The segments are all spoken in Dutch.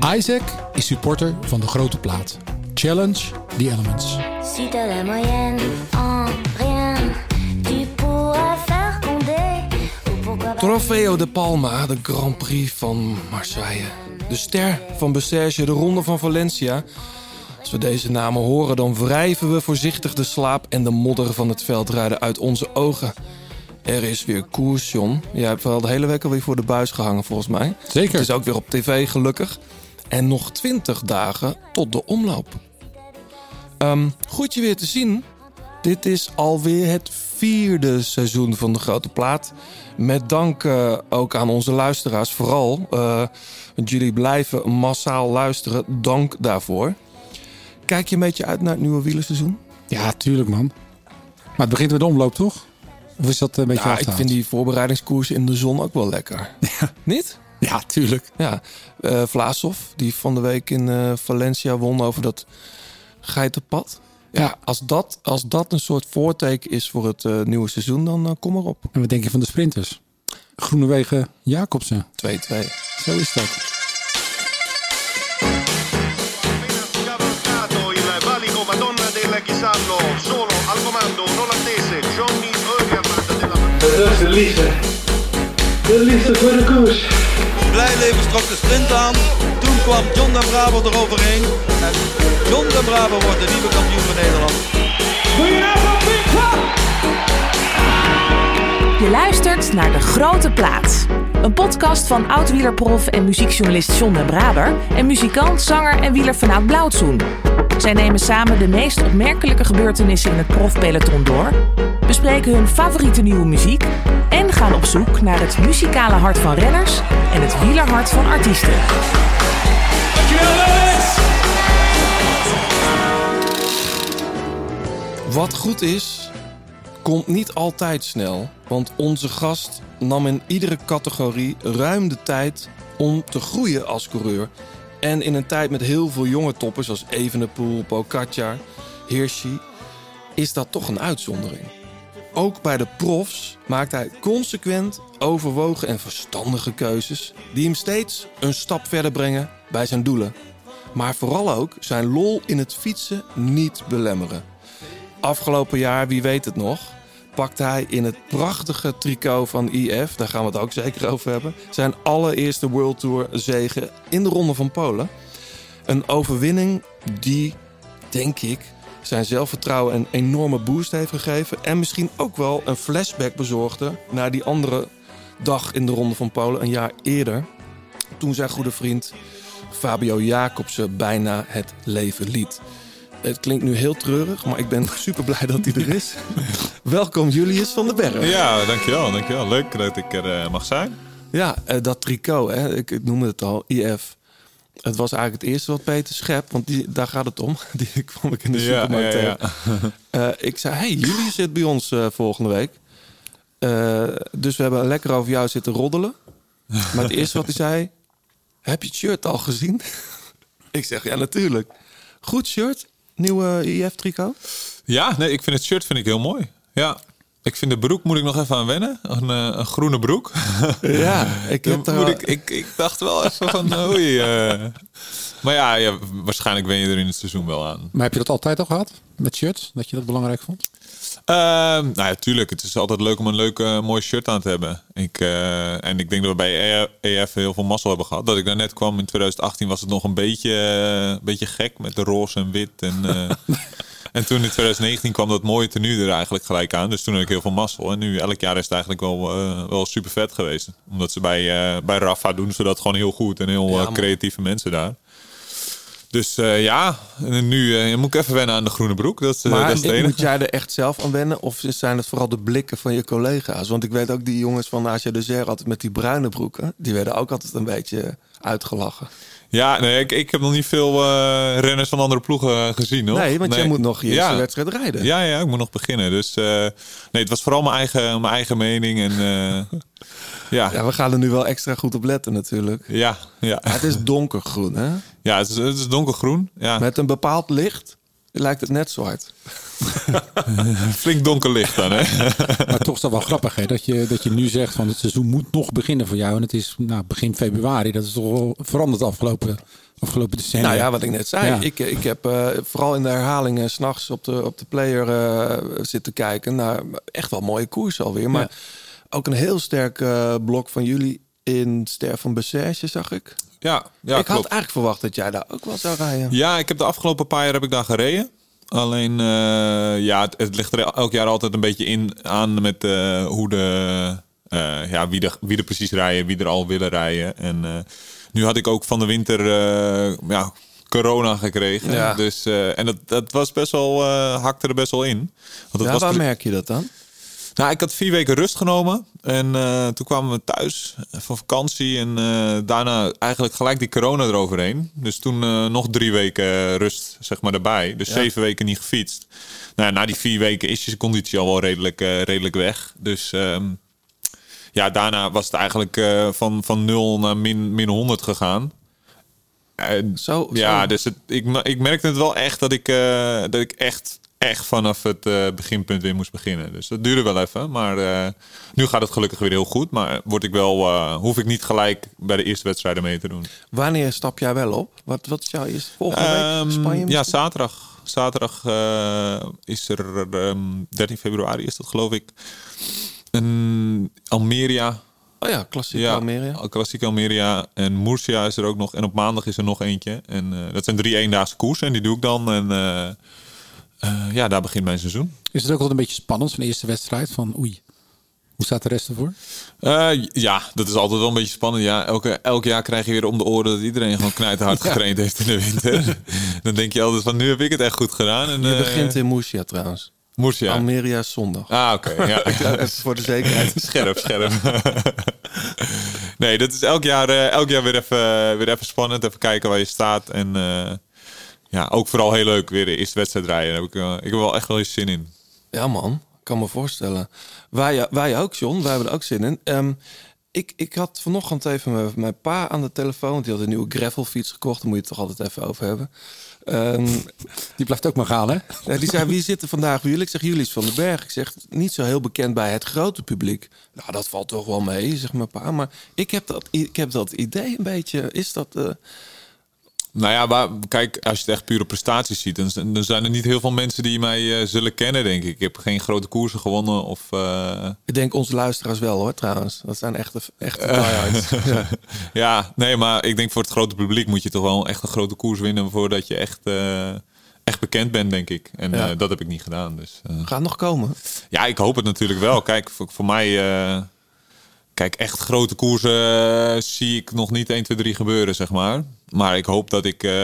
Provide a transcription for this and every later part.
Isaac is supporter van De Grote Plaat. Challenge the elements. Si t'as la moyenne en rien, tu pourras faire Condé. Ou pourquoi pas... Trofeo de Palma, de Grand Prix van Marseille. De Ster van Bessèges, de Ronde van Valencia. Als we deze namen horen, dan wrijven we voorzichtig de slaap en de modder van het veldrijden uit onze ogen. Er is weer koers, John. Jij hebt wel de hele week alweer voor de buis gehangen, volgens mij. Zeker. Het is ook weer op tv, gelukkig. En nog 20 dagen tot de omloop. Goed je weer te zien. Dit is alweer het 4e seizoen van De Grote Plaat. Met dank ook aan onze luisteraars vooral. Want jullie blijven massaal luisteren. Dank daarvoor. Kijk je een beetje uit naar het nieuwe wielerseizoen? Ja, tuurlijk man. Maar het begint met de omloop, toch? Of is dat een beetje Ja, ik vind die voorbereidingskoersen in de zon ook wel lekker. Ja. Niet? Ja, tuurlijk. Ja. Vlaasov, die van de week in Valencia won over dat geitenpad. Ja, als dat een soort voorteken is voor het nieuwe seizoen, dan kom maar op. En wat denk je van de sprinters? Groenewegen, Jacobsen. 2-2. Zo is dat. Dat is de liefde voor de koers. Blijleven trok de sprint aan. Toen kwam John den Braber eroverheen. En John den Braber wordt de nieuwe kampioen van Nederland. Je luistert naar De Grote Plaat. Een podcast van oud-wielerprof en muziekjournalist John den Braber en muzikant, zanger en wielerfanaat Blauwtsoen. Zij nemen samen de meest opmerkelijke gebeurtenissen in het profpeloton door, bespreken hun favoriete nieuwe muziek en gaan op zoek naar het muzikale hart van renners en het wielerhart van artiesten. Wat goed is, komt niet altijd snel. Want onze gast nam in iedere categorie ruim de tijd om te groeien als coureur. En in een tijd met heel veel jonge toppers zoals Evenepoel, Pogačar, Hirschi, is dat toch een uitzondering. Ook bij de profs maakt hij consequent overwogen en verstandige keuzes die hem steeds een stap verder brengen bij zijn doelen. Maar vooral ook zijn lol in het fietsen niet belemmeren. Afgelopen jaar, wie weet het nog, pakte hij in het prachtige tricot van IF, daar gaan we het ook zeker over hebben, zijn allereerste World Tour zege in de Ronde van Polen. Een overwinning die, denk ik, zijn zelfvertrouwen een enorme boost heeft gegeven en misschien ook wel een flashback bezorgde naar die andere dag in de Ronde van Polen een jaar eerder, toen zijn goede vriend Fabio Jacobsen bijna het leven liet. Het klinkt nu heel treurig, maar ik ben super blij dat hij er is. Welkom Julius van den Berg. Ja, dankjewel. Leuk dat ik er mag zijn. Ja, dat tricot, hè, ik noemde het al, IF. Het was eigenlijk het eerste wat Peter Schep, want daar gaat het om. Die kwam ik in de supermarkt tegen. Ja. Ik zei, hey, Julius zit bij ons volgende week. Dus we hebben lekker over jou zitten roddelen. Maar het eerste wat hij zei, heb je het shirt al gezien? Ik zeg, ja natuurlijk. Goed shirt. Nieuwe IF-tricot? Ja, nee, ik vind het shirt heel mooi. Ja, ik vind de broek moet ik nog even aan wennen. Een groene broek. Ja, ik dacht wel even van oei. Maar ja, waarschijnlijk wen je er in het seizoen wel aan. Maar heb je dat altijd al gehad met shirts? Dat je dat belangrijk vond? Nou ja, tuurlijk. Het is altijd leuk om een leuk mooi shirt aan te hebben. En ik denk dat we bij EF heel veel mazzel hebben gehad. Dat ik daar net kwam in 2018 was het nog een beetje gek met de roze en wit. En toen in 2019 kwam dat mooie tenue er eigenlijk gelijk aan. Dus toen had ik heel veel mazzel. En nu elk jaar is het eigenlijk wel super vet geweest. Omdat ze bij Rafa doen ze dat gewoon heel goed. En heel creatieve mensen daar. Dus nu moet ik even wennen aan de groene broek. Maar dat is moet jij er echt zelf aan wennen? Of zijn het vooral de blikken van je collega's? Want ik weet ook die jongens van AG de Zer altijd met die bruine broeken. Die werden ook altijd een beetje uitgelachen. Ja, nee, ik heb nog niet veel renners van andere ploegen gezien. Hoor. Nee, want jij moet nog je eerste wedstrijd rijden. Ja, ik moet nog beginnen. Dus nee, het was vooral mijn eigen mening. En, ja, we gaan er nu wel extra goed op letten natuurlijk. Ja. Het is donkergroen, hè? Ja, het is donkergroen. Ja. Met een bepaald licht. lijkt het net zwart. Flink donker licht dan, hè? Maar toch is dat wel grappig, hè? Dat je nu zegt van het seizoen moet nog beginnen voor jou. En het is begin februari. Dat is toch wel veranderd afgelopen decennia. Nou ja, wat ik net zei. Ja. Ik heb vooral in de herhalingen 's nachts op de player zitten kijken. Naar echt wel mooie koers alweer. Maar ook een heel sterk blok van jullie in Ster van Bessèges, zag ik. Ja, Ik had klopt. eigenlijk verwacht dat jij daar ook wel zou rijden. Ja, ik heb de afgelopen paar jaar heb ik daar gereden. Alleen, het ligt er elk jaar altijd een beetje aan met hoe wie er precies rijden, wie er al willen rijden. En nu had ik ook van de winter corona gekregen. Ja. Dus, en dat was best wel, hakte er best wel in. Want het was Waar merk je dat dan? Nou, ik had 4 weken rust genomen. En toen kwamen we thuis van vakantie. En daarna eigenlijk gelijk die corona eroverheen. Dus toen nog 3 weken rust, zeg maar, erbij. Dus 7 weken niet gefietst. Nou, na die 4 weken is je conditie al wel redelijk weg. Dus daarna was het eigenlijk van 0 naar min 100 gegaan. Zo. Dus ik merkte het wel echt dat ik echt vanaf het beginpunt weer moest beginnen. Dus dat duurde wel even. Maar nu gaat het gelukkig weer heel goed. Maar hoef ik niet gelijk bij de eerste wedstrijden mee te doen. Wanneer stap jij wel op? Wat is jouw eerste volgende week? Spanje? Ja, zaterdag. Zaterdag is er 13 februari is dat, geloof ik. Almeria. Oh ja, klassiek Almeria. Klassiek Almeria. En Murcia is er ook nog. En op maandag is er nog eentje. En dat zijn 3 eendaagse koersen. En die doe ik dan. En daar begint mijn seizoen. Is het ook wel een beetje spannend van de eerste wedstrijd? Van oei, hoe staat de rest ervoor? Dat is altijd wel een beetje spannend. Ja, elk jaar krijg je weer om de oren dat iedereen gewoon knijterhard getraind heeft in de winter. Dan denk je altijd van, nu heb ik het echt goed gedaan. En, je begint in Murcia trouwens. Murcia. Almeria is zondag. Oké. Ja. Even voor de zekerheid. Scherp. Nee, dat is elk jaar weer even spannend. Even kijken waar je staat. En ook vooral heel leuk weer de eerste wedstrijd rijden. Daar heb ik wel echt wel eens zin in. Ja man, ik kan me voorstellen. Wij ook, John. Wij hebben er ook zin in. Ik had vanochtend even mijn pa aan de telefoon. Want die had een nieuwe gravelfiets gekocht. Daar moet je het toch altijd even over hebben. Die blijft ook maar gaan, hè? Die zei, wie zit er vandaag bij jullie? Ik zeg, Julius van den Berg. Ik zeg, niet zo heel bekend bij het grote publiek. Nou, dat valt toch wel mee, zegt mijn pa. Maar ik heb dat idee een beetje. Is dat... Nou ja, kijk, als je het echt pure prestaties ziet, dan zijn er niet heel veel mensen die mij zullen kennen, denk ik. Ik heb geen grote koersen gewonnen. Ik denk onze luisteraars wel, hoor, trouwens. Dat zijn echte tryhards. Ja, nee, maar ik denk voor het grote publiek moet je toch wel echt een grote koers winnen voordat je echt bekend bent, denk ik. En dat heb ik niet gedaan. Dus, Gaat het nog komen? Ja, ik hoop het natuurlijk wel. Kijk, voor mij... Kijk, echt grote koersen zie ik nog niet 1, 2, 3 gebeuren, zeg maar. Maar ik hoop dat ik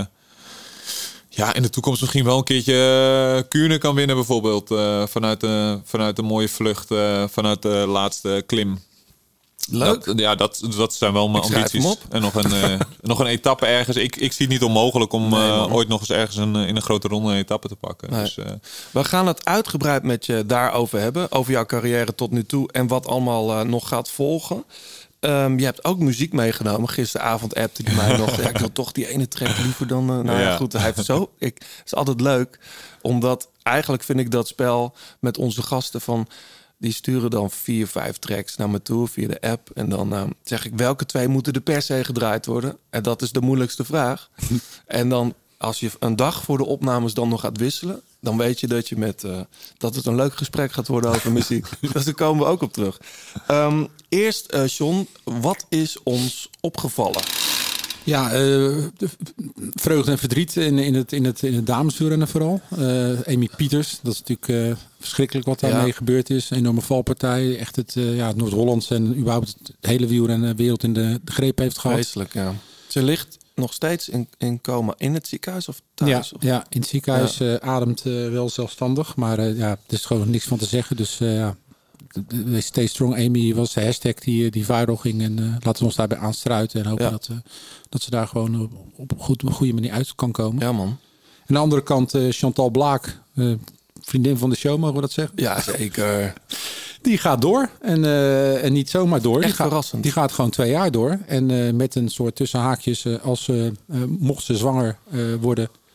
in de toekomst misschien wel een keertje Kuurne kan winnen, bijvoorbeeld. Vanuit een mooie vlucht, vanuit de laatste klim. Leuk. Dat zijn wel mijn ambities. En nog een etappe ergens. Ik zie het niet onmogelijk om ooit nog eens ergens in een grote ronde een etappe te pakken. Nee. Dus, we gaan het uitgebreid met je daarover hebben. Over jouw carrière tot nu toe en wat allemaal nog gaat volgen. Je hebt ook muziek meegenomen. Gisteravond appte hij mij nog. Ja, ik wil toch die ene track liever dan... goed, hij heeft zo... Het is altijd leuk. Omdat eigenlijk vind ik dat spel met onze gasten van... Die sturen dan 4, 5 tracks naar me toe via de app. En dan zeg ik, welke 2 moeten er per se gedraaid worden? En dat is de moeilijkste vraag. En dan, als je een dag voor de opnames dan nog gaat wisselen... dan weet je dat dat het een leuk gesprek gaat worden over muziek. Dus daar komen we ook op terug. Eerst, John, wat is ons opgevallen? Ja, vreugde en verdriet in het dameswielrennen vooral. Amy Pieters, dat is natuurlijk verschrikkelijk wat daarmee gebeurd is. Een enorme valpartij. Echt het Noord-Hollands en überhaupt het hele wielrennenwereld in de greep heeft gehad. Vreselijk, ja. Ze ligt nog steeds in coma in het ziekenhuis of thuis? Ja, in het ziekenhuis ademt wel zelfstandig. Maar er is gewoon niks van te zeggen. Dus Stay Strong Amy was de hashtag die viral ging. En laten we ons daarbij aanstruiten. En hopen dat ze daar gewoon op een goede manier uit kan komen. Ja, man. Aan de andere kant Chantal Blaak, vriendin van de show, mogen we dat zeggen? Ja, zeker. Die gaat door. En niet zomaar door. Echt verrassend. Die gaat gewoon 2 jaar door. En met een soort tussenhaakjes, mocht ze zwanger worden...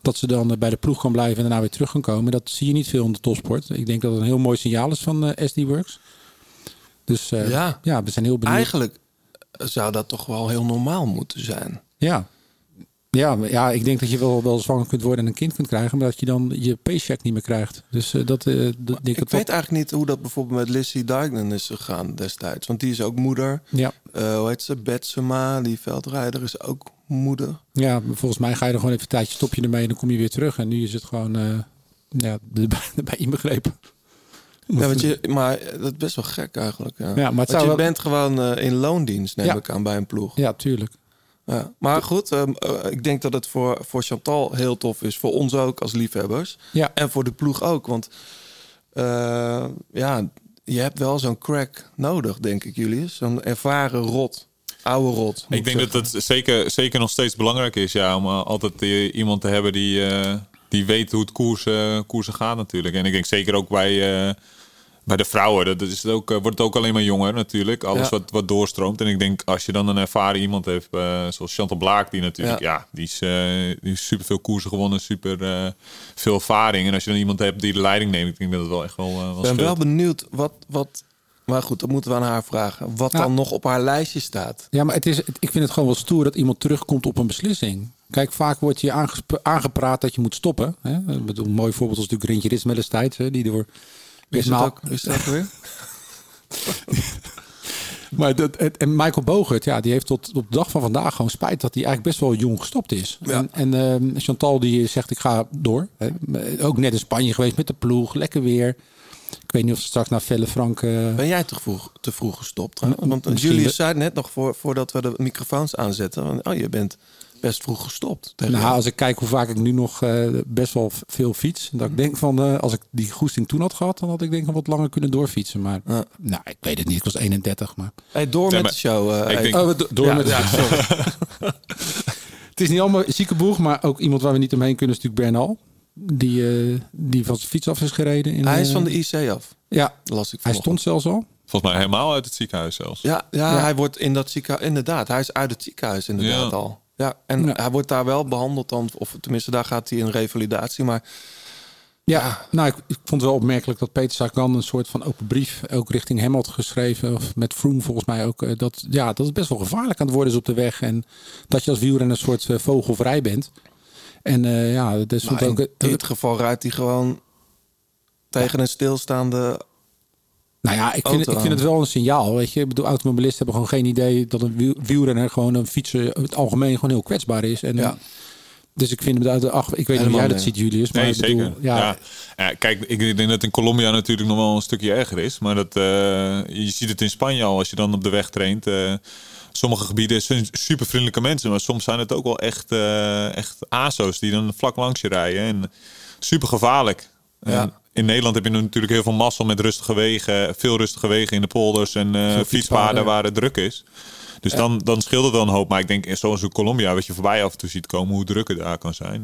Dat ze dan bij de ploeg kan blijven en daarna weer terug kan komen. Dat zie je niet veel in de topsport. Ik denk dat het een heel mooi signaal is van SD Worx. Dus we zijn heel benieuwd. Eigenlijk zou dat toch wel heel normaal moeten zijn. Ja, ik denk dat je wel zwanger kunt worden en een kind kunt krijgen, maar dat je dan je paycheck niet meer krijgt. Dus ik weet eigenlijk niet hoe dat bijvoorbeeld met Lizzie Deignan is gegaan destijds. Want die is ook moeder. Ja. Hoe heet ze? Betsema, die veldrijder, is ook moeder. Ja, volgens mij ga je er gewoon even een tijdje, stop je ermee en dan kom je weer terug. En nu is het gewoon erbij inbegrepen. Ja, maar dat is best wel gek eigenlijk. Ja. Ja, maar je bent gewoon in loondienst, neem ik aan, bij een ploeg. Ja, tuurlijk. Ja. Maar goed, ik denk dat het voor Chantal heel tof is. Voor ons ook als liefhebbers. Ja. En voor de ploeg ook. Want je hebt wel zo'n crack nodig, denk ik, Julius. Zo'n ervaren oude rot. Ik denk dat het zeker nog steeds belangrijk is, om altijd iemand te hebben die weet hoe het koersen gaat natuurlijk. En ik denk zeker ook bij de vrouwen, wordt het ook alleen maar jonger natuurlijk. Alles wat doorstroomt. En ik denk als je dan een ervaren iemand heeft, zoals Chantal Blaak, die natuurlijk, die is super veel koersen gewonnen, super veel ervaring. En als je dan iemand hebt die de leiding neemt, ik denk dat het wel echt wel ik ben wel benieuwd wat. Maar goed, dat moeten we aan haar vragen. Wat dan nog op haar lijstje staat. Ja, maar ik vind het gewoon wel stoer dat iemand terugkomt op een beslissing. Kijk, vaak wordt je aangepraat dat je moet stoppen. Hè? Ik bedoel, een mooi voorbeeld was natuurlijk Rintje Ritsma destijds. Die door... Is dat weer? Maar en Michael Bogert, die heeft tot op de dag van vandaag gewoon spijt dat hij eigenlijk best wel jong gestopt is. Ja. En Chantal die zegt ik ga door. Ook net in Spanje geweest met de ploeg, lekker weer. Ik weet niet of ze straks naar Velle Frank... Ben jij te vroeg gestopt? Want Julius zei net nog voordat we de microfoons aanzetten. Je bent best vroeg gestopt. Als ik kijk hoe vaak ik nu nog best wel veel fiets. Dat ik denk van, als ik die goesting toen had gehad, dan had ik denk ik wat langer kunnen doorfietsen. Maar ik weet het niet. Ik was 31. Maar... Door met de show. Door met de show. Het is niet allemaal zieke boeg, maar ook iemand waar we niet omheen kunnen is natuurlijk Bernal. Die van zijn fiets af is gereden. Hij is van de IC af. Ja, las ik hij stond zelfs al. Volgens mij helemaal uit het ziekenhuis zelfs. Ja. Hij wordt in dat ziekenhuis... Inderdaad, hij is uit het ziekenhuis inderdaad al. Ja, en hij wordt daar wel behandeld dan. Of tenminste, daar gaat hij in revalidatie. Maar ja, ik vond het wel opmerkelijk dat Peter Sagan een soort van open brief ook richting hem had geschreven. Of met Froome volgens mij ook. Dat het best wel gevaarlijk aan het worden is op de weg. En dat je als wielrenner een soort vogelvrij bent. En dat is ook... In dit geval rijdt hij gewoon tegen een stilstaande... ik vind het wel een signaal. Weet je? Ik bedoel, automobilisten hebben gewoon geen idee dat een wielrenner gewoon een fietser in het algemeen gewoon heel kwetsbaar is. En dus ik vind hem uit de ik weet niet hoe jij dat ziet, Julius. Maar nee, zeker. Ja, kijk, ik denk dat in Colombia natuurlijk nog wel een stukje erger is. Maar je ziet het in Spanje al als je dan op de weg traint. Sommige gebieden zijn super vriendelijke mensen, maar soms zijn het ook wel echt ASO's die dan vlak langs je rijden. En super gevaarlijk. In Nederland heb je natuurlijk heel veel mazzel met rustige wegen, veel rustige wegen in de polders en fietspaden waar het druk is. Dus dan scheelt het wel een hoop. Maar ik denk, zoals in Colombia, wat je voorbij af en toe ziet komen, hoe druk het daar kan zijn.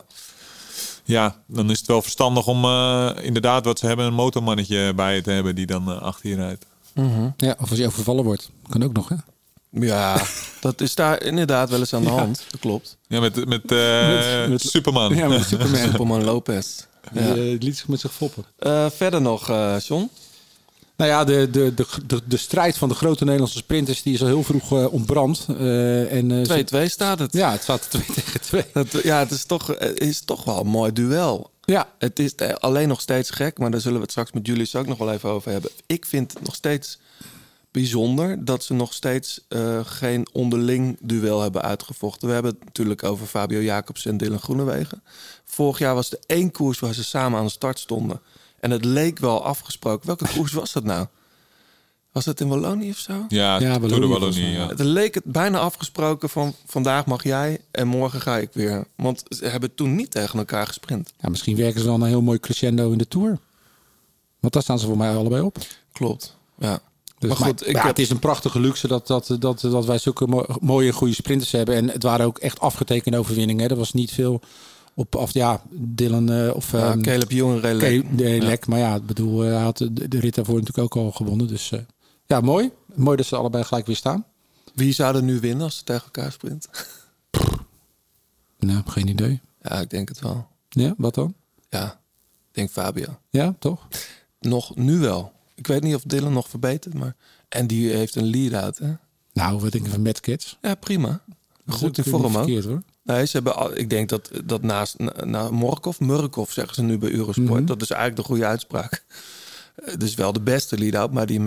Dan is het wel verstandig om inderdaad wat ze hebben, een motormannetje bij je te hebben die dan achter je rijdt. Mm-hmm. Ja, of als je overvallen wordt. Kan ook nog, hè? Ja, dat is daar inderdaad wel eens aan de hand. Dat klopt. Ja, met Superman. Ja, met Superman. Superman Lopez. Die liet zich met zich foppen. Verder nog, John? Nou ja, de strijd van de grote Nederlandse sprinters die is al heel vroeg ontbrand. 2-2 staat het. Ja, het staat 2-2. Het is toch wel een mooi duel. Ja. Het is alleen nog steeds gek, maar daar zullen we het straks met Julius ook nog wel even over hebben. Ik vind het nog steeds bijzonder dat ze nog steeds geen onderling duel hebben uitgevochten. We hebben het natuurlijk over Fabio Jacobsen en Dylan Groenewegen. Vorig jaar was er 1 koers waar ze samen aan de start stonden. En het leek wel afgesproken. Welke koers was dat nou? Was dat in Wallonië of zo? Ja, Tour de Wallonie. Ja. Het leek het bijna afgesproken van vandaag mag jij en morgen ga ik weer. Want ze hebben toen niet tegen elkaar gesprint. Ja, misschien werken ze dan een heel mooi crescendo in de Tour. Want daar staan ze voor mij allebei op. Klopt, ja. Dus maar goed, het is een prachtige luxe dat wij zulke mooie goede sprinters hebben. En het waren ook echt afgetekende overwinningen. Er was niet veel op Dylan of Caleb Ewan reed lek. Maar ja, ik bedoel, hij had de rit daarvoor natuurlijk ook al gewonnen. Dus mooi. Mooi dat ze allebei gelijk weer staan. Wie zou er nu winnen als ze tegen elkaar sprint? Nou, geen idee. Ja, ik denk het wel. Ja, wat dan? Ja, ik denk Fabio. Ja, toch? Nog nu wel. Ik weet niet of Dylan nog verbetert, maar... En die heeft een lead-out, hè? Nou, wat denk je van Mad Kids? Ja, prima. Goed in Dat is ook vorm niet ook. verkeerd, hoor. Nee, ze hebben, ik denk dat naast Murkov zeggen ze nu bij Eurosport. Mhm. Dat is eigenlijk de goede uitspraak. Dus wel de beste lead-out, maar die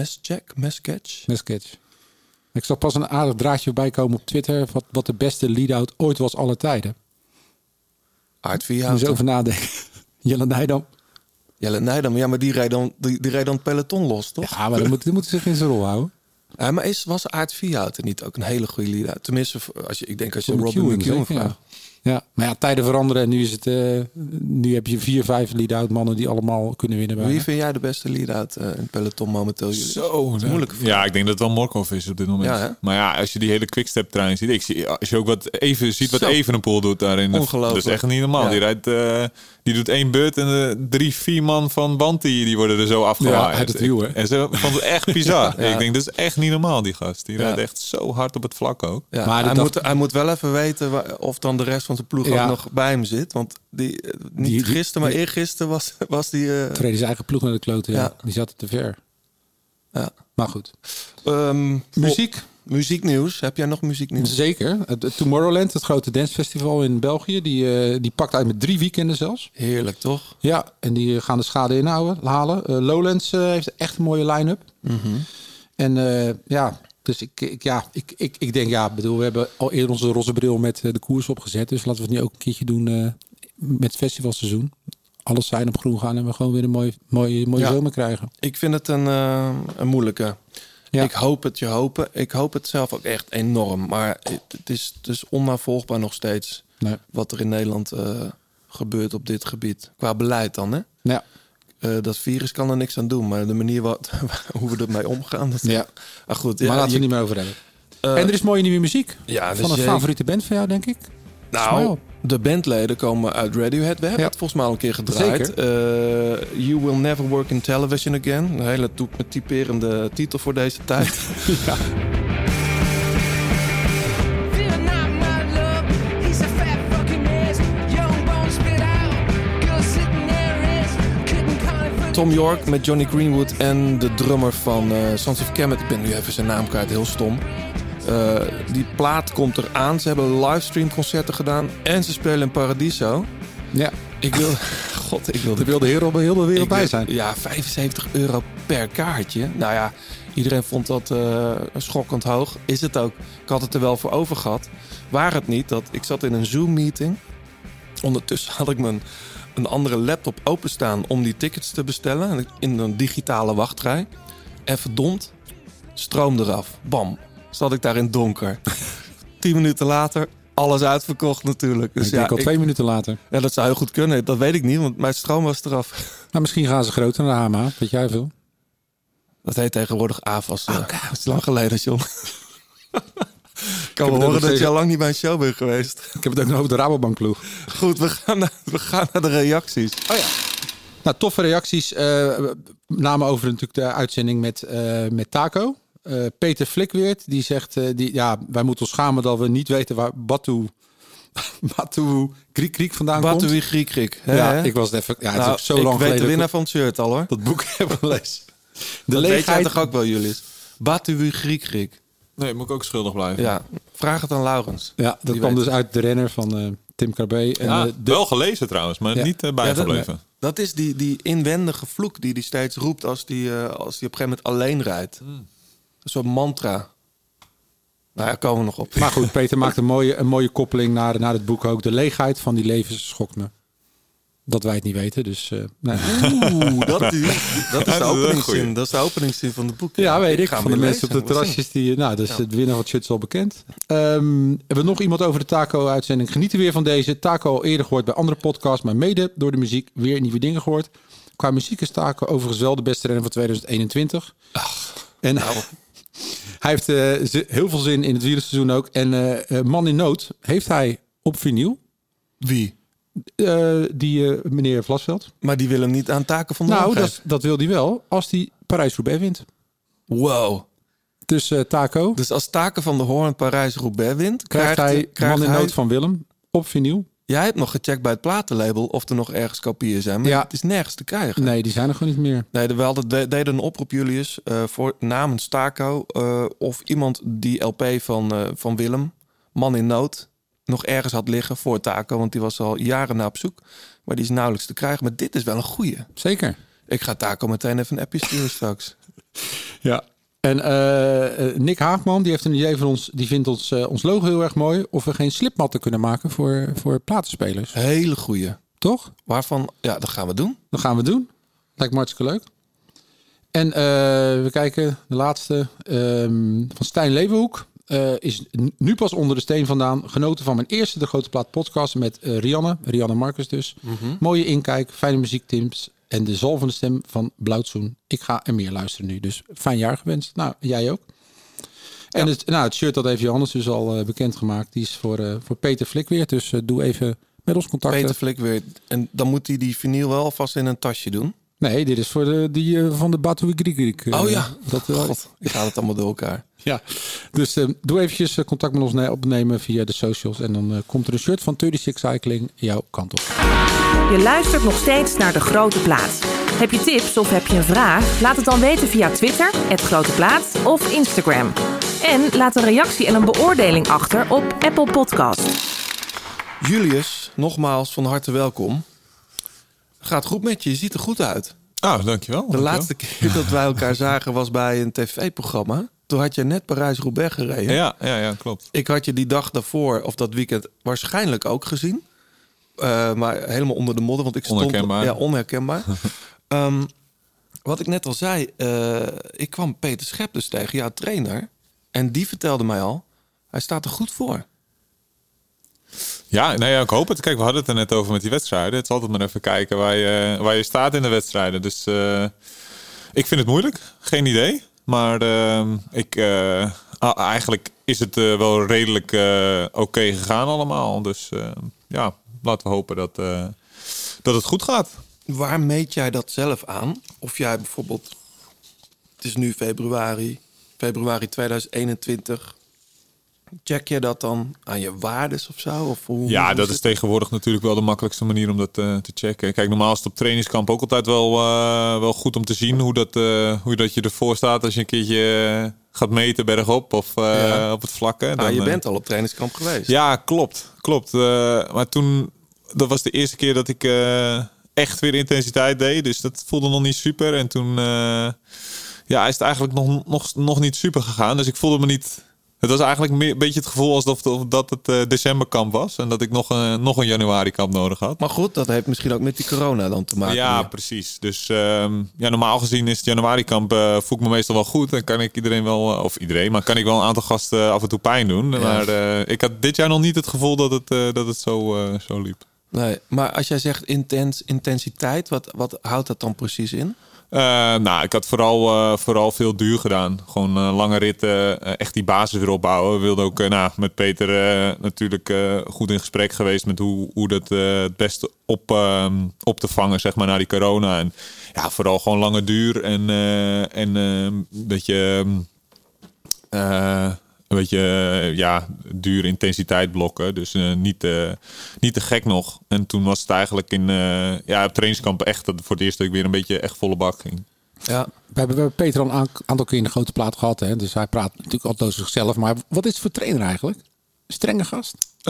Mesketch. Ik zag pas een aardig draadje voorbij komen op Twitter... wat de beste lead-out ooit was alle tijden. Aard Moet je Vierhouten. over nadenken. Jelle Nijdam. Jelle Nijdam, ja, maar die rijdt dan het peloton los, toch? Ja, maar dan moet hij zich in zijn rol houden. Ja, maar was Aard Vierhouten niet ook een hele goede lead-out? Tenminste, als je Robin Robin McEwen zeker, vraagt. Ja, maar ja, tijden veranderen en nu is het. Nu heb je 4, 5 lead-out mannen die allemaal kunnen winnen. Wie vind jij de beste lead-out in het peloton momenteel? Jullie? Zo, Dat is moeilijk. Ja, ik denk dat het wel Morkov is op dit moment. Ja, hè? Maar ja, als je die hele quickstep trein ziet, als je ook wat ziet wat Zo. Evenepoel doet daarin, Ongelooflijk. dat is echt niet normaal. Ja. Die doet 1 beurt en 3, 4 man van Banti die worden er zo afgewaaid. Ja, uit het wiel, hè? En ze vond het echt bizar. Ja. Ik denk dat is echt niet normaal, die gast. Die Ja. rijdt echt zo hard op het vlak ook. Ja, Maar hij moet wel even weten of dan de rest van zijn ploeg Ja. ook nog bij hem zit. Want niet gisteren, maar eergisteren was die... Treden zijn eigen ploeg naar de kloten. Ja. Ja. Die zaten te ver. Ja. Maar goed. Muziek. Muzieknieuws. Heb jij nog muzieknieuws? Zeker. Het Tomorrowland, het grote dancefestival in België, die pakt uit met 3 weekenden zelfs. Heerlijk, toch? Ja, en die gaan de schade halen. Lowlands heeft echt een mooie line-up. En ja, dus ik denk, we hebben al eerder onze roze bril met de koers opgezet. Dus laten we het nu ook een keertje doen met het festivalseizoen. Alles zijn op groen gaan en we gewoon weer een mooie zomer krijgen. Ik vind het een moeilijke. Ja. Ik hoop het je hopen. Ik hoop het zelf ook echt enorm. Maar het is dus onnavolgbaar nog steeds Nee. wat er in Nederland gebeurt op dit gebied. Qua beleid dan, hè? Ja. Dat virus kan er niks aan doen. Maar de manier hoe we ermee omgaan... Dat... Ja. Maar goed, Maar laten we het niet meer over hebben. En er is mooie nieuwe muziek. Ja, Van een favoriete band van jou, denk ik. Nou, Smile. de bandleden komen uit Radiohead. We hebben het volgens mij al een keer gedraaid. You Will Never Work in Television Again. Een hele typerende titel voor deze tijd. Ja. Tom York met Johnny Greenwood en de drummer van Sons of Kemet. Ik ben nu even zijn naam kwijt, heel stom. Die plaat komt eraan. Ze hebben livestream concerten gedaan. En ze spelen in Paradiso. Ja. Ik wil... Er wilde heel de wereld bij zijn. Ja, €75 per kaartje. Nou ja, iedereen vond dat schokkend hoog. Is het ook. Ik had het er wel voor over gehad. Waar het niet dat ik zat in een Zoom-meeting. Ondertussen had ik een andere laptop openstaan om die tickets te bestellen. In een digitale wachtrij. En verdomd, stroom eraf. Bam. Zat ik daar in het donker. 10 minuten later, alles uitverkocht natuurlijk. Dus Ik denk al 2 minuten later. ja, dat zou heel goed kunnen. Dat weet ik niet, want mijn stroom was eraf. Nou, misschien gaan ze groter naar de HMA. Weet jij veel? Dat heet tegenwoordig AFAS. Dat is lang geleden, John. Ik kan het wel ook horen nog dat je steeds- al lang niet bij een show bent geweest. Ik heb het ook nog over de Rabobankploeg. Goed, we gaan naar de reacties. Oh ja. Nou, toffe reacties. Namen over natuurlijk de uitzending met Taco. Peter Flikweert, die zegt... wij moeten ons schamen dat we niet weten waar Batu Kriek vandaan komt. Batu Griek. Ja, ik was het even... Ja, het is ook zo lang ik weet geleden de winnaar dat van het shirt al, hoor. ik dat boek heb gelezen. De Dat weet jij leegheid... toch ook wel, Julius? Batu Griek. Nee, moet ik ook schuldig blijven. Ja, vraag het aan Laurens. Ja, dat Die kwam weet dus uit de renner van Tim Carbé. En, Ja, wel gelezen trouwens, maar Ja. niet bijgebleven. Dat is die inwendige vloek die hij steeds roept als die op een gegeven moment alleen rijdt. Een soort mantra. Nou ja, komen we nog op. Maar goed, Peter maakt een mooie koppeling naar het boek ook. De leegheid van die levens schokt me. Dat wij het niet weten, dus... nee. Oeh, dat is de is een openingszin. goeie. Dat is de openingszin van het boek. Ja, weet ik. ga Van de hem mensen op lezen. de terrasjes die... Nou, dus het winnaar van het shirt is al bekend. Hebben we nog iemand over de Taco-uitzending? Genieten weer van deze. Taco al eerder gehoord bij andere podcasts, maar mede door de muziek weer nieuwe dingen gehoord. Qua muziek is Taco overigens wel de beste renner van 2021. En hij heeft heel veel zin in het wielerseizoen ook. En Man in Nood heeft hij op vinyl. Wie? Die meneer Vlasveld. Maar die willen niet aan taken van de Nou, omgeven. dat wil hij wel als hij Parijs-Roubaix wint. Wow. Dus Dus als Taken van de Hoorn Parijs-Roubaix wint... krijgt hij Man in Nood van Willem op vinyl. Jij hebt nog gecheckt bij het platenlabel of er nog ergens kopieën zijn. Maar het is nergens te krijgen. Nee, die zijn er gewoon niet meer. Nee, we deden een oproep, Julius, voor namens Taco. Of iemand die LP van Willem, Man in Nood, nog ergens had liggen voor Taco. Want die was al jaren naar op zoek. Maar die is nauwelijks te krijgen. Maar dit is wel een goeie. Zeker. Ik ga Taco meteen even een appje sturen straks. Ja. En Nick Haagman, die heeft een idee voor ons. Die vindt ons logo heel erg mooi. Of we geen slipmatten kunnen maken voor platenspelers. Hele goeie. Toch? Waarvan? Ja, dat gaan we doen. Dat gaan we doen. Lijkt me hartstikke leuk. En we kijken de laatste van Stijn Leeuwenhoek. Is nu pas onder de steen vandaan. Genoten van mijn eerste De Grote Plaat podcast met Rianne Marcus dus. Mm-hmm. Mooie inkijk, fijne muziektips en de zalvende stem van Blauwtsoen. Ik ga er meer luisteren nu. Dus fijn jaar gewenst. Nou, jij ook. En het shirt dat heeft Johannes dus al bekendgemaakt. Die is voor Peter Flikweer. Dus doe even met ons contacten. Peter Flikweer. En dan moet hij die vinyl wel alvast in een tasje doen. Nee, dit is voor die van de Batu Griek. Oh ja. God, ik ga het allemaal door elkaar. Ja, dus doe eventjes contact met ons opnemen via de socials. En dan komt er een shirt van 36 Cycling jouw kant op. Je luistert nog steeds naar De Grote Plaat. Heb je tips of heb je een vraag? Laat het dan weten via Twitter, @groteplaat of Instagram. En laat een reactie en een beoordeling achter op Apple Podcast. Julius, nogmaals van harte welkom. Gaat goed met je, je ziet er goed uit. Dankjewel. De laatste keer dat wij elkaar zagen was bij een tv-programma. Toen had je net Parijs-Roubaix gereden. Ja, klopt. Ik had je die dag daarvoor, of dat weekend, waarschijnlijk ook gezien. Maar helemaal onder de modder, want ik stond... Onherkenbaar. Ja, onherkenbaar. Wat ik net al zei, ik kwam Peter Schep dus tegen, jouw trainer. En die vertelde mij al, hij staat er goed voor. Ja, ik hoop het. Kijk, we hadden het er net over met die wedstrijden. Het is altijd maar even kijken waar je staat in de wedstrijden. Dus ik vind het moeilijk. Geen idee. Maar eigenlijk is het wel redelijk oké gegaan allemaal. Dus laten we hopen dat het goed gaat. Waar meet jij dat zelf aan? Of jij bijvoorbeeld, het is nu februari 2021... Check je dat dan aan je waardes of zo? Of hoe dat is tegenwoordig natuurlijk wel de makkelijkste manier om dat te checken. Kijk, normaal is het op trainingskamp ook altijd wel goed om te zien hoe dat je ervoor staat als je een keertje gaat meten bergop of op het vlakke. Je bent al op trainingskamp geweest. Ja, klopt. Maar toen, dat was de eerste keer dat ik echt weer intensiteit deed. Dus dat voelde nog niet super. En toen is het eigenlijk nog niet super gegaan. Dus ik voelde me niet... Het was eigenlijk een beetje het gevoel alsof dat het decemberkamp was. En dat ik nog een januarikamp nodig had. Maar goed, dat heeft misschien ook met die corona dan te maken. Ja, precies. Dus normaal gezien is het januarikamp voel ik me meestal wel goed. En kan ik iedereen wel, maar kan ik wel een aantal gasten af en toe pijn doen. Ja. Maar ik had dit jaar nog niet het gevoel dat het zo liep. Nee, maar als jij zegt intensiteit, wat houdt dat dan precies in? Ik had vooral veel duur gedaan. Gewoon lange ritten, echt die basis weer opbouwen. We wilden ook met Peter natuurlijk goed in gesprek geweest met hoe dat het beste op te vangen, zeg maar, na die corona. En vooral gewoon lange duur en een beetje duur intensiteit blokken. Dus niet te gek nog. En toen was het eigenlijk op trainingskamp echt voor het eerst dat ik weer een beetje echt volle bak ging. Ja. We hebben Peter al een aantal keer in De Grote Plaat gehad. Hè? Dus hij praat natuurlijk altijd over zichzelf. Maar wat is het voor trainer eigenlijk? Strenge gast?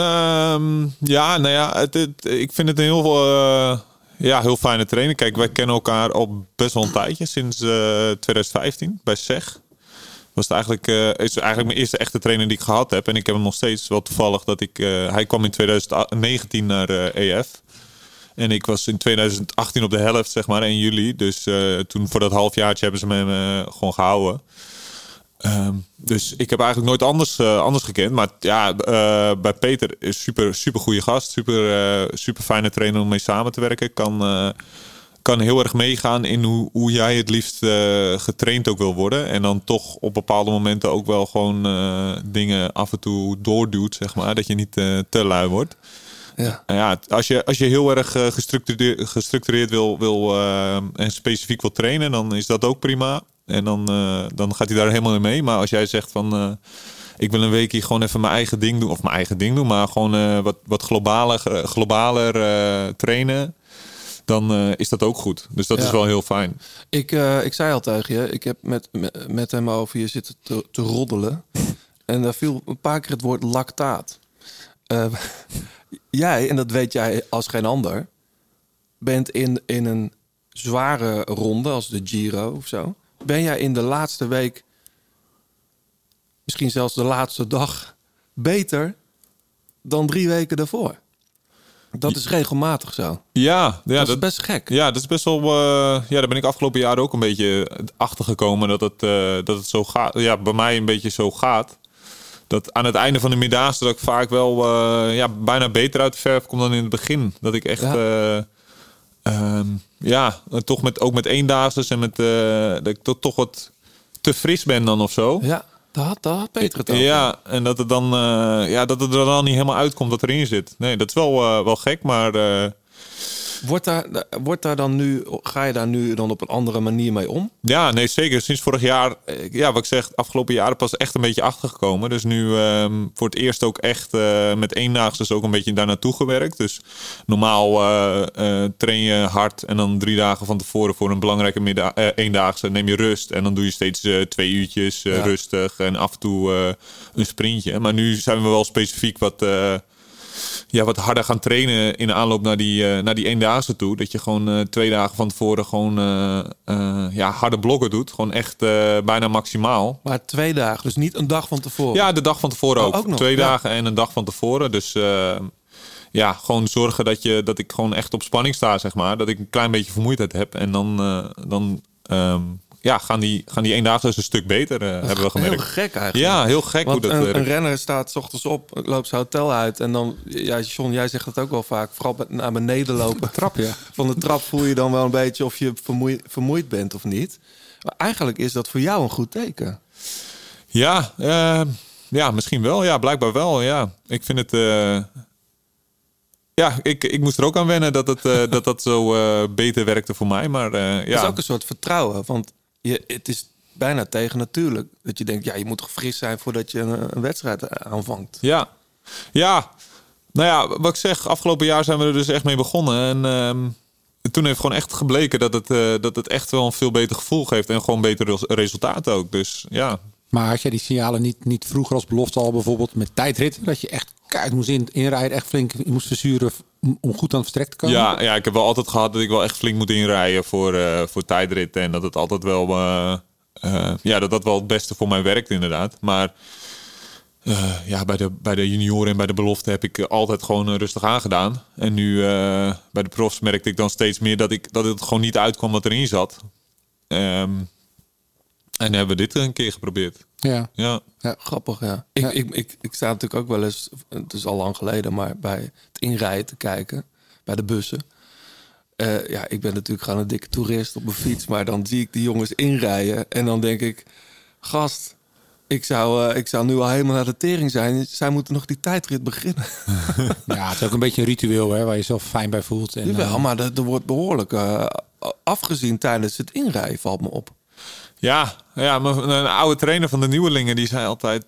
Ik vind het een heel fijne trainer. Kijk, wij kennen elkaar al best wel een tijdje. Sinds 2015 bij SEG. Is eigenlijk mijn eerste echte trainer die ik gehad heb. En ik heb hem nog steeds wel toevallig dat hij kwam in 2019 naar EF. En ik was in 2018 op de helft, zeg maar, 1 juli. Dus toen voor dat halfjaartje hebben ze me gewoon gehouden. Dus ik heb eigenlijk nooit anders gekend. Maar bij Peter is super goede gast. Super fijne trainer om mee samen te werken. Kan heel erg meegaan in hoe jij het liefst getraind ook wil worden. En dan toch op bepaalde momenten ook wel gewoon dingen af en toe doorduwt, zeg maar. Dat je niet te lui wordt. Ja. Als je heel erg gestructureerd wil en specifiek wil trainen, dan is dat ook prima. En dan gaat hij daar helemaal in mee. Maar als jij zegt van... ik wil een weekje gewoon even mijn eigen ding doen. Of mijn eigen ding doen, maar gewoon wat globaler trainen. Dan is dat ook goed. Dus dat is wel heel fijn. Ik zei al tegen je, ik heb met hem over je zitten te roddelen. En daar viel een paar keer het woord lactaat. Jij, en dat weet jij als geen ander, bent in een zware ronde, als de Giro of zo. Ben jij in de laatste week, misschien zelfs de laatste dag, beter dan 3 weken daarvoor? Dat is regelmatig zo. Ja, dat is best gek. Ja, dat is best wel. Daar ben ik afgelopen jaar ook een beetje achter gekomen dat het zo gaat. Ja, bij mij een beetje zo gaat. Dat aan het einde van de middagse dat ik vaak wel bijna beter uit de verf kom dan in het begin. Dat ik echt toch ook met eendaagses en dat ik toch wat te fris ben dan of zo. Ja. Dat had Peter het over. Ja, en dat het dan dat het er dan niet helemaal uitkomt wat erin zit. Nee, dat is wel gek, maar Wordt daar dan nu, ga je daar nu dan op een andere manier mee om? Ja, nee, zeker. Sinds vorig jaar, wat ik zeg, afgelopen jaren pas echt een beetje achtergekomen. Dus nu voor het eerst ook echt met eendaagse ook een beetje daar naartoe gewerkt. Dus normaal train je hard en dan 3 dagen van tevoren voor een belangrijke eendaagse neem je rust. En dan doe je steeds 2 uurtjes rustig en af en toe een sprintje. Maar nu zijn we wel specifiek wat harder gaan trainen in de aanloop naar die eendaagse toe. Dat je gewoon 2 dagen van tevoren gewoon harde blokken doet. Gewoon echt bijna maximaal. Maar 2 dagen, dus niet een dag van tevoren? Ja, de dag van tevoren ook. Nog, 2 dagen en een dag van tevoren. Dus gewoon zorgen dat ik gewoon echt op spanning sta, zeg maar. Dat ik een klein beetje vermoeidheid heb. En dan gaan die eendaagse een stuk beter, hebben we gemerkt. Heel gek eigenlijk. Ja, heel gek. Want hoe dat een renner staat 's ochtends op, loopt zijn hotel uit. En dan, John, jij zegt het ook wel vaak, vooral naar beneden lopen. Van de trap voel je dan wel een beetje of je vermoeid bent of niet. Maar eigenlijk is dat voor jou een goed teken. Ja, misschien wel. Ja, blijkbaar wel. Ja, ik vind het. Ik moest er ook aan wennen dat zo beter werkte voor mij. Maar Het is ook een soort vertrouwen. Want het is bijna tegen natuurlijk. Dat je denkt, je moet toch fris zijn voordat je een wedstrijd aanvangt. Ja. Nou ja, wat ik zeg, afgelopen jaar zijn we er dus echt mee begonnen. En toen heeft gewoon echt gebleken dat het echt wel een veel beter gevoel geeft. En gewoon betere resultaten ook. Dus ja. Maar had jij die signalen niet vroeger als belofte al bijvoorbeeld met tijdritten? Dat je echt keihard moest inrijden, echt flink moest verzuren om goed aan het vertrek te komen? Ja, ik heb wel altijd gehad dat ik wel echt flink moet inrijden voor tijdritten. En dat het altijd wel dat wel het beste voor mij werkt inderdaad. Maar bij de junioren en bij de belofte heb ik altijd gewoon rustig aangedaan. En nu bij de profs merkte ik dan steeds meer dat het gewoon niet uitkwam wat erin zat. En hebben we dit een keer geprobeerd. Ja, grappig, ja. Ik sta natuurlijk ook wel eens, het is al lang geleden, maar bij het inrijden te kijken, bij de bussen. Ik ben natuurlijk gewoon een dikke toerist op mijn fiets, maar dan zie ik die jongens inrijden en dan denk ik, gast, ik zou nu al helemaal naar de tering zijn. Zij moeten nog die tijdrit beginnen. Ja, het is ook een beetje een ritueel waar je jezelf fijn bij voelt. En, Jawel, maar er wordt behoorlijk afgezien tijdens het inrijden, valt me op. Ja, maar een oude trainer van de nieuwelingen die zei altijd,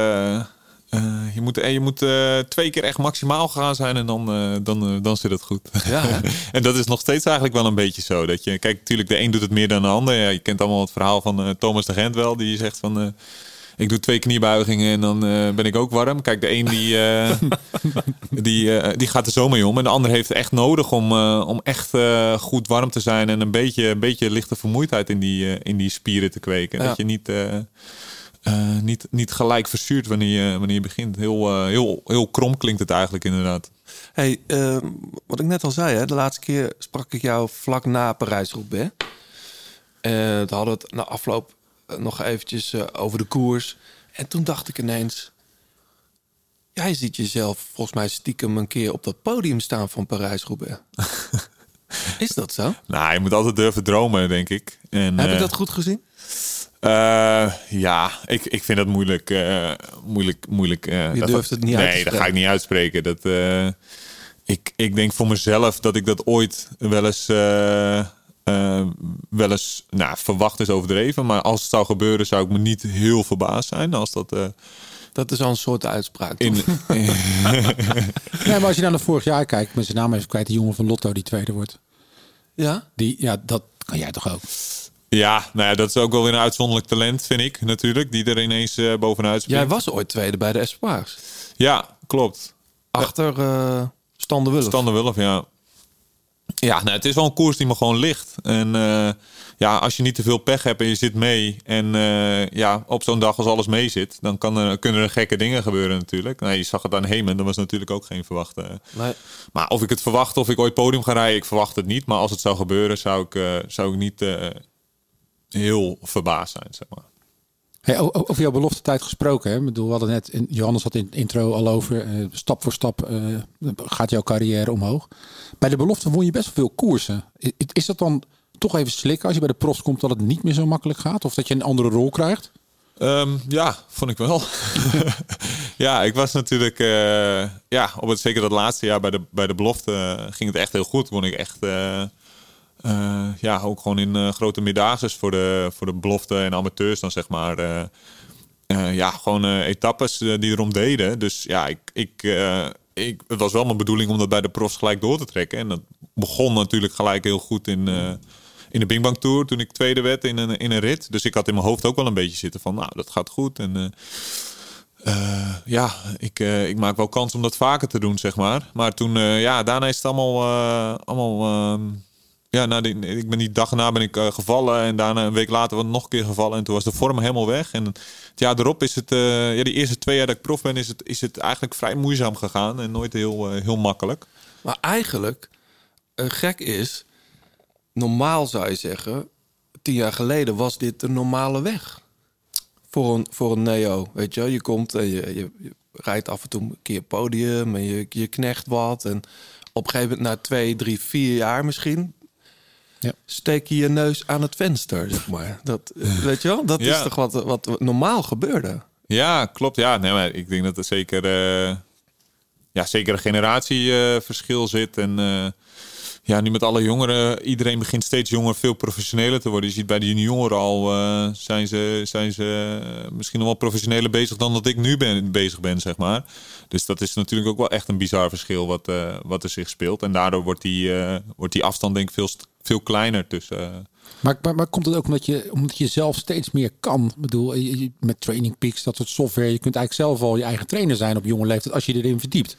je moet 2 keer echt maximaal gaan zijn en dan zit het goed. Ja. En dat is nog steeds eigenlijk wel een beetje zo. Dat je, kijk, natuurlijk de een doet het meer dan de ander. Ja, je kent allemaal het verhaal van Thomas de Gent wel. Die zegt van, ik doe 2 kniebuigingen en dan ben ik ook warm. Kijk, de een die gaat er zo mee om. En de ander heeft het echt nodig om echt goed warm te zijn. En een beetje lichte vermoeidheid in die spieren te kweken. Ja. Dat je niet gelijk verzuurt wanneer je begint. Heel krom klinkt het eigenlijk inderdaad. Hey, wat ik net al zei, hè, de laatste keer sprak ik jou vlak na Parijs-Roubaix. Toen hadden we het na afloop nog eventjes over de koers. En toen dacht ik ineens, jij ziet jezelf volgens mij stiekem een keer op dat podium staan van Parijs-Roubaix. Is dat zo? Nou, je moet altijd durven dromen, denk ik. En, heb je dat goed gezien? Ik vind dat moeilijk. Je durft het niet uit te spreken? Nee, dat ga ik niet uitspreken. Ik denk voor mezelf dat ik dat ooit wel eens verwacht is overdreven. Maar als het zou gebeuren, zou ik me niet heel verbaasd zijn. Als dat Dat is al een soort uitspraak. Nee, maar als je naar vorig jaar kijkt, met zijn naam even kwijt, die jongen van Lotto die tweede wordt. Ja? Dat kan jij toch ook? Ja, nou ja, dat is ook wel weer een uitzonderlijk talent, vind ik natuurlijk. Die er ineens bovenuit springt. Jij was ooit tweede bij de Espoirs. Ja, klopt. Achter Stan de Wulf. Stan de Wulf, ja. Ja, nou, het is wel een koers die me gewoon ligt. En als je niet te veel pech hebt en je zit mee... en op zo'n dag als alles mee zit... dan kunnen er gekke dingen gebeuren natuurlijk. Nou, je zag het aan Hemen, dat was natuurlijk ook geen verwachte... Nee. Maar of ik het verwacht of ik ooit podium ga rijden, ik verwacht het niet. Maar als het zou gebeuren, zou ik niet heel verbaasd zijn, zeg maar. Hey, over jouw belofte tijd gesproken. Hè? Ik bedoel, we hadden net, Johannes had in het intro al over. Stap voor stap gaat jouw carrière omhoog. Bij de belofte won je best wel veel koersen. Is dat dan toch even slikken als je bij de profs komt dat het niet meer zo makkelijk gaat? Of dat je een andere rol krijgt? Ja, vond ik wel. Ja, ik was natuurlijk... zeker dat laatste jaar bij de belofte ging het echt heel goed. Won ik echt... ook gewoon in grote medages voor de belofte en amateurs dan zeg maar. Gewoon etappes die erom deden. Dus ja, het was wel mijn bedoeling om dat bij de profs gelijk door te trekken. En dat begon natuurlijk gelijk heel goed in de Bing Bang Tour toen ik tweede werd in een rit. Dus ik had in mijn hoofd ook wel een beetje zitten van, nou, dat gaat goed. En ik maak wel kans om dat vaker te doen, zeg maar. Maar toen, daarna is het allemaal ik ben die dag erna ben ik gevallen en daarna een week later nog een keer gevallen en toen was de vorm helemaal weg. En het jaar erop is het, die eerste 2 jaar dat ik prof ben, is het eigenlijk vrij moeizaam gegaan en nooit heel makkelijk. Maar eigenlijk, gek is, normaal zou je zeggen, 10 jaar geleden was dit de normale weg. Voor een neo, weet je wel. Je komt en je rijdt af en toe een keer podium en je knecht wat. En op een gegeven moment na 2, 3, 4 jaar misschien... Ja. Steek je je neus aan het venster, zeg maar. Dat, weet je wel? Dat is toch wat normaal gebeurde? Ja, klopt. Ja, nee, maar ik denk dat er zeker een generatieverschil zit. En nu met alle jongeren, iedereen begint steeds jonger, veel professioneler te worden. Je ziet bij de junioren al, zijn ze misschien nog wel professioneler bezig dan dat ik nu bezig ben, zeg maar. Dus dat is natuurlijk ook wel echt een bizar verschil wat er zich speelt. En daardoor wordt die afstand denk ik veel kleiner tussen. Maar komt het ook omdat je zelf steeds meer kan? Ik bedoel, met Training Peaks, dat soort software, je kunt eigenlijk zelf al je eigen trainer zijn op jonge leeftijd als je erin verdiept.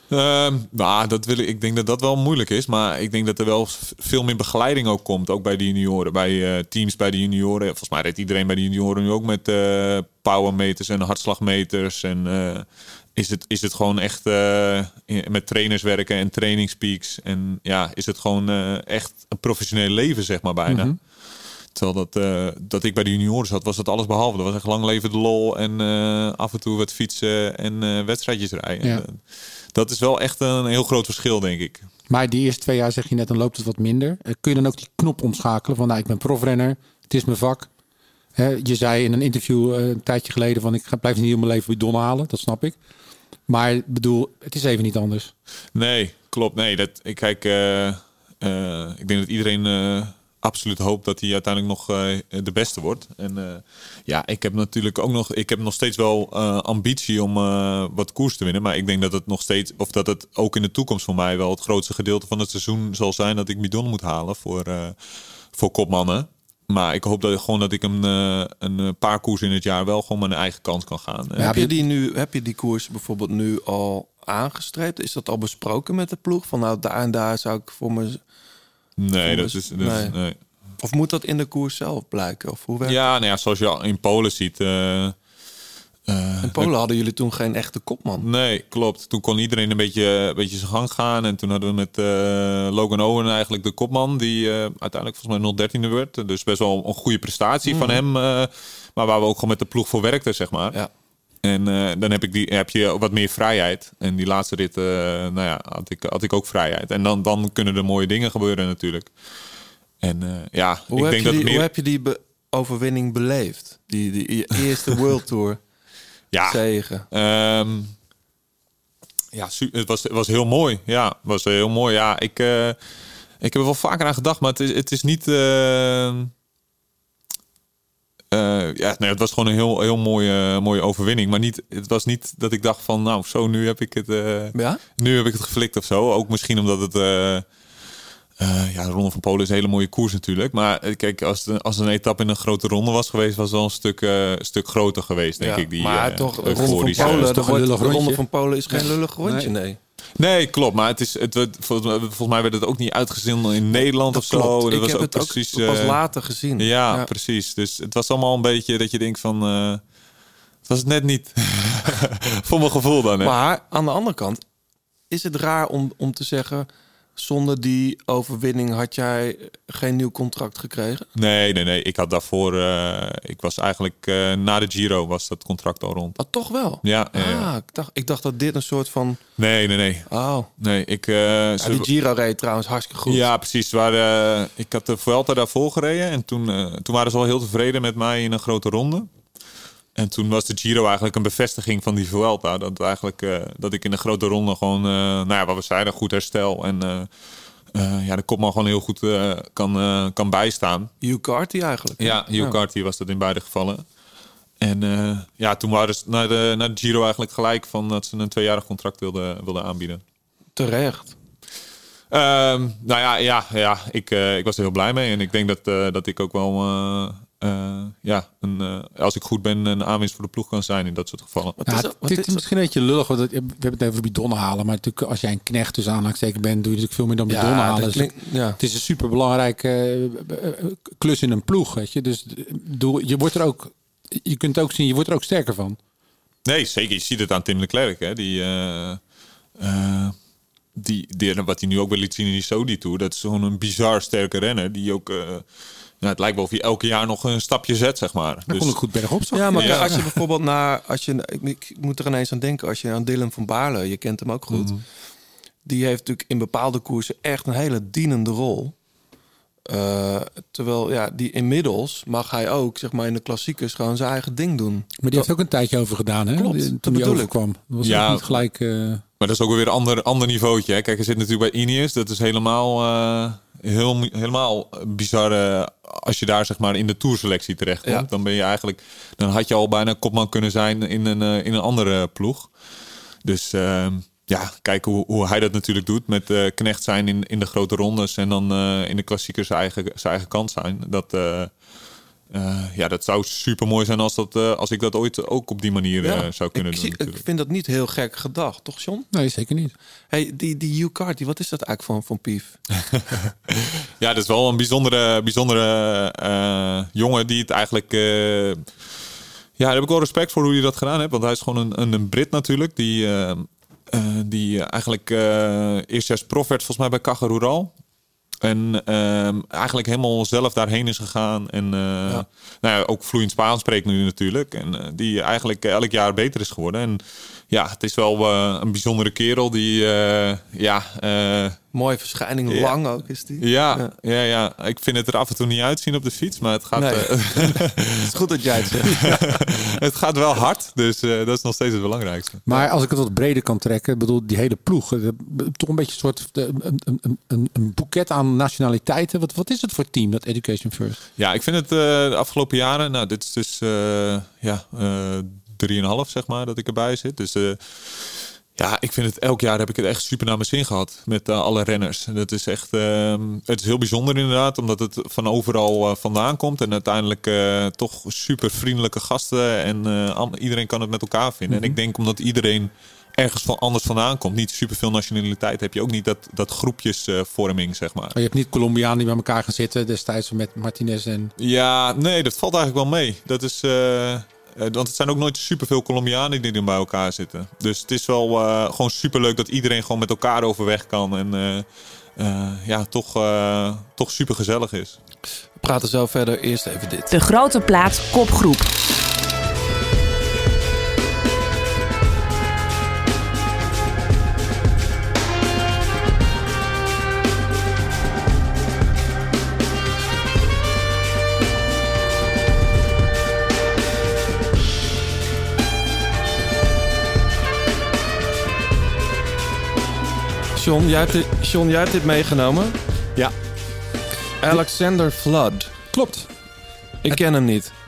Ik denk dat dat wel moeilijk is, maar ik denk dat er wel veel meer begeleiding ook komt, ook bij de junioren, bij teams bij de junioren. Volgens mij reed iedereen bij de junioren nu ook met powermeters en hartslagmeters en is het gewoon echt met trainers werken en trainingspeaks. En ja, is het gewoon echt een professioneel leven, zeg maar, bijna. Mm-hmm. Terwijl dat ik bij de junioren zat, was dat alles behalve. Dat was echt lang leven de lol en af en toe wat fietsen en wedstrijdjes rijden. Ja. Dat is wel echt een heel groot verschil, denk ik. Maar die eerste 2 jaar, zeg je net, dan loopt het wat minder. Kun je dan ook die knop omschakelen van, nou, ik ben profrenner, het is mijn vak. Je zei in een interview een tijdje geleden van, ik blijf niet heel mijn leven bidon halen, dat snap ik. Maar ik bedoel, het is even niet anders. Nee, klopt. Nee, ik denk dat iedereen absoluut hoopt dat hij uiteindelijk nog de beste wordt. En ik heb natuurlijk ook nog steeds wel ambitie om wat koers te winnen. Maar ik denk dat het nog steeds, of dat het ook in de toekomst voor mij wel het grootste gedeelte van het seizoen zal zijn dat ik bidon moet halen voor kopmannen. Maar ik hoop dat ik een paar koersen in het jaar wel gewoon mijn eigen kans kan gaan. Heb je die koers bijvoorbeeld nu al aangestreept? Is dat al besproken met de ploeg? Van nou, daar en daar zou ik voor me... Nee. Of moet dat in de koers zelf blijken? Of hoe werkt zoals je al in Polen ziet... in Polen hadden jullie toen geen echte kopman. Nee, klopt. Toen kon iedereen een beetje zijn gang gaan. En toen hadden we met Logan Owen eigenlijk de kopman. Die uiteindelijk volgens mij 013e werd. Dus best wel een goede prestatie van hem. Maar waar we ook gewoon met de ploeg voor werkten, zeg maar. Ja. En dan heb je wat meer vrijheid. En die laatste rit had ik ook vrijheid. En dan kunnen er mooie dingen gebeuren natuurlijk. En hoe heb je die overwinning beleefd? Die eerste World Tour... Ja, zegen. Het was heel mooi. Ja, het was heel mooi. Ja, ik heb er wel vaker aan gedacht, maar het is niet. het was gewoon een heel mooie overwinning. Maar het was niet dat ik dacht van, nou, zo, nu heb ik het, nu heb ik het geflikt of zo. Ook misschien omdat het... de Ronde van Polen is een hele mooie koers natuurlijk. Maar kijk, als een etappe in een grote ronde was geweest... was het wel een stuk groter geweest, denk ik. Maar toch, de Ronde van Polen is geen lullig rondje, Nee, klopt. Maar volgens mij werd het ook niet uitgezonden in Nederland of zo. Ik heb het ook pas later gezien. Ja, precies. Dus het was allemaal een beetje dat je denkt van... het was net niet voor mijn gevoel dan. Hè. Maar aan de andere kant is het raar om te zeggen... Zonder die overwinning had jij geen nieuw contract gekregen? Nee. Ik had daarvoor... ik was eigenlijk... na de Giro was dat contract al rond. Maar toch wel? Ja. Ik dacht dat dit een soort van... Nee. Oh. Nee, die Giro reed trouwens hartstikke goed. Ja, precies. Ik had de Vuelta daarvoor gereden. En toen waren ze al heel tevreden met mij in een grote ronde. En toen was de Giro eigenlijk een bevestiging van die Vuelta. Dat ik in de grote ronde gewoon, wat we zeiden, goed herstel. En de kopman gewoon heel goed kan bijstaan. Hugh Carty eigenlijk. Ja, Hugh Carty was dat in beide gevallen. En toen waren ze naar de Giro eigenlijk gelijk van dat ze een 2-jarig contract wilden aanbieden. Terecht. Ik was er heel blij mee. En ik denk dat ik ook wel... als ik goed ben, een aanwinst voor de ploeg kan zijn in dat soort gevallen. Het is misschien een beetje lullig, want we hebben het even bidonnen halen, maar natuurlijk als jij een knecht tussen aanhalingstekens bent, doe je natuurlijk veel meer dan bidonnen halen. Het is een superbelangrijke klus in een ploeg, weet je. Dus je kunt ook zien, je wordt er ook sterker van. Nee, zeker. Je ziet het aan Tim Leclerc, hè. Wat hij nu ook weer liet zien in die Saudi Tour, dat is gewoon een bizar sterke renner die ook... het lijkt wel of je elke jaar nog een stapje zet, zeg maar. Dan kon ik goed bergop zag. Ja, maar als je bijvoorbeeld ik moet er ineens aan denken, als je aan Dylan van Baarle, je kent hem ook goed. Mm-hmm. Die heeft natuurlijk in bepaalde koersen echt een hele dienende rol. Terwijl, die inmiddels mag hij ook, zeg maar, in de klassiekers gewoon zijn eigen ding doen. Maar die heeft ook een tijdje over gedaan, hè? Klopt, toen hij overkwam. Dat was ook niet gelijk... Maar dat is ook weer een ander niveautje, hè? Kijk, hij zit natuurlijk bij Ineos. Dat is helemaal bizar als je daar, zeg maar, in de tourselectie terechtkomt. Ja. Dan ben je eigenlijk... Dan had je al bijna kopman kunnen zijn in een andere ploeg. Dus... kijk hoe hij dat natuurlijk doet met knecht zijn in de grote rondes en dan in de klassiekers zijn eigen kant zijn. Dat zou super mooi zijn als ik dat ooit ook op die manier zou kunnen doen. Ik vind dat niet heel gek gedacht, toch, John? Nee, zeker niet. Hey, die Hugh Carty, wat is dat eigenlijk van Pief? Ja, dat is wel een bijzondere jongen die het eigenlijk... daar heb ik wel respect voor hoe hij dat gedaan heeft. Want hij is gewoon een Brit natuurlijk die eigenlijk eerstjaars prof werd volgens mij bij Caja Rural. En eigenlijk helemaal zelf daarheen is gegaan. En ook vloeiend Spaans spreekt nu natuurlijk. En die eigenlijk elk jaar beter is geworden. En het is wel een bijzondere kerel die... Mooie verschijning, lang ook is die. Ja. Ik vind het er af en toe niet uitzien op de fiets, maar het gaat... Het is goed dat jij het zegt. Het gaat wel hard, dus dat is nog steeds het belangrijkste. Maar als ik het wat breder kan trekken, ik bedoel, die hele ploeg, toch een beetje een soort een boeket aan nationaliteiten. Wat is het voor team, dat Education First? Ja, ik vind het de afgelopen jaren, dit is dus 3,5 zeg maar, dat ik erbij zit. Dus... ik vind het elk jaar heb ik het echt super naar mijn zin gehad met alle renners. Dat is echt, het is heel bijzonder inderdaad, omdat het van overal vandaan komt en uiteindelijk toch super vriendelijke gasten en iedereen kan het met elkaar vinden. Mm-hmm. En ik denk omdat iedereen ergens anders vandaan komt, niet superveel nationaliteit, heb je ook niet dat groepjesvorming, zeg maar. Je hebt niet Colombianen die bij elkaar gaan zitten destijds met Martinez en... Ja, nee, dat valt eigenlijk wel mee. Dat is... want het zijn ook nooit superveel Colombianen die dan bij elkaar zitten. Dus het is wel gewoon superleuk dat iedereen gewoon met elkaar overweg kan. En toch super gezellig is. We praten zo verder. Eerst even dit. De Grote Plaat kopgroep. John, jij hebt dit meegenomen? Ja. Alexander Flood. Klopt. Ik ken hem niet.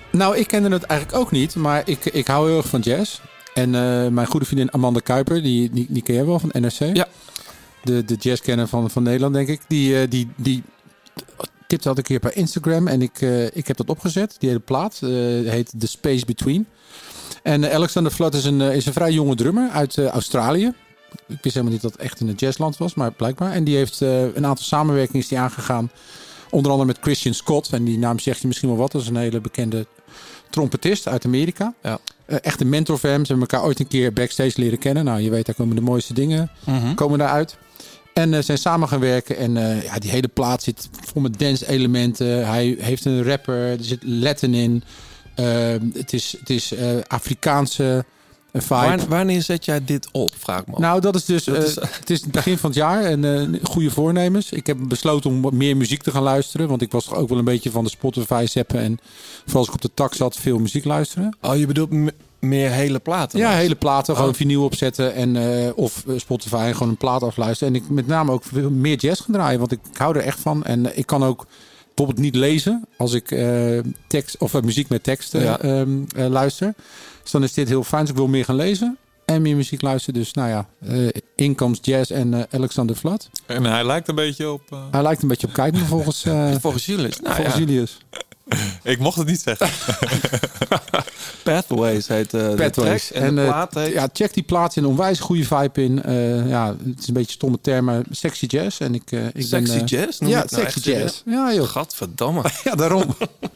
Nou, ik kende het eigenlijk ook niet, maar ik hou heel erg van jazz. En mijn goede vriendin Amanda Kuiper, die ken jij wel van NRC? Ja. De jazzkenner van Nederland, denk ik. Die tipte had een keer per Instagram en ik heb dat opgezet. Die hele plaat heet The Space Between. En Alexander Flood is een vrij jonge drummer uit Australië. Ik wist helemaal niet dat het echt in het jazzland was, maar blijkbaar. En die heeft een aantal samenwerkingen is die aangegaan. Onder andere met Christian Scott. En die naam zegt je misschien wel wat. Dat is een hele bekende trompetist uit Amerika. Ja. Echt een mentor voor hem. Ze hebben elkaar ooit een keer backstage leren kennen. Nou, je weet, daar komen de mooiste dingen komen daaruit. En zijn samen gaan werken. En die hele plaat zit vol met dance elementen. Hij heeft een rapper. Er zit Latin in. Het is Afrikaanse vibe. Wanneer zet jij dit op, vraag ik me af. Nou, dat is dus... het is het begin van het jaar en goede voornemens. Ik heb besloten om meer muziek te gaan luisteren. Want ik was toch ook wel een beetje van de Spotify zappen. En vooral als ik op de tak zat, veel muziek luisteren. Oh, je bedoelt meer hele platen? Ja, hele platen. Gewoon vinyl opzetten. En, of Spotify en gewoon een plaat afluisteren. En ik met name ook veel meer jazz gaan draaien. Want ik hou er echt van. En ik kan ook bijvoorbeeld niet lezen als ik tekst of muziek met tekst luister. Dus dan is dit heel fijn. Dus ik wil meer gaan lezen en meer muziek luisteren. Dus nou ja, Incomes Jazz en Alexander Flood. En hij lijkt een beetje op... Hij lijkt een beetje op Keiten volgens Julius. Nou, volgens Julius. Ik mocht het niet zeggen. Pathways heet de track en de plaat heet... Ja, check die plaat in. Een onwijs goede vibe in. Het is een beetje stomme termen. Sexy jazz. En ik sexy jazz? Ja, sexy jazz. Ja, joh. Gadverdamme. Ja, daarom.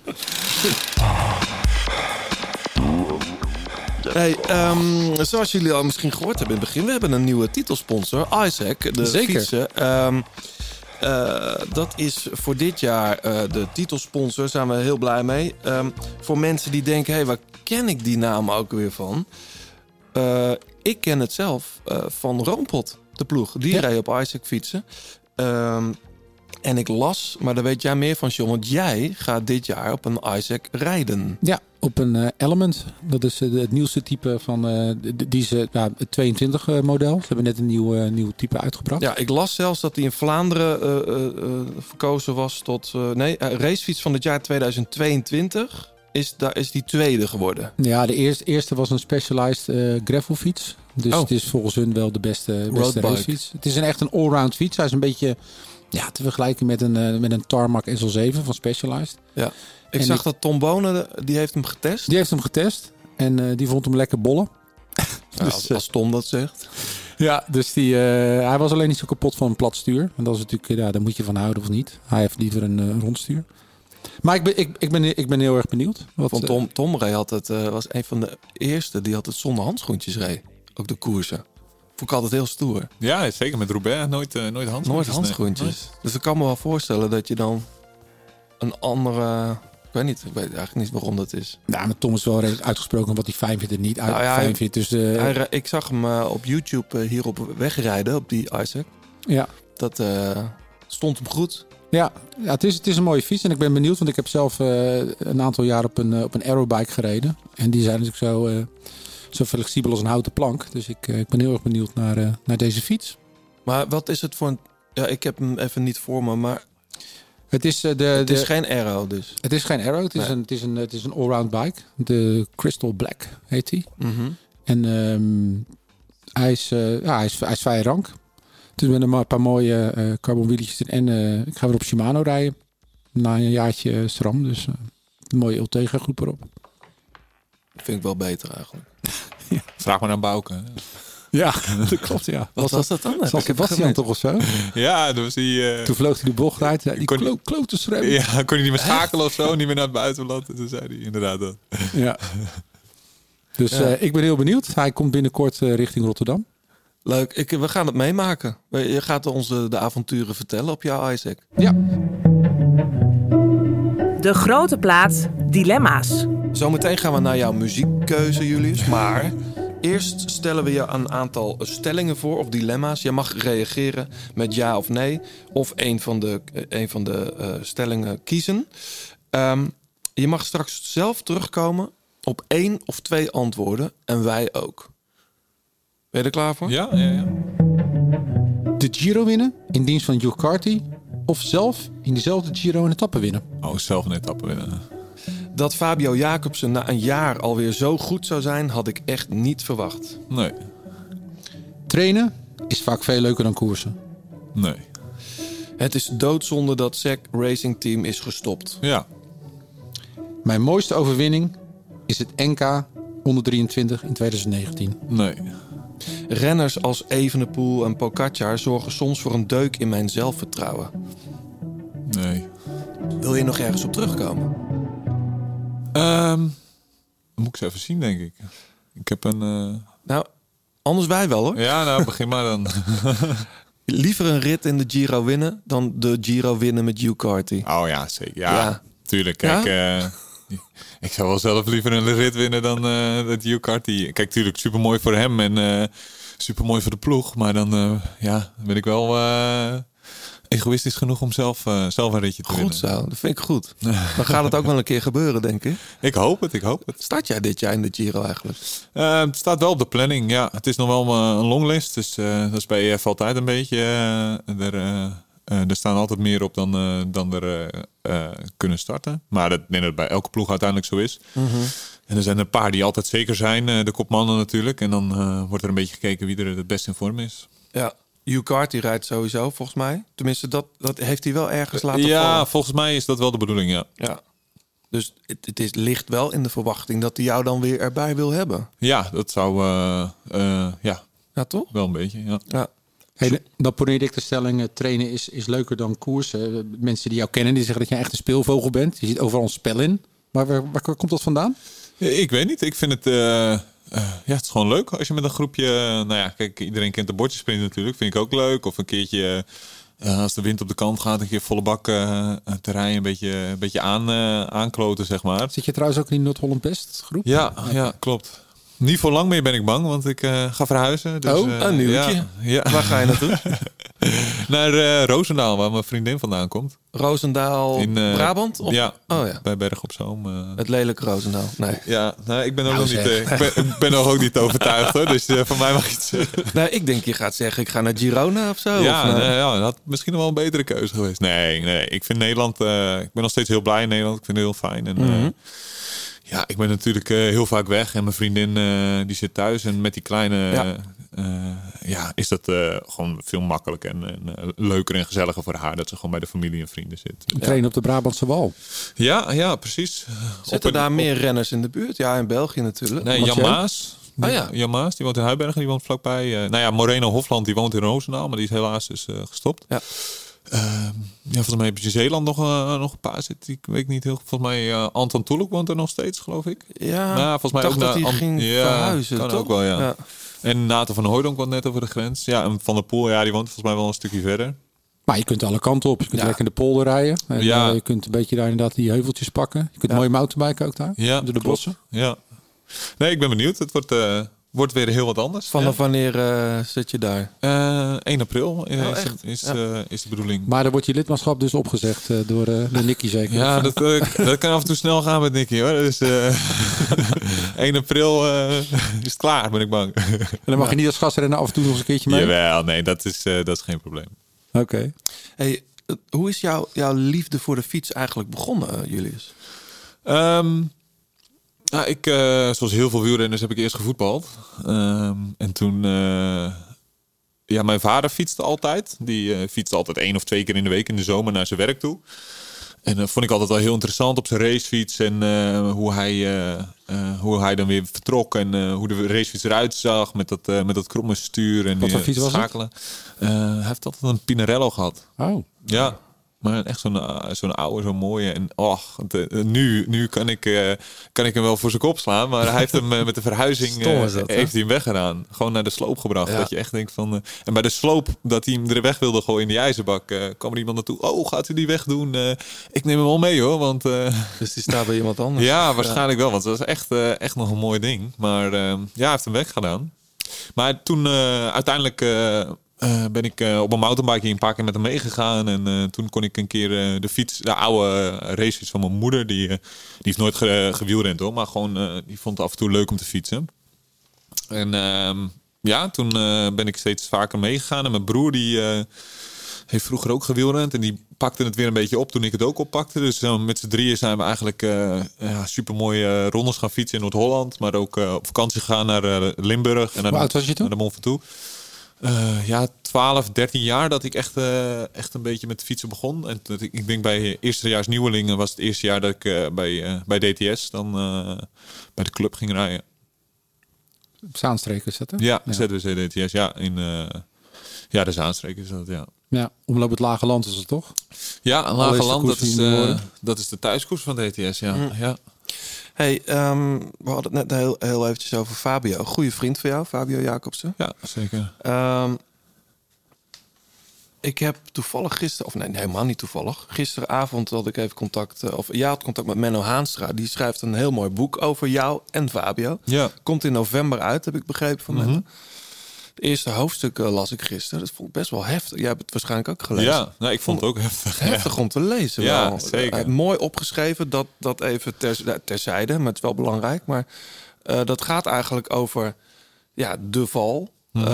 Hey, zoals jullie al misschien gehoord hebben in het begin, we hebben een nieuwe titelsponsor, Isaac, de fietsen. Dat is voor dit jaar de titelsponsor, daar zijn we heel blij mee. Voor mensen die denken, hey, waar ken ik die naam ook weer van? Ik ken het zelf van Roompot, de ploeg. Die rijdt op Isaac fietsen. En ik las, maar daar weet jij meer van, John, want jij gaat dit jaar op een Isaac rijden. Ja, op een Element. Dat is het nieuwste type van het 22 model. Ze hebben net een nieuw type uitgebracht. Ja, ik las zelfs dat die in Vlaanderen verkozen was tot racefiets van het jaar 2022. Is die tweede geworden. Ja, de eerste was een Specialized gravelfiets. Dus het is volgens hun wel de beste racefiets. Het is echt een allround fiets. Hij is een beetje te vergelijken met een Tarmac SL7 van Specialized. Ja. Ik zag dat Tom Bonen, die heeft hem getest. Die heeft hem getest. En die vond hem lekker bollen. Ja, dus, als Tom dat zegt. Ja, dus hij was alleen niet zo kapot van een plat stuur. En dat is natuurlijk, daar moet je van houden of niet. Hij heeft liever een rondstuur. Maar ik ben heel erg benieuwd. Tom Ray was een van de eerste die had het zonder handschoentjes reed. Ook de koersen. Vond ik altijd heel stoer. Ja, zeker met Roubaix. Nooit handschoentjes. Nooit handschoentjes. Nee. Dus ik kan me wel voorstellen dat je dan een andere... Ik weet eigenlijk niet waarom dat is. Ja, maar Tom is wel redelijk uitgesproken wat hij fijn vindt en niet fijn vindt. Dus, ik zag hem op YouTube hierop wegrijden, op die Isaac. Ja. Dat stond hem goed. Ja, het is een mooie fiets. En ik ben benieuwd, want ik heb zelf een aantal jaar op een aerobike gereden. En die zijn natuurlijk zo flexibel als een houten plank. Dus ik ben heel erg benieuwd naar deze fiets. Maar wat is het voor een... Ja, ik heb hem even niet voor me, maar... Het is geen Aero dus. Het is geen Aero. Het is een allround bike. De Crystal Black heet hij. Mm-hmm. En hij is vrij rank. Dus met een paar mooie carbonwieltjes. En ik ga weer op Shimano rijden. Na een jaartje SRAM. Dus een mooie Ultegra groep erop. Dat vind ik wel beter eigenlijk. Ja. Vraag maar naar Bouke. Ja, dat klopt, ja. Wat was dat dan? Was Sebastian toch of zo? Ja, dus toen vloog hij de bocht uit. Ja, die klote schrem. Ja, kon hij niet meer schakelen of zo. Niet meer naar het buitenland. En toen zei hij inderdaad dat. Ja. Dus ik ben heel benieuwd. Hij komt binnenkort richting Rotterdam. Leuk. We gaan het meemaken. Je gaat ons de avonturen vertellen op jouw Isaac. Ja. De grote plaat Dilemma's. Zometeen gaan we naar jouw muziekkeuze, Julius. Maar eerst stellen we je een aantal stellingen voor of dilemma's. Je mag reageren met ja of nee. Of een van de stellingen kiezen. Je mag straks zelf terugkomen op 1 of 2 antwoorden. En wij ook. Ben je er klaar voor? Ja. De Giro winnen in dienst van Hugh Carty. Of zelf in dezelfde Giro een etappe winnen. Oh, zelf een etappe winnen. Dat Fabio Jacobsen na een jaar alweer zo goed zou zijn, had ik echt niet verwacht. Nee. Trainen is vaak veel leuker dan koersen. Nee. Het is doodzonde dat SEC Racing Team is gestopt. Ja. Mijn mooiste overwinning is het NK onder 23 in 2019. Nee. Renners als Evenepoel en Pogacar zorgen soms voor een deuk in mijn zelfvertrouwen. Nee. Wil je nog ergens op terugkomen? Moet ik eens even zien, denk ik. Ik heb een... Nou, anders wij wel hoor. Ja, nou, begin maar dan. Liever een rit in de Giro winnen dan de Giro winnen met Hugh Carty. Oh ja, zeker. Ja, Ja. tuurlijk. Kijk, ik zou wel zelf liever een rit winnen dan dat Hugh Carty. Kijk, tuurlijk, supermooi voor hem en supermooi voor de ploeg. Maar dan ben ik wel egoïstisch genoeg om zelf een ritje te winnen. Goed zo, dat vind ik goed. Dan gaat het ook wel een keer gebeuren, denk ik. Ik hoop het. Start jij dit jaar in de Giro eigenlijk? Het staat wel op de planning, ja. Het is nog wel een longlist, dus dat is bij EF altijd een beetje. Er staan altijd meer op dan er kunnen starten. Maar ik denk dat het bij elke ploeg uiteindelijk zo is. Mm-hmm. En er zijn een paar die altijd zeker zijn, de kopmannen natuurlijk. En dan wordt er een beetje gekeken wie er het best in vorm is. Ja, Hugh Carty rijdt sowieso, volgens mij. Tenminste, dat heeft hij wel ergens laten vallen. Ja, volgens mij is dat wel de bedoeling, ja. Ja. Dus het ligt wel in de verwachting dat hij jou dan weer erbij wil hebben. Ja, dat zou Ja, toch? wel een beetje, ja. Ja. Hey, dan poneerde ik de stelling, trainen is leuker dan koersen. Mensen die jou kennen, die zeggen dat je echt een speelvogel bent. Je ziet overal een spel in. Maar waar komt dat vandaan? Ik weet niet. Ik vind het... het is gewoon leuk als je met een groepje... kijk, iedereen kent de bordjesprint natuurlijk. Vind ik ook leuk. Of een keertje... als de wind op de kant gaat, een keer volle bak te rijden. Een beetje aankloten, zeg maar. Zit je trouwens ook in die Noord-Holland Best groep? Ja, klopt. Niet voor lang meer ben ik bang, want ik ga verhuizen. Dus, een nieuwtje. Ja. Waar ga je naartoe? Naar Roosendaal, waar mijn vriendin vandaan komt. Roosendaal In Brabant? Of? Ja, Oh, ja, bij Berg op Zoom. het lelijke Roosendaal. Nee. Ja, ik ben nog niet, ik ben nog ook niet overtuigd hoor. Dus voor mij mag je het zeggen. Nou, ik denk je gaat zeggen, ik ga naar Girona of zo. Ja, dat had misschien nog wel een betere keuze geweest. Nee, ik vind Nederland... ik ben nog steeds heel blij in Nederland. Ik vind het heel fijn. En, ik ben natuurlijk heel vaak weg. En mijn vriendin die zit thuis. En met die kleine... is dat gewoon veel makkelijker en leuker en gezelliger voor haar. Dat ze gewoon bij de familie en vrienden zit. Trainen op de Brabantse Wal. Ja, precies. Zitten daar meer renners in de buurt? Ja, in België natuurlijk. Nee, Jan Maas. Ja. Jan Maas, die woont in Huibergen, die woont vlakbij. Moreno Hofland, die woont in Roosendaal, maar die is helaas dus gestopt. Ja. Volgens mij heb je in Zeeland nog een paar zitten. Ik weet niet heel. Volgens mij Anton Toeluk woont er nog steeds, geloof ik. Ja, volgens mij dacht ook dat hij ging verhuizen. Kan toch? ook wel, ja. En Nathan van Hooijdonk woont net over de grens. Ja, en Van der Poel, die woont volgens mij wel een stukje verder. Maar je kunt alle kanten op. Je kunt lekker in de polder rijden. En je kunt een beetje daar inderdaad die heuveltjes pakken. Je kunt mooie mountainbiken ook daar. Ja, door de bossen. Ja. Nee, ik ben benieuwd. Het wordt weer heel wat anders. Vanaf wanneer zit je daar? 1 april is de bedoeling. Maar dan wordt je lidmaatschap dus opgezegd door Nicky zeker? Ja, dat kan af en toe snel gaan met Nicky hoor. Dus 1 april is het klaar, ben ik bang. En dan mag je niet als gastrenner af en toe nog eens een keertje mee? Jawel, nee, dat is geen probleem. Oké. Hey, hoe is jouw liefde voor de fiets eigenlijk begonnen, Julius? Zoals heel veel wielrenners heb ik eerst gevoetbald. En toen... mijn vader fietste altijd. Die fietste altijd 1 of 2 keer in de week in de zomer naar zijn werk toe. En dat vond ik altijd wel heel interessant op zijn racefiets. En hoe hij dan weer vertrok. En hoe de racefiets eruit zag met dat kromme stuur. En wat voor fiets was schakelen. Hij heeft altijd een Pinarello gehad. Oh. Ja. Maar echt zo'n oude, zo'n mooie. En nu kan ik hem wel voor zijn kop slaan. Maar hij heeft hem met de verhuizing heeft hij hem weggedaan. Gewoon naar de sloop gebracht. Ja. Dat je echt denkt van... en bij de sloop dat hij hem er weg wilde gooien in die ijzerbak... kwam er iemand naartoe. Oh, gaat u die wegdoen? Ik neem hem wel mee hoor. Want, dus die staat bij iemand anders? Ja, waarschijnlijk wel. Want dat was echt nog een mooi ding. Maar hij heeft hem weggedaan. Maar toen uiteindelijk... ben ik op een mountainbike een paar keer met hem meegegaan. En toen kon ik een keer de oude racefiets van mijn moeder. Die heeft nooit gewielrend hoor. Maar gewoon, die vond het af en toe leuk om te fietsen. En toen ben ik steeds vaker meegegaan. En mijn broer die heeft vroeger ook gewielrend. En die pakte het weer een beetje op toen ik het ook oppakte. Dus met z'n drieën zijn we eigenlijk supermooie rondes gaan fietsen in Noord-Holland. Maar ook op vakantie gegaan naar Limburg. En naar Hoe oud was je toen? Naar de Mont Ventoux. 12, 13 jaar dat ik echt een beetje met fietsen begon. En ik denk bij eerstejaars nieuwelingen was het eerste jaar dat ik bij DTS dan bij de club ging rijden. Zaanstreek is dat, hè? Ja, ZWC DTS. Ja, de Zaanstreek is dat, ja. Ja, Omloop het Lage Land is het toch? Ja, een Lage Land, dat is de thuiskoers van DTS, ja. Ja. Hey, we hadden het net heel eventjes over Fabio. Een goede vriend van jou, Fabio Jacobsen. Ja, zeker. Ik heb toevallig gisteren, of nee, helemaal niet toevallig. Gisteravond had ik even contact, jij had contact met Menno Haanstra. Die schrijft een heel mooi boek over jou en Fabio. Ja. Komt in november uit, heb ik begrepen van Menno. Het eerste hoofdstuk las ik gisteren. Dat vond ik best wel heftig. Jij hebt het waarschijnlijk ook gelezen. Ja, nou, ik vond het ook heftig. Heftig om te lezen. Ja, wel. zeker. Mooi opgeschreven, dat even terzijde. Maar het is wel belangrijk. Maar dat gaat eigenlijk over de val.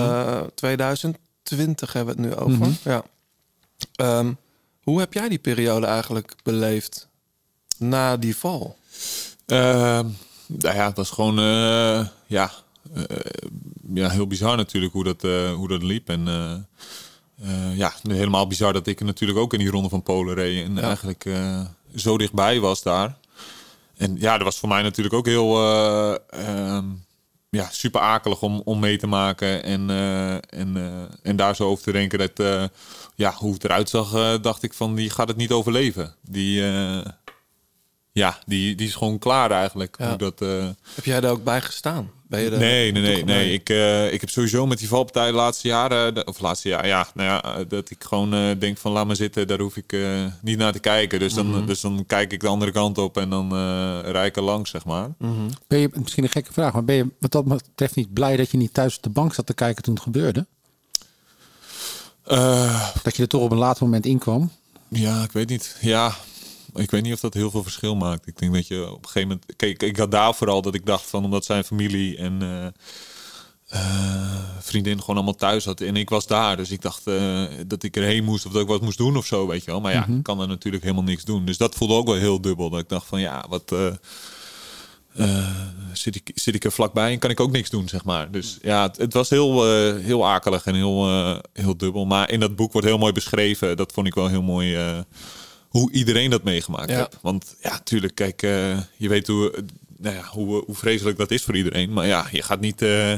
2020 hebben we het nu over. Ja. Hoe heb jij die periode eigenlijk beleefd na die val? Nou ja, het was gewoon... heel bizar natuurlijk hoe dat liep. En helemaal bizar dat ik natuurlijk ook in die Ronde van Polen reed. En eigenlijk zo dichtbij was daar. En ja, dat was voor mij natuurlijk ook heel super akelig om mee te maken. En daar zo over te denken dat hoe het eruit zag, dacht ik van die gaat het niet overleven. Die is gewoon klaar eigenlijk. Ja. Hoe dat, heb jij daar ook bij gestaan? Ben je Nee. Ik heb sowieso met die valpartij de laatste jaren... dat ik gewoon denk van laat maar zitten. Daar hoef ik niet naar te kijken. Dus dan kijk ik de andere kant op en dan rijd ik er langs, zeg maar. Ben je, misschien een gekke vraag, maar ben je wat dat betreft niet blij dat je niet thuis op de bank zat te kijken toen het gebeurde? Dat je er toch op een later moment in kwam? Ja, ik weet niet. Ja... Ik weet niet of dat heel veel verschil maakt. Ik denk dat je op een gegeven moment... Kijk, ik had daar vooral dat ik dacht van... Omdat zijn familie en vriendin gewoon allemaal thuis had. En ik was daar. Dus ik dacht dat ik erheen moest. Of dat ik wat moest doen of zo, weet je wel. Maar ja, ik kan er natuurlijk helemaal niks doen. Dus dat voelde ook wel heel dubbel. Dat ik dacht van wat... zit ik er vlakbij en kan ik ook niks doen, zeg maar. Dus ja, het was heel akelig en heel dubbel. Maar in dat boek wordt heel mooi beschreven. Dat vond ik wel heel mooi... hoe iedereen dat meegemaakt heeft. Want ja, natuurlijk, kijk, je weet hoe vreselijk dat is voor iedereen. Maar ja, je gaat niet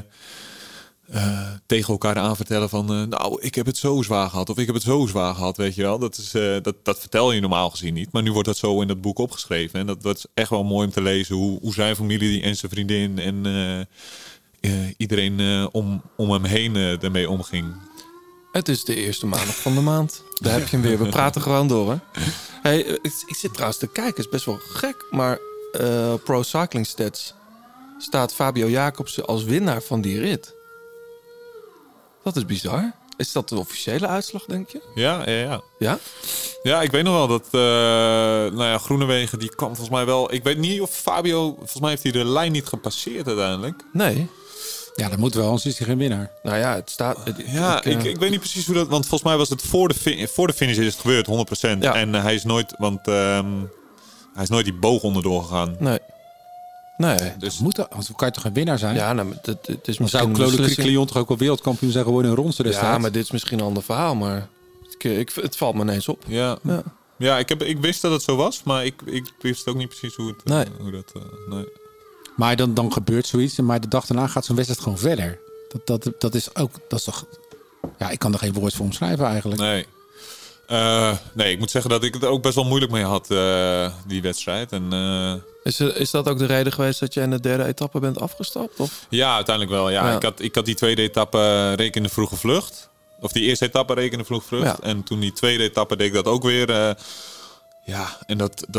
tegen elkaar aanvertellen van... ik heb het zo zwaar gehad of ik heb het zo zwaar gehad, weet je wel. Dat vertel je normaal gezien niet. Maar nu wordt dat zo in dat boek opgeschreven. En dat is echt wel mooi om te lezen hoe zijn familie en zijn vriendin... en iedereen om hem heen ermee omging. Het is de eerste maandag van de maand. Daar heb je hem weer. We praten gewoon door, hè? Hey, ik zit trouwens te kijken. Het is best wel gek. Maar Pro Cycling Stats staat Fabio Jacobsen als winnaar van die rit. Dat is bizar. Is dat de officiële uitslag, denk je? Ja. Ja? Ja, ik weet nog wel dat... Groenewegen, die kwam volgens mij wel... Ik weet niet of Fabio... Volgens mij heeft hij de lijn niet gepasseerd uiteindelijk. Nee. Ja, dat moet wel, anders is hij geen winnaar. Nou ja, het staat... Ik weet niet precies hoe dat... Want volgens mij was het voor de finish is het gebeurd, 100%. Ja. En hij is nooit... Want hij is nooit die boog onderdoor gegaan. Nee. Dus anders kan je toch geen winnaar zijn? Ja, nou, het is dan zou Claude Criquelion toch ook wel wereldkampioen zijn geworden in Ronde destijds? Ja, maar dit is misschien een ander verhaal. Maar het valt me ineens op. Ja, ik wist dat het zo was. Maar ik wist ook niet precies hoe het... hoe dat... Maar dan gebeurt zoiets. Maar de dag daarna gaat zo'n wedstrijd gewoon verder. Dat is toch... Ja, ik kan er geen woord voor omschrijven eigenlijk. Nee, ik moet zeggen dat ik het er ook best wel moeilijk mee had, die wedstrijd. En, is dat ook de reden geweest dat je in de derde etappe bent afgestapt? Of? Ja, uiteindelijk wel. Ja. Ik had die tweede etappe rekende vroege vlucht. Of die eerste etappe rekende vroege vlucht. Ja. En toen die tweede etappe deed ik dat ook weer. En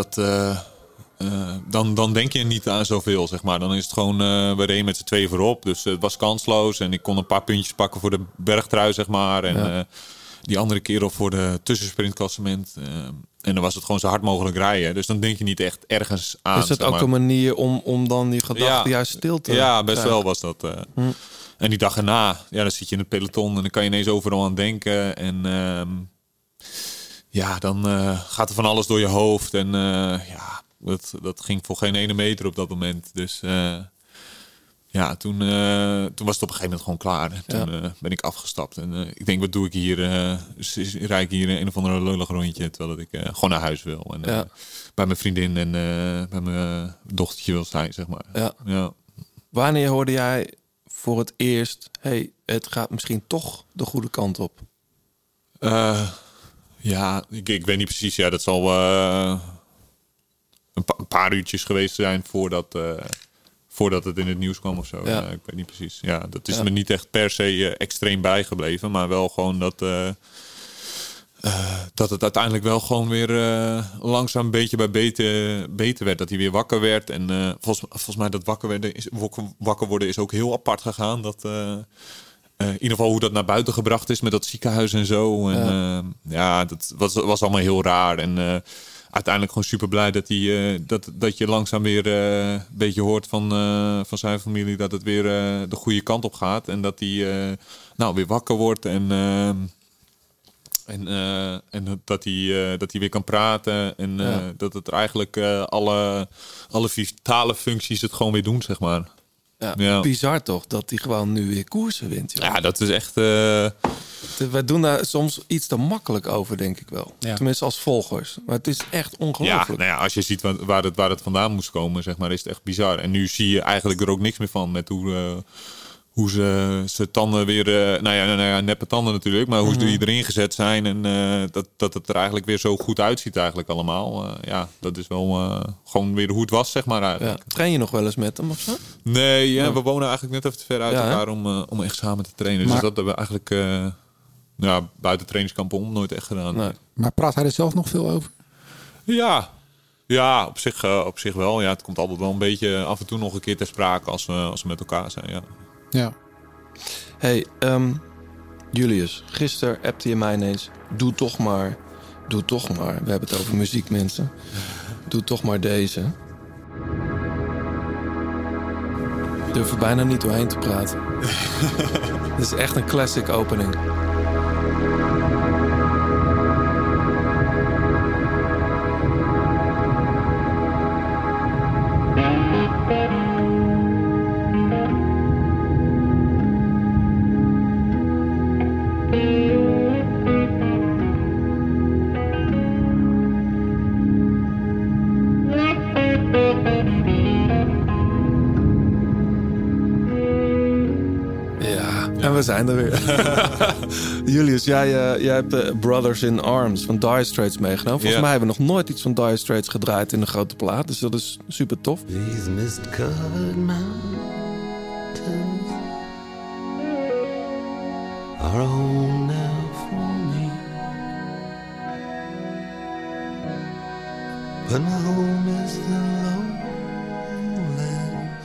dan denk je niet aan zoveel, zeg maar. Dan is het gewoon, we reden met z'n tweeën voorop. Dus het was kansloos. En ik kon een paar puntjes pakken voor de bergtrui, zeg maar. En die andere keer op voor de tussensprintklassement. En dan was het gewoon zo hard mogelijk rijden. Dus dan denk je niet echt ergens aan. Is dat ook een manier om dan die gedachten juist stil te... Ja, best wel was dat. En die dag erna, dan zit je in het peloton... en dan kan je ineens overal aan denken. En dan gaat er van alles door je hoofd. En dat ging voor geen ene meter op dat moment. Dus toen was het op een gegeven moment gewoon klaar. Toen ben ik afgestapt. En ik denk, wat doe ik hier? Rijd ik hier een of andere lullig rondje. Terwijl ik gewoon naar huis wil. En bij mijn vriendin en bij mijn dochtertje wil zijn, zeg maar. Ja. Wanneer hoorde jij voor het eerst... het gaat misschien toch de goede kant op? Ik weet niet precies. Ja, dat zal een paar uurtjes geweest zijn voordat het in het nieuws kwam of zo. Ja. Ik weet niet precies. Ja, dat is me niet echt per se extreem bijgebleven. Maar wel gewoon dat het uiteindelijk wel gewoon weer langzaam beetje bij beter werd. Dat hij weer wakker werd. En volgens mij dat wakker worden is ook heel apart gegaan. Dat... in ieder geval hoe dat naar buiten gebracht is met dat ziekenhuis en zo. En dat was allemaal heel raar. En uiteindelijk gewoon super blij dat je langzaam weer een beetje hoort van zijn familie dat het weer de goede kant op gaat. En dat hij weer wakker wordt en dat hij weer kan praten. En dat het er eigenlijk alle vitale functies het gewoon weer doen, zeg maar. Ja, bizar toch, dat hij gewoon nu weer koersen wint. Joh. Ja, dat is echt... Wij doen daar soms iets te makkelijk over, denk ik wel. Ja. Tenminste als volgers. Maar het is echt ongelooflijk. Ja, als je ziet waar het vandaan moest komen, zeg maar, is het echt bizar. En nu zie je eigenlijk er ook niks meer van met hoe ze tanden weer... neppe tanden natuurlijk, maar hoe ze erin gezet zijn. En dat het er eigenlijk weer zo goed uitziet eigenlijk allemaal. Dat is wel gewoon weer hoe het was, zeg maar eigenlijk. Ja. Train je nog wel eens met hem of zo? Nee, we wonen eigenlijk net even te ver uit elkaar om echt samen te trainen. Maar... Dus dat hebben we eigenlijk buiten trainingskampen om nooit echt gedaan. Nee. Maar praat hij er zelf nog veel over? Ja, op zich wel. Ja, het komt altijd wel een beetje af en toe nog een keer ter sprake als we met elkaar zijn, Ja. Hey, Julius, gisteren appte je mij ineens... Doe toch maar. We hebben het over muziek, mensen. Doe toch maar deze. Ik durf er bijna niet doorheen te praten. Dit is echt een classic opening. En we zijn er weer. Julius, jij hebt Brothers in Arms van Dire Straits meegenomen. Volgens mij hebben we nog nooit iets van Dire Straits gedraaid in de grote plaat. Dus dat is super tof. These mist-covered mountains are home now for me. But my home is the lowlands.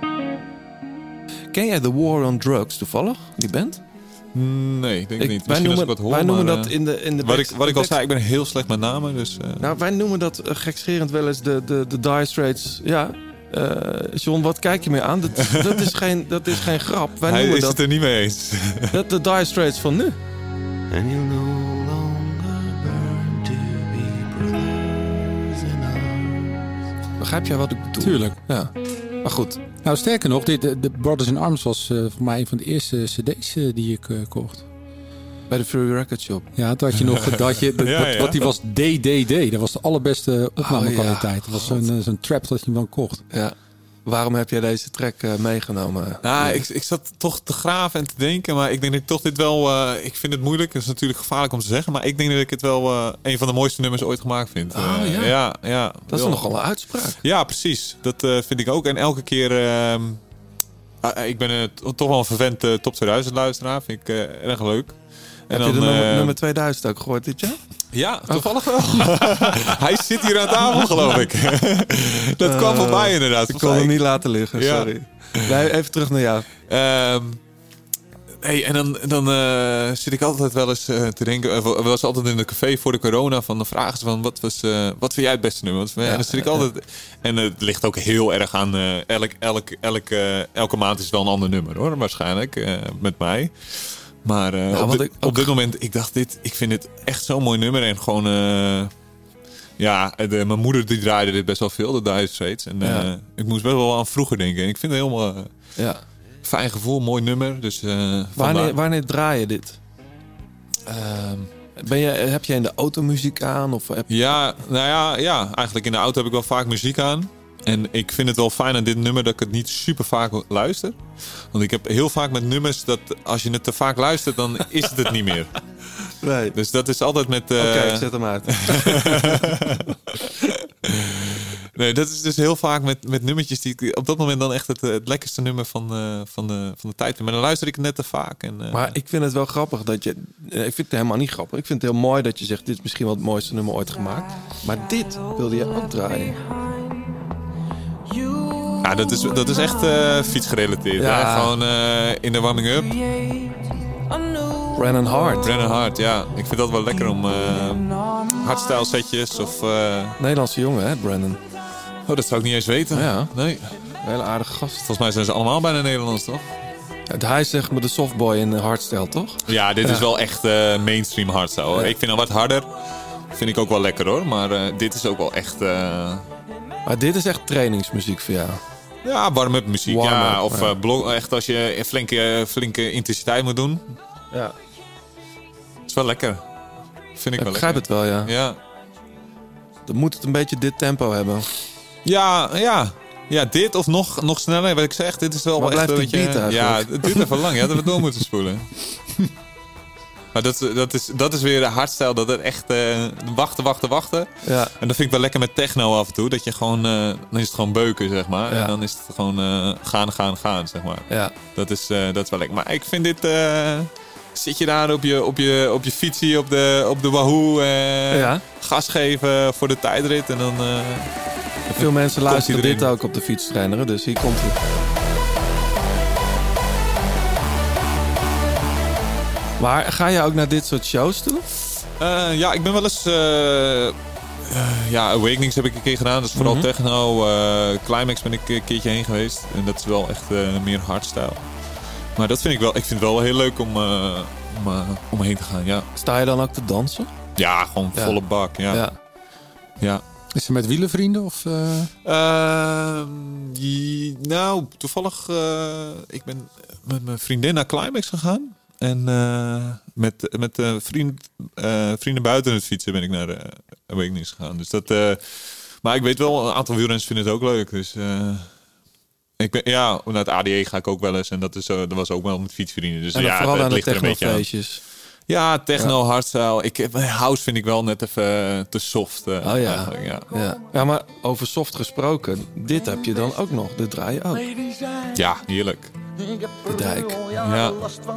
Ken jij The War on Drugs toevallig, die band? Nee, ik denk het niet. Misschien als ik wat hoor. Wij noemen dat in de wat ik al zei, ik ben heel slecht met namen. Dus, Nou, wij noemen dat gekscherend wel eens de Dire Straits. Ja, John, wat kijk je mee aan? Dat is geen grap. Wij Hij noemen is dat, het er niet mee eens. Dat de Dire Straits van nu. And you no longer burn to be brothers in arms. Begrijp jij wat ik bedoel? Tuurlijk. Ja, maar goed. Nou, sterker nog, de Brothers in Arms was voor mij een van de eerste cd's die ik kocht. Bij de Fury Record Shop. Ja, toen had je nog wat die was DDD. Dat was de allerbeste opnamekwaliteit. Dat was zo'n trap dat je dan kocht. Ja. Waarom heb jij deze track meegenomen? Nou, ik zat toch te graven en te denken. Maar ik denk dat ik toch dit wel... ik vind het moeilijk. Het is natuurlijk gevaarlijk om te zeggen. Maar ik denk dat ik het wel een van de mooiste nummers ooit gemaakt vind. Ja, dat is nogal een uitspraak. Ja, precies. Dat vind ik ook. En elke keer... ik ben toch wel een vervent Top 2000 luisteraar. Vind ik erg leuk. Heb je de nummer 2000 ook gehoord dit jaar? Ja, toevallig wel. Hij zit hier aan tafel, geloof ik. Dat kwam voorbij inderdaad. Ik kon hem niet laten liggen, sorry. Nee, even terug naar jou. Hey, en dan zit ik altijd wel eens te denken... We was altijd in de café voor de corona... Dan vragen ze van, wat vind jij het beste nummer? En dan zit ik altijd... En het ligt ook heel erg aan... elke maand is wel een ander nummer, hoor. Waarschijnlijk, met mij. Maar op dit moment, ik vind dit echt zo'n mooi nummer. En gewoon, mijn moeder die draaide dit best wel veel, de Dire Straits. En ik moest best wel aan vroeger denken. En ik vind het helemaal fijn gevoel, mooi nummer. Dus, wanneer draai je dit? Heb jij in de auto muziek aan? Of Ja, eigenlijk in de auto heb ik wel vaak muziek aan. En ik vind het wel fijn aan dit nummer dat ik het niet super vaak luister. Want ik heb heel vaak met nummers dat als je het te vaak luistert, dan is het niet meer. Nee. Dus dat is altijd met... Oké, ik zet hem uit. Nee, dat is dus heel vaak met nummertjes die ik op dat moment dan echt het lekkerste nummer van de tijd vind. Maar dan luister ik het net te vaak. Maar ik vind het wel grappig dat je... Ik vind het helemaal niet grappig. Ik vind het heel mooi dat je zegt, dit is misschien wel het mooiste nummer ooit gemaakt. Maar dit wilde je ook draaien. Ja, dat is echt fietsgerelateerd. Ja. Hè? Gewoon in de warming-up. Brennan Hart, ja. Ik vind dat wel lekker om hardstyle setjes of... Nederlandse jongen, hè, Brennan? Oh, dat zou ik niet eens weten. Ja. Nee. Een hele aardige gast. Volgens mij zijn ze allemaal bijna Nederlands, toch? Hij is zeg maar de softboy in hardstyle, toch? Ja, dit is wel echt mainstream hardstyle. Hoor. Ja. Ik vind hem wat harder. Vind ik ook wel lekker, hoor. Maar dit is ook wel echt... Maar dit is echt trainingsmuziek voor jou. Ja, warm-up muziek. Warm-up, Of echt als je flinke intensiteit moet doen. Ja. Is wel lekker. Vind ik wel begrijp lekker. het wel, ja. Ja. Dan moet het een beetje dit tempo hebben. Ja, dit of nog sneller. Wat ik zeg, dit is wel Maar echt blijft die beat eigenlijk? Ja, het duurt even lang. Ja, dat we door moeten spoelen. Maar dat is weer de hardstyle. Dat het echt wachten. Ja. En dat vind ik wel lekker met techno af en toe. Dat je gewoon, dan is het gewoon beuken, zeg maar. Ja. En dan is het gewoon gaan, zeg maar. Ja. Dat is wel lekker. Maar ik vind dit... zit je daar op je fietsie, op de Wahoo. Gas geven voor de tijdrit. En dan... Veel mensen luisteren erin. dit ook op de fietstraineren. Dus hier komt hij. Maar ga je ook naar dit soort shows toe? Ja, ik ben wel eens... Awakenings heb ik een keer gedaan. Dat is vooral techno. Climax ben ik een keertje heen geweest. En dat is wel echt meer hardstyle. Maar dat vind ik wel... Ik vind het wel heel leuk om heen te gaan, ja. Sta je dan ook te dansen? Ja, gewoon volle bak, ja. Is ze met wielenvrienden? Of, Nou, toevallig... ik ben met mijn vriendin naar Climax gegaan. En met vrienden buiten het fietsen ben ik naar Awakenings gegaan. Dus dat... maar ik weet wel, een aantal wielrenners vinden het ook leuk. Dus... naar het ADE ga ik ook wel eens. En dat was ook wel met fietsvrienden. Dus en dan vooral aan de technofeestjes. Ja, techno, hardstyle. House vind ik wel net even te soft. Ja, maar over soft gesproken. Dit heb je dan ook nog. Dit draai je ook. Ja, heerlijk. De Dijk. Ja.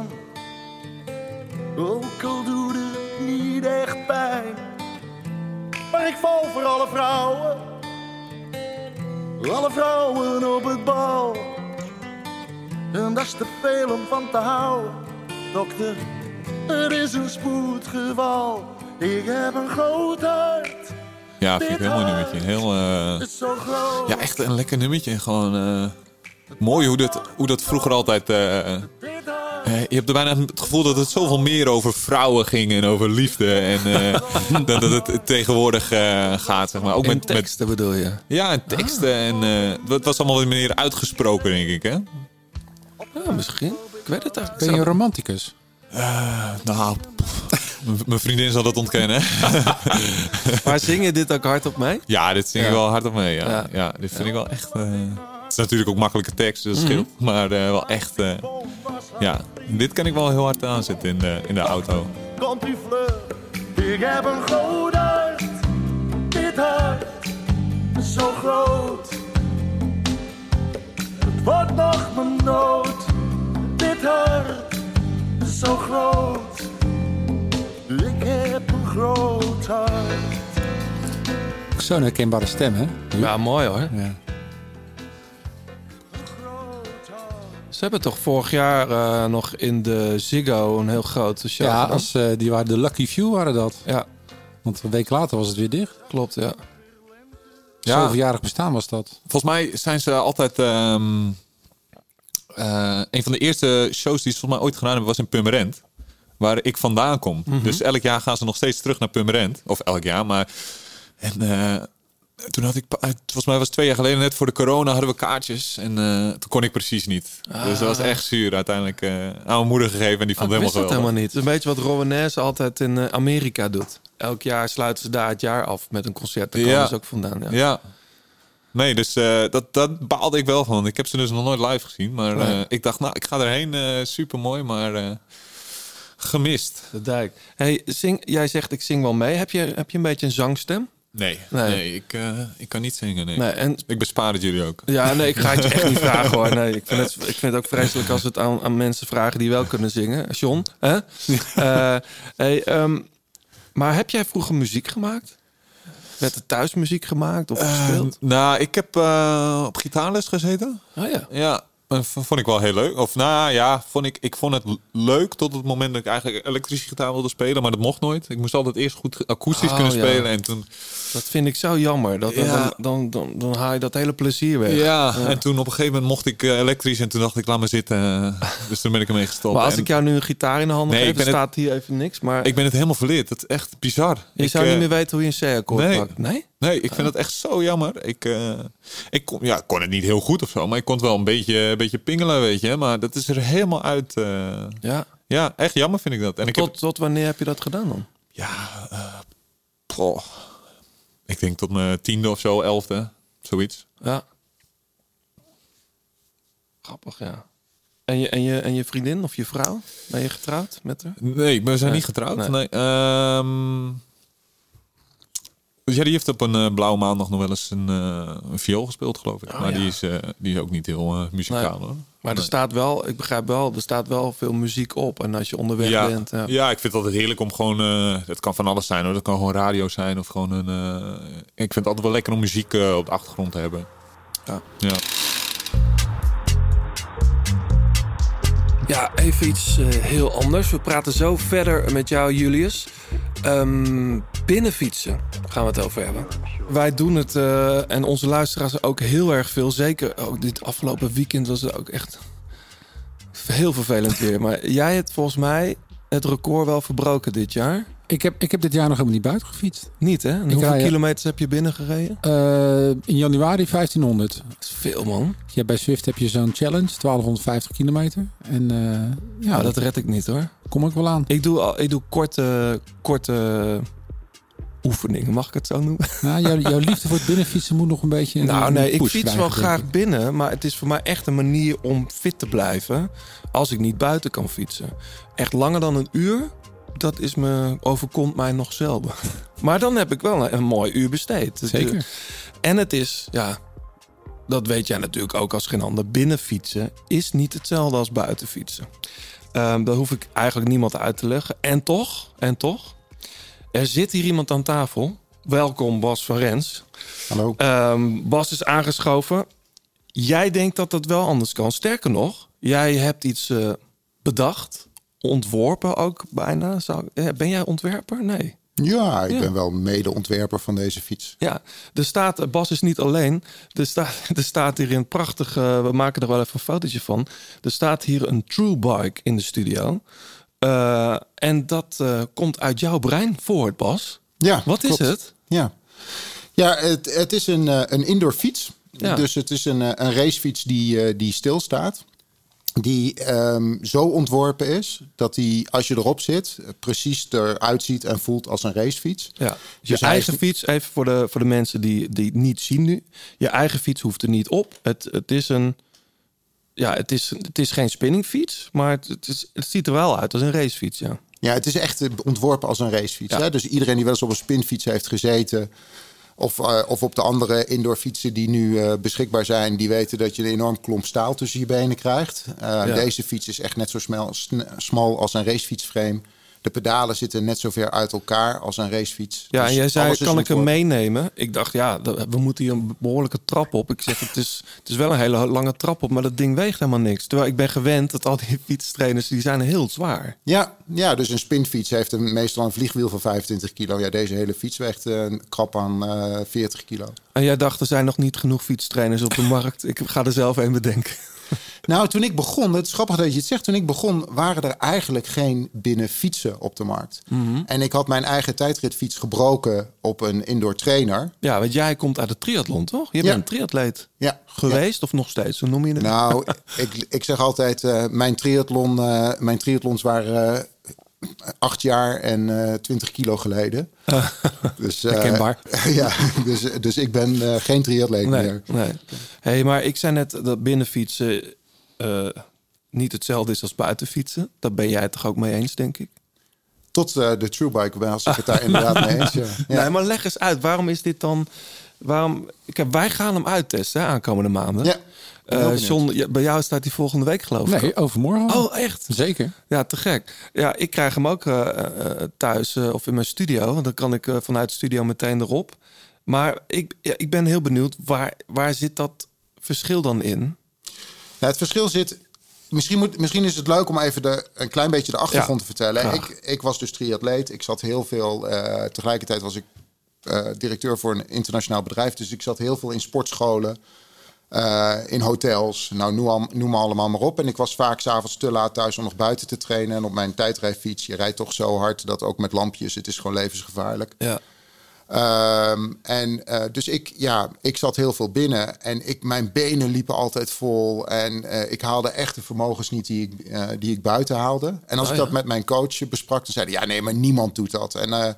Ook al doet het niet echt pijn. Maar ik val voor alle vrouwen. Alle vrouwen op het bal. En dat is te veel om van te houden. Dokter, er is een spoedgeval. Ik heb een groot hart. Ja, vind ik een heel mooi nummertje. Heel, ja, echt een lekker nummertje. Gewoon mooi hoe dat vroeger altijd... je hebt er bijna het gevoel dat het zoveel meer over vrouwen ging en over liefde. En dan dat het tegenwoordig gaat, zeg maar. Ook met teksten bedoel je? Ja, en teksten. En het was allemaal wat meer uitgesproken, denk ik, hè? Ja, misschien. Ik weet het eigenlijk. Ben je een romanticus? Mijn vriendin zal dat ontkennen. Maar zing je dit ook hardop mee? Ja, dit zing ik wel hardop mee. Ja, dit vind ik wel echt... het is natuurlijk ook makkelijke tekst, dus dat scheelt. Maar wel echt... dit kan ik wel heel hard aanzetten in de auto. Komt u vlug, ik heb een groot hart. Dit hart is zo groot. Het wordt nog mijn dood. Dit hart is zo groot. Ik heb een groot hart. Zo'n herkenbare stem, hè? Ja, mooi hoor. Ja. Ze hebben toch vorig jaar nog in de Ziggo een heel grote show gedaan? Die waren de Lucky Few waren dat. Ja. Want een week later was het weer dicht. Klopt, ja. Zilverjarig bestaan was dat. Volgens mij zijn ze altijd... een van de eerste shows die ze volgens mij ooit gedaan hebben was in Purmerend. waar ik vandaan kom. Dus elk jaar gaan ze nog steeds terug naar Purmerend. Of elk jaar, maar... En toen had ik... Volgens mij was het 2 jaar geleden, net voor de corona, hadden we kaartjes. En toen kon ik precies niet. Dus dat was echt zuur. Uiteindelijk aan mijn moeder gegeven en die vond het helemaal geweldig. Helemaal niet. Het is een beetje wat Rowanese altijd in Amerika doet. Elk jaar sluiten ze daar het jaar af met een concert. Daar komen ze ook vandaan. Ja. Nee, dus dat baalde ik wel van. Ik heb ze dus nog nooit live gezien. Maar ik dacht, ik ga erheen. Super mooi, maar gemist. De dijk. Hey, jij zegt ik zing wel mee. Heb je een beetje een zangstem? Nee, ik kan niet zingen. Nee. En ik bespaar het jullie ook. Ja, nee, ik ga het je echt niet vragen hoor. Nee, ik vind het ook vreselijk als we het aan mensen vragen die wel kunnen zingen. John, hè? Maar heb jij vroeger muziek gemaakt? Werd er thuis muziek gemaakt of gespeeld? Nou, ik heb op gitaarles gezeten. Oh ja. Ja, vond ik wel heel leuk. Of ik vond het leuk tot het moment dat ik eigenlijk elektrische gitaar wilde spelen. Maar dat mocht nooit. Ik moest altijd eerst goed akoestisch kunnen spelen. En toen... Dat vind ik zo jammer. Dan haal je dat hele plezier weg. Ja, en toen op een gegeven moment mocht ik elektrisch. En toen dacht ik, laat maar zitten. Dus toen ben ik ermee gestopt. Maar als ik jou nu een gitaar in de handen geef, staat hier even niks. Maar... Ik ben het helemaal verleerd. Dat is echt bizar. Je zou niet meer weten hoe je een C-akkoord pakt. Nee, ik vind dat echt zo jammer. Ik kon het niet heel goed of zo. Maar ik kon het wel een beetje pingelen, weet je. Maar dat is er helemaal uit. Ja, echt jammer vind ik dat. En tot wanneer heb je dat gedaan dan? Ja, ik denk tot mijn 10e of zo, 11e. Zoiets. Ja. Grappig, ja. En je vriendin of je vrouw? Ben je getrouwd met haar? Nee, we zijn niet getrouwd. Nee. Dus die heeft op een blauwe maandag nog wel eens een viool gespeeld, geloof ik. Maar die is ook niet heel muzikaal, hoor. Maar er staat wel, ik begrijp wel, er staat wel veel muziek op. En als je onderweg bent... Ja, ik vind het altijd heerlijk om gewoon... het kan van alles zijn, hoor. Dat kan gewoon radio zijn of gewoon een... ik vind het altijd wel lekker om muziek op de achtergrond te hebben. Ja. Ja, even iets heel anders. We praten zo verder met jou, Julius. Binnenfietsen gaan we het over hebben. Wij doen het en onze luisteraars ook heel erg veel. Zeker ook dit afgelopen weekend was het ook echt heel vervelend weer. Maar jij hebt volgens mij het record wel verbroken dit jaar. Ik heb dit jaar nog helemaal niet buiten gefietst. Niet, hè? En hoeveel kilometers heb je binnengereden? In januari 1500. Dat is veel, man. Ja, bij Zwift heb je zo'n challenge, 1250 kilometer. En dat red ik niet, hoor. Kom ik wel aan. Ik doe korte oefeningen, mag ik het zo noemen? Nou, jouw liefde voor het binnenfietsen moet nog een beetje... ik fiets wel graag binnen, maar het is voor mij echt een manier om fit te blijven als ik niet buiten kan fietsen. Echt langer dan een uur, dat overkomt mij nog zelden. Maar dan heb ik wel een mooi uur besteed. Zeker. En het is, dat weet jij natuurlijk ook als geen ander, binnen fietsen is niet hetzelfde als buiten fietsen. Dat hoef ik eigenlijk niemand uit te leggen. En toch, er zit hier iemand aan tafel. Welkom, Bas van Rens. Hallo. Bas is aangeschoven. Jij denkt dat dat wel anders kan. Sterker nog, jij hebt iets bedacht, ontworpen ook bijna. Ben jij ontwerper? Nee. Ja, ik ben wel mede-ontwerper van deze fiets. Ja, Bas is niet alleen. Er staat hier een prachtig... we maken er wel even een fotootje van. Er staat hier een True Bike in de studio. En dat komt uit jouw brein voort, Bas. Ja, wat klopt. Is het? Ja, het is een indoor fiets. Ja. Dus het is een racefiets die stilstaat. Die zo ontworpen is dat die, als je erop zit, precies eruit ziet en voelt als een racefiets. Ja. Je eigen fiets, even voor de mensen die het niet zien nu. Je eigen fiets hoeft er niet op. Het is geen spinningfiets, maar het ziet er wel uit als een racefiets, ja. Ja, het is echt ontworpen als een racefiets. Ja. Hè? Dus iedereen die wel eens op een spinfiets heeft gezeten, of op de andere indoorfietsen die nu beschikbaar zijn, die weten dat je een enorm klomp staal tussen je benen krijgt. Deze fiets is echt net zo smal als een racefietsframe. De pedalen zitten net zo ver uit elkaar als een racefiets. Ja, dus en jij zei, kan ik hem meenemen? Ik dacht, we moeten hier een behoorlijke trap op. Ik zeg, het is wel een hele lange trap op, maar dat ding weegt helemaal niks. Terwijl ik ben gewend dat al die fietstrainers, die zijn heel zwaar. Ja, dus een spinfiets heeft meestal een vliegwiel van 25 kilo. Ja, deze hele fiets weegt een krap aan 40 kilo. En jij dacht, er zijn nog niet genoeg fietstrainers op de markt. Ik ga er zelf een bedenken. Nou, toen ik begon, het is grappig dat je het zegt. Toen ik begon, waren er eigenlijk geen binnenfietsen op de markt. Mhm. En ik had mijn eigen tijdritfiets gebroken op een indoor trainer. Ja, want jij komt uit de triathlon, toch? Je Ja. bent een triatleet geweest of nog steeds? Hoe noem je het? Nou, ik zeg altijd, mijn triathlons waren 8 jaar en 20 kilo geleden. Dus, Herkenbaar. Ja, dus ik ben geen triatleet meer. Nee. Hey, maar ik zei net dat binnenfietsen niet hetzelfde is als buitenfietsen. Daar ben jij het toch ook mee eens, denk ik? Tot de Truebike was ik het daar inderdaad mee eens. Ja. Nee, maar leg eens uit. Waarom is dit dan... wij gaan hem uittesten aankomende maanden. Ja. John, bij jou staat hij volgende week, geloof ik. Nee, overmorgen al. Oh, echt? Zeker. Ja, te gek. Ja, ik krijg hem ook thuis of in mijn studio. Want dan kan ik vanuit de studio meteen erop. Maar ik ben heel benieuwd, waar zit dat verschil dan in? Nou, het verschil zit... Misschien is het leuk om even een klein beetje de achtergrond te vertellen. Ik was dus triatleet. Ik zat heel veel... tegelijkertijd was ik directeur voor een internationaal bedrijf. Dus ik zat heel veel in sportscholen, in hotels. Nou, noem maar allemaal maar op. En ik was vaak 's avonds te laat thuis om nog buiten te trainen. En op mijn tijdrijfiets, je rijdt toch zo hard dat ook met lampjes, het is gewoon levensgevaarlijk. Ja. Dus ik zat heel veel binnen en mijn benen liepen altijd vol en ik haalde echt de vermogens niet die ik buiten haalde. En als ik dat met mijn coach besprak, dan zeiden ja, nee, maar niemand doet dat.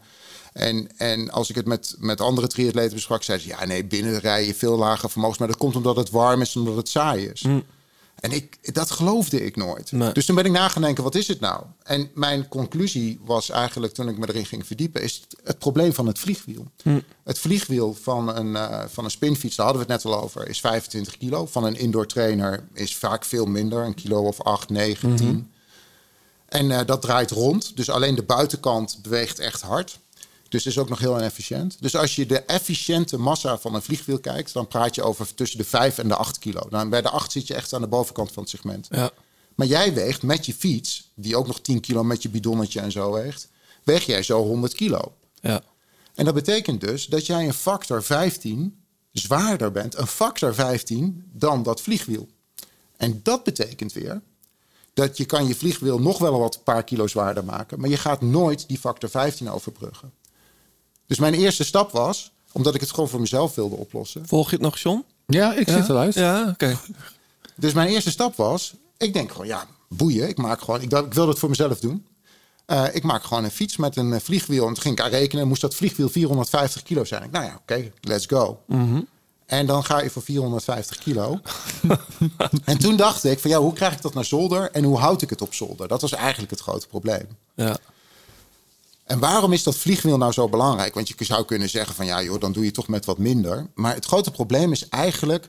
En als ik het met andere triatleten besprak, zeiden ze ja, nee, binnen rij je veel lager vermogens, maar dat komt omdat het warm is, omdat het saai is. En dat geloofde ik nooit. Nee. Dus toen ben ik na gaan denken, wat is het nou? En mijn conclusie was eigenlijk, toen ik me erin ging verdiepen, is het probleem van het vliegwiel. Het vliegwiel van een spinfiets, daar hadden we het net al over, is 25 kilo. Van een indoor trainer is vaak veel minder, een kilo of 8, 9, 10. En dat draait rond, dus alleen de buitenkant beweegt echt hard. Dus het is ook nog heel inefficiënt. Dus als je de efficiënte massa van een vliegwiel kijkt, dan praat je over tussen de 5 en de 8 kilo. Dan bij de 8 zit je echt aan de bovenkant van het segment. Ja. Maar jij weegt met je fiets, die ook nog 10 kilo met je bidonnetje en zo weegt, weeg jij zo 100 kilo. Ja. En dat betekent dus dat jij een factor 15 zwaarder bent, een factor 15 dan dat vliegwiel. En dat betekent weer dat je kan je vliegwiel nog wel wat paar kilo zwaarder maken, maar je gaat nooit die factor 15 overbruggen. Dus mijn eerste stap was, omdat ik het gewoon voor mezelf wilde oplossen. Volg je het nog, John? Ja, ik zit eruit. Ja, oké. Dus mijn eerste stap was, ik denk gewoon, ja, boeien. Ik wil het voor mezelf doen. Ik maak gewoon een fiets met een vliegwiel. En toen ging ik aan rekenen, moest dat vliegwiel 450 kilo zijn. Ik, nou ja, oké, let's go. En dan ga je voor 450 kilo. En toen dacht ik van, ja, hoe krijg ik dat naar zolder? En hoe houd ik het op zolder? Dat was eigenlijk het grote probleem. Ja. En waarom is dat vliegwiel nou zo belangrijk? Want je zou kunnen zeggen van ja, joh, dan doe je toch met wat minder. Maar het grote probleem is eigenlijk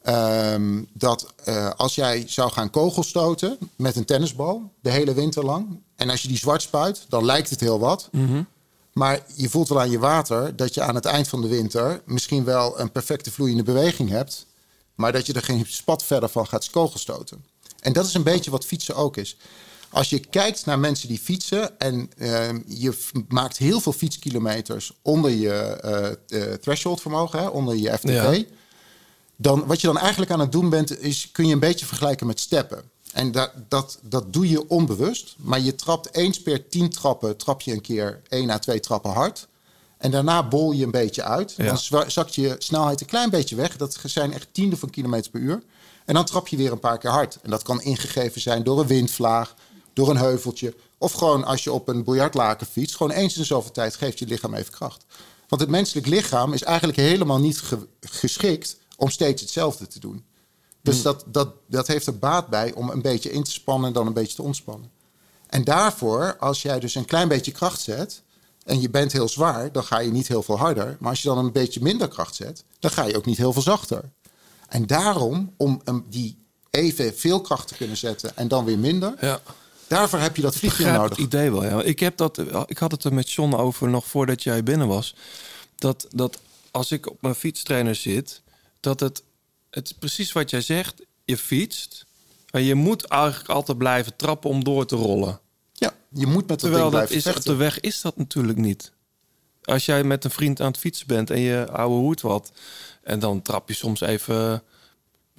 dat als jij zou gaan kogelstoten met een tennisbal de hele winter lang. En als je die zwart spuit, dan lijkt het heel wat. Maar je voelt wel aan je water dat je aan het eind van de winter misschien wel een perfecte vloeiende beweging hebt. Maar dat je er geen spat verder van gaat kogelstoten. En dat is een beetje wat fietsen ook is. Als je kijkt naar mensen die fietsen en je maakt heel veel fietskilometers onder je threshold vermogen, onder je FTP. Ja. Dan, wat je dan eigenlijk aan het doen bent, kun je een beetje vergelijken met steppen. En dat doe je onbewust. Maar je trapt eens per 10 trappen, trap je een keer 1 à 2 trappen hard. En daarna bol je een beetje uit. Ja. Dan zakt je snelheid een klein beetje weg. Dat zijn echt tienden van kilometers per uur. En dan trap je weer een paar keer hard. En dat kan ingegeven zijn door een windvlaag, door een heuveltje. Of gewoon als je op een biljartlaken fietst. Gewoon eens in zoveel tijd geeft je lichaam even kracht. Want het menselijk lichaam is eigenlijk helemaal niet geschikt om steeds hetzelfde te doen. Dus dat heeft er baat bij om een beetje in te spannen en dan een beetje te ontspannen. En daarvoor, als jij dus een klein beetje kracht zet en je bent heel zwaar, dan ga je niet heel veel harder. Maar als je dan een beetje minder kracht zet, dan ga je ook niet heel veel zachter. En daarom, om die even veel kracht te kunnen zetten en dan weer minder, ja. Daarvoor heb je dat vliegwiel nodig. Het idee wel, ja. Ik had het er met John over nog voordat jij binnen was. Dat als ik op mijn fietstrainer zit, dat het is precies wat jij zegt. Je fietst, maar je moet eigenlijk altijd blijven trappen om door te rollen. Ja, je moet met dat ding blijven vechten. Op de weg is dat natuurlijk niet. Als jij met een vriend aan het fietsen bent en je ouwe hoed wat, en dan trap je soms even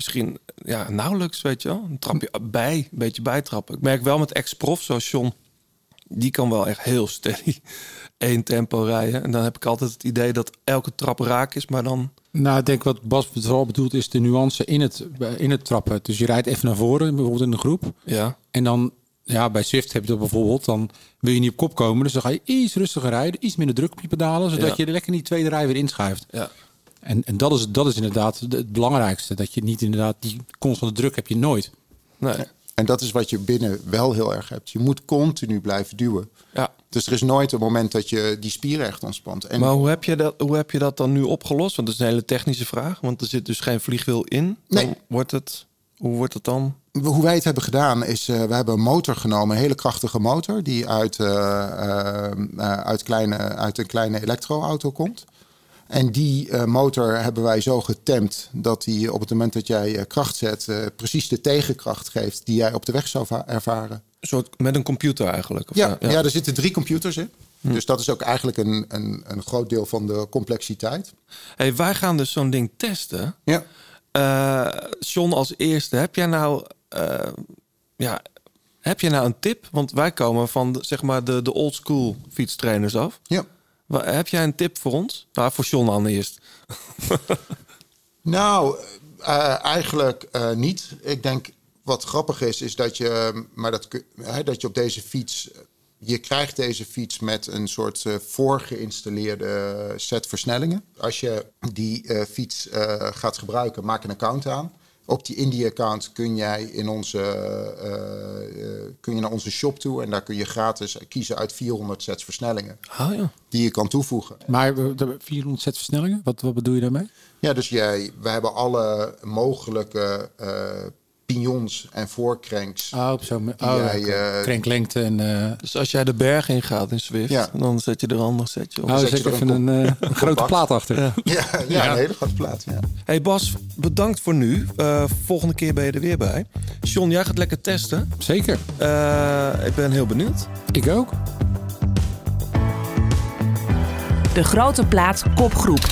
misschien nauwelijks, weet je wel. Een trapje bij, een beetje bijtrappen. Ik merk wel met ex-prof zoals John, die kan wel echt heel steady 1 tempo rijden. En dan heb ik altijd het idee dat elke trap raak is, maar dan... Nou, ik denk wat Bas vooral bedoelt is de nuance in het trappen. Dus je rijdt even naar voren, bijvoorbeeld in de groep. Ja. En dan, bij Zwift heb je dat bijvoorbeeld, dan wil je niet op kop komen. Dus dan ga je iets rustiger rijden, iets minder druk op je pedalen, zodat je er lekker in die tweede rij weer inschuift. Ja. En dat is inderdaad het belangrijkste. Dat je niet inderdaad die constante druk heb je nooit. Nee. En dat is wat je binnen wel heel erg hebt. Je moet continu blijven duwen. Ja. Dus er is nooit een moment dat je die spieren echt ontspant. En maar hoe heb je dat dan nu opgelost? Want dat is een hele technische vraag. Want er zit dus geen vliegwiel in. Nee. Hoe wordt het dan? Hoe wij het hebben gedaan is, we hebben een motor genomen. Een hele krachtige motor die uit een kleine elektroauto komt. En die motor hebben wij zo getemd dat die op het moment dat jij kracht zet, precies de tegenkracht geeft die jij op de weg zou ervaren. Een soort met een computer eigenlijk? Of Ja, er zitten 3 computers in. Dus dat is ook eigenlijk een groot deel van de complexiteit. Hey, wij gaan dus zo'n ding testen. Ja. John, als eerste, heb jij nou een tip? Want wij komen van de old school fietstrainers af. Ja. Heb jij een tip voor ons? Nou, voor John dan eerst. Nou, eigenlijk niet. Ik denk wat grappig is dat je, dat je op deze fiets, je krijgt deze fiets met een soort voorgeïnstalleerde set versnellingen. Als je die fiets gaat gebruiken, maak een account aan. In die account kun jij kun je naar onze shop toe en daar kun je gratis kiezen uit 400 sets versnellingen. Oh, ja. Die je kan toevoegen. Maar 400 sets versnellingen? Wat bedoel je daarmee? Ja, dus we hebben alle mogelijke pignons en voorcranks. Krenklengte en... Dus als jij de berg in gaat in Zwift, dan zet je er een ander setje op. Dan zet je even een grote plaat achter. Ja, een hele grote plaat. Ja. Hey Bas, bedankt voor nu. Volgende keer ben je er weer bij. John, jij gaat lekker testen. Zeker. Ik ben heel benieuwd. Ik ook. De Grote Plaat kopgroep.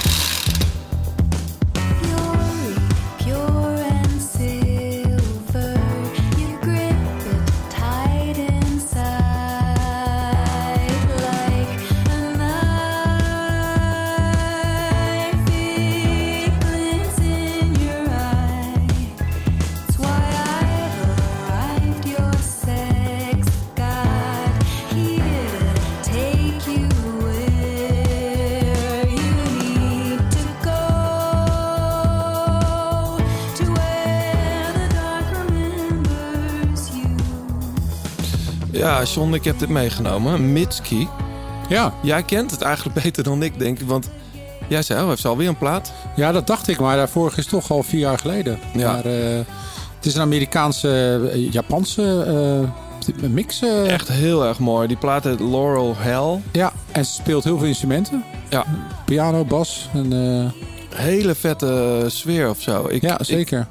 Ja, John, ik heb dit meegenomen. Mitski. Ja. Jij kent het eigenlijk beter dan ik, denk ik. Want jij zei, heeft ze alweer een plaat? Ja, dat dacht ik. Maar daarvoor is toch al 4 jaar geleden. Ja. Maar het is een Amerikaanse, Japanse mix. Echt heel erg mooi. Die plaat heet Laurel Hell. Ja, en ze speelt heel veel instrumenten. Ja. Piano, bas. En, hele vette sfeer of zo. Ja, zeker.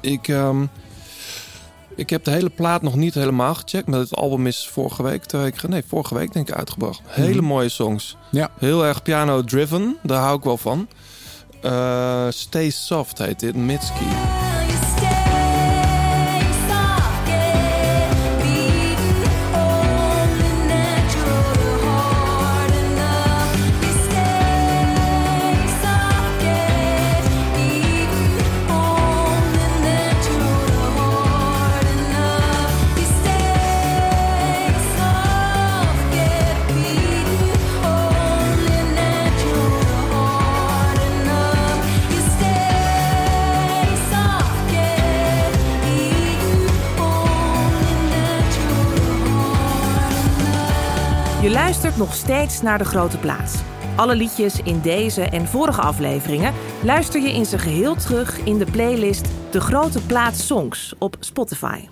Ik heb de hele plaat nog niet helemaal gecheckt. Maar het album is vorige week denk ik uitgebracht. Hele mooie songs. Ja. Heel erg piano-driven. Daar hou ik wel van. Stay Soft heet dit. Mitski. Je luistert nog steeds naar De Grote Plaat. Alle liedjes in deze en vorige afleveringen luister je in zijn geheel terug in de playlist De Grote Plaat Songs op Spotify.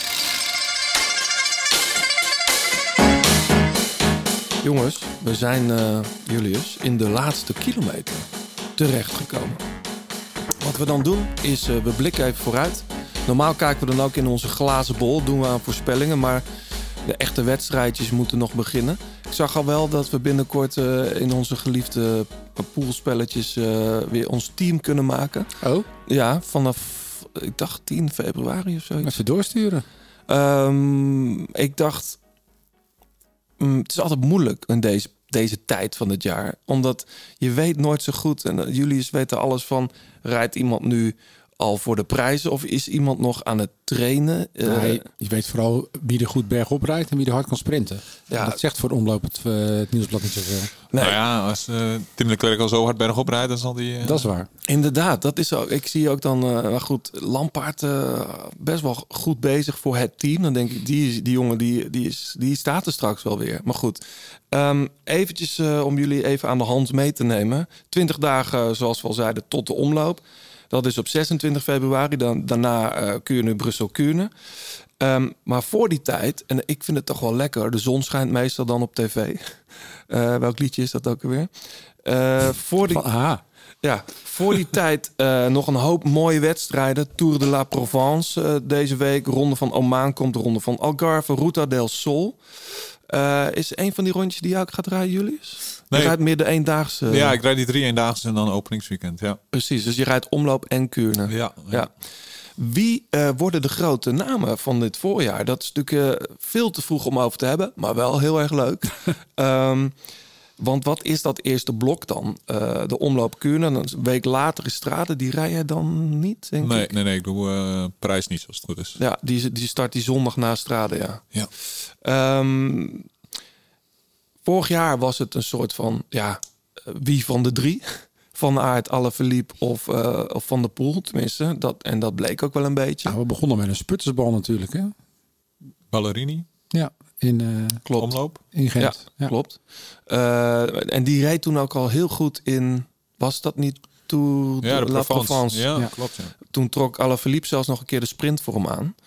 Jongens, we zijn, Julius, in de laatste kilometer terechtgekomen. Wat we dan doen is, we blikken even vooruit. Normaal kijken we dan ook in onze glazen bol, doen we aan voorspellingen, maar de echte wedstrijdjes moeten nog beginnen. Ik zag al wel dat we binnenkort in onze geliefde poolspelletjes weer ons team kunnen maken. Oh? Ja, vanaf ik dacht 10 februari of zo. Even doorsturen. Ik dacht, het is altijd moeilijk in deze tijd van het jaar. Omdat je weet nooit zo goed. En Julius weet er alles van. Rijdt iemand nu al voor de prijzen? Of is iemand nog aan het trainen? Nee, je weet vooral wie er goed bergop rijdt en wie er hard kan sprinten. Ja. Dat zegt voor de omloop het nieuwsblad niet zoveel. Nee. Nou ja, als Tim de Klerk al zo hard bergop rijdt, dan zal hij... Dat is waar. Inderdaad, dat is ook. Ik zie ook dan, maar goed, Lampaard best wel goed bezig voor het team. Dan denk ik, die jongen die staat er straks wel weer. Maar goed, eventjes om jullie even aan de hand mee te nemen. 20 dagen, zoals we al zeiden, tot de omloop. Dat is op 26 februari. Daarna Kuurne, Brussel, Kuurne. Maar voor die tijd, en ik vind het toch wel lekker... de zon schijnt meestal dan op tv. Welk liedje is dat ook alweer? Voor die tijd nog een hoop mooie wedstrijden. Tour de la Provence deze week. Ronde van Oman komt, de Ronde van Algarve. Ruta del Sol. Is een van die rondjes die jij ook gaat rijden, Julius? Nee. Je rijdt meer de eendaagse. Ja, ik rijd die 3 eendaagse en dan openingsweekend. Ja. Precies, dus je rijdt omloop en Kuurne. Ja. Wie worden de grote namen van dit voorjaar? Dat is natuurlijk veel te vroeg om over te hebben, maar wel heel erg leuk. Want wat is dat eerste blok dan? De omloop Kuurne. Een week later is Strade. Die rij jij dan niet, denk ik? Nee. Ik doe Parijs niet, als het goed is. Ja, die start die zondag na Strade, ja. Vorig jaar was het een soort van... wie van de 3? Van Aert, Alaphilippe of Van der Poel, tenminste. Dat bleek ook wel een beetje. Nou, we begonnen met een sputtersbal natuurlijk, hè? Ballerini? Ja, in omloop. In Gent. Ja, klopt. En die reed toen ook al heel goed in... Was dat niet Tour de La Provence? Ja, klopt. Ja. Toen trok Alaphilippe zelfs nog een keer de sprint voor hem aan.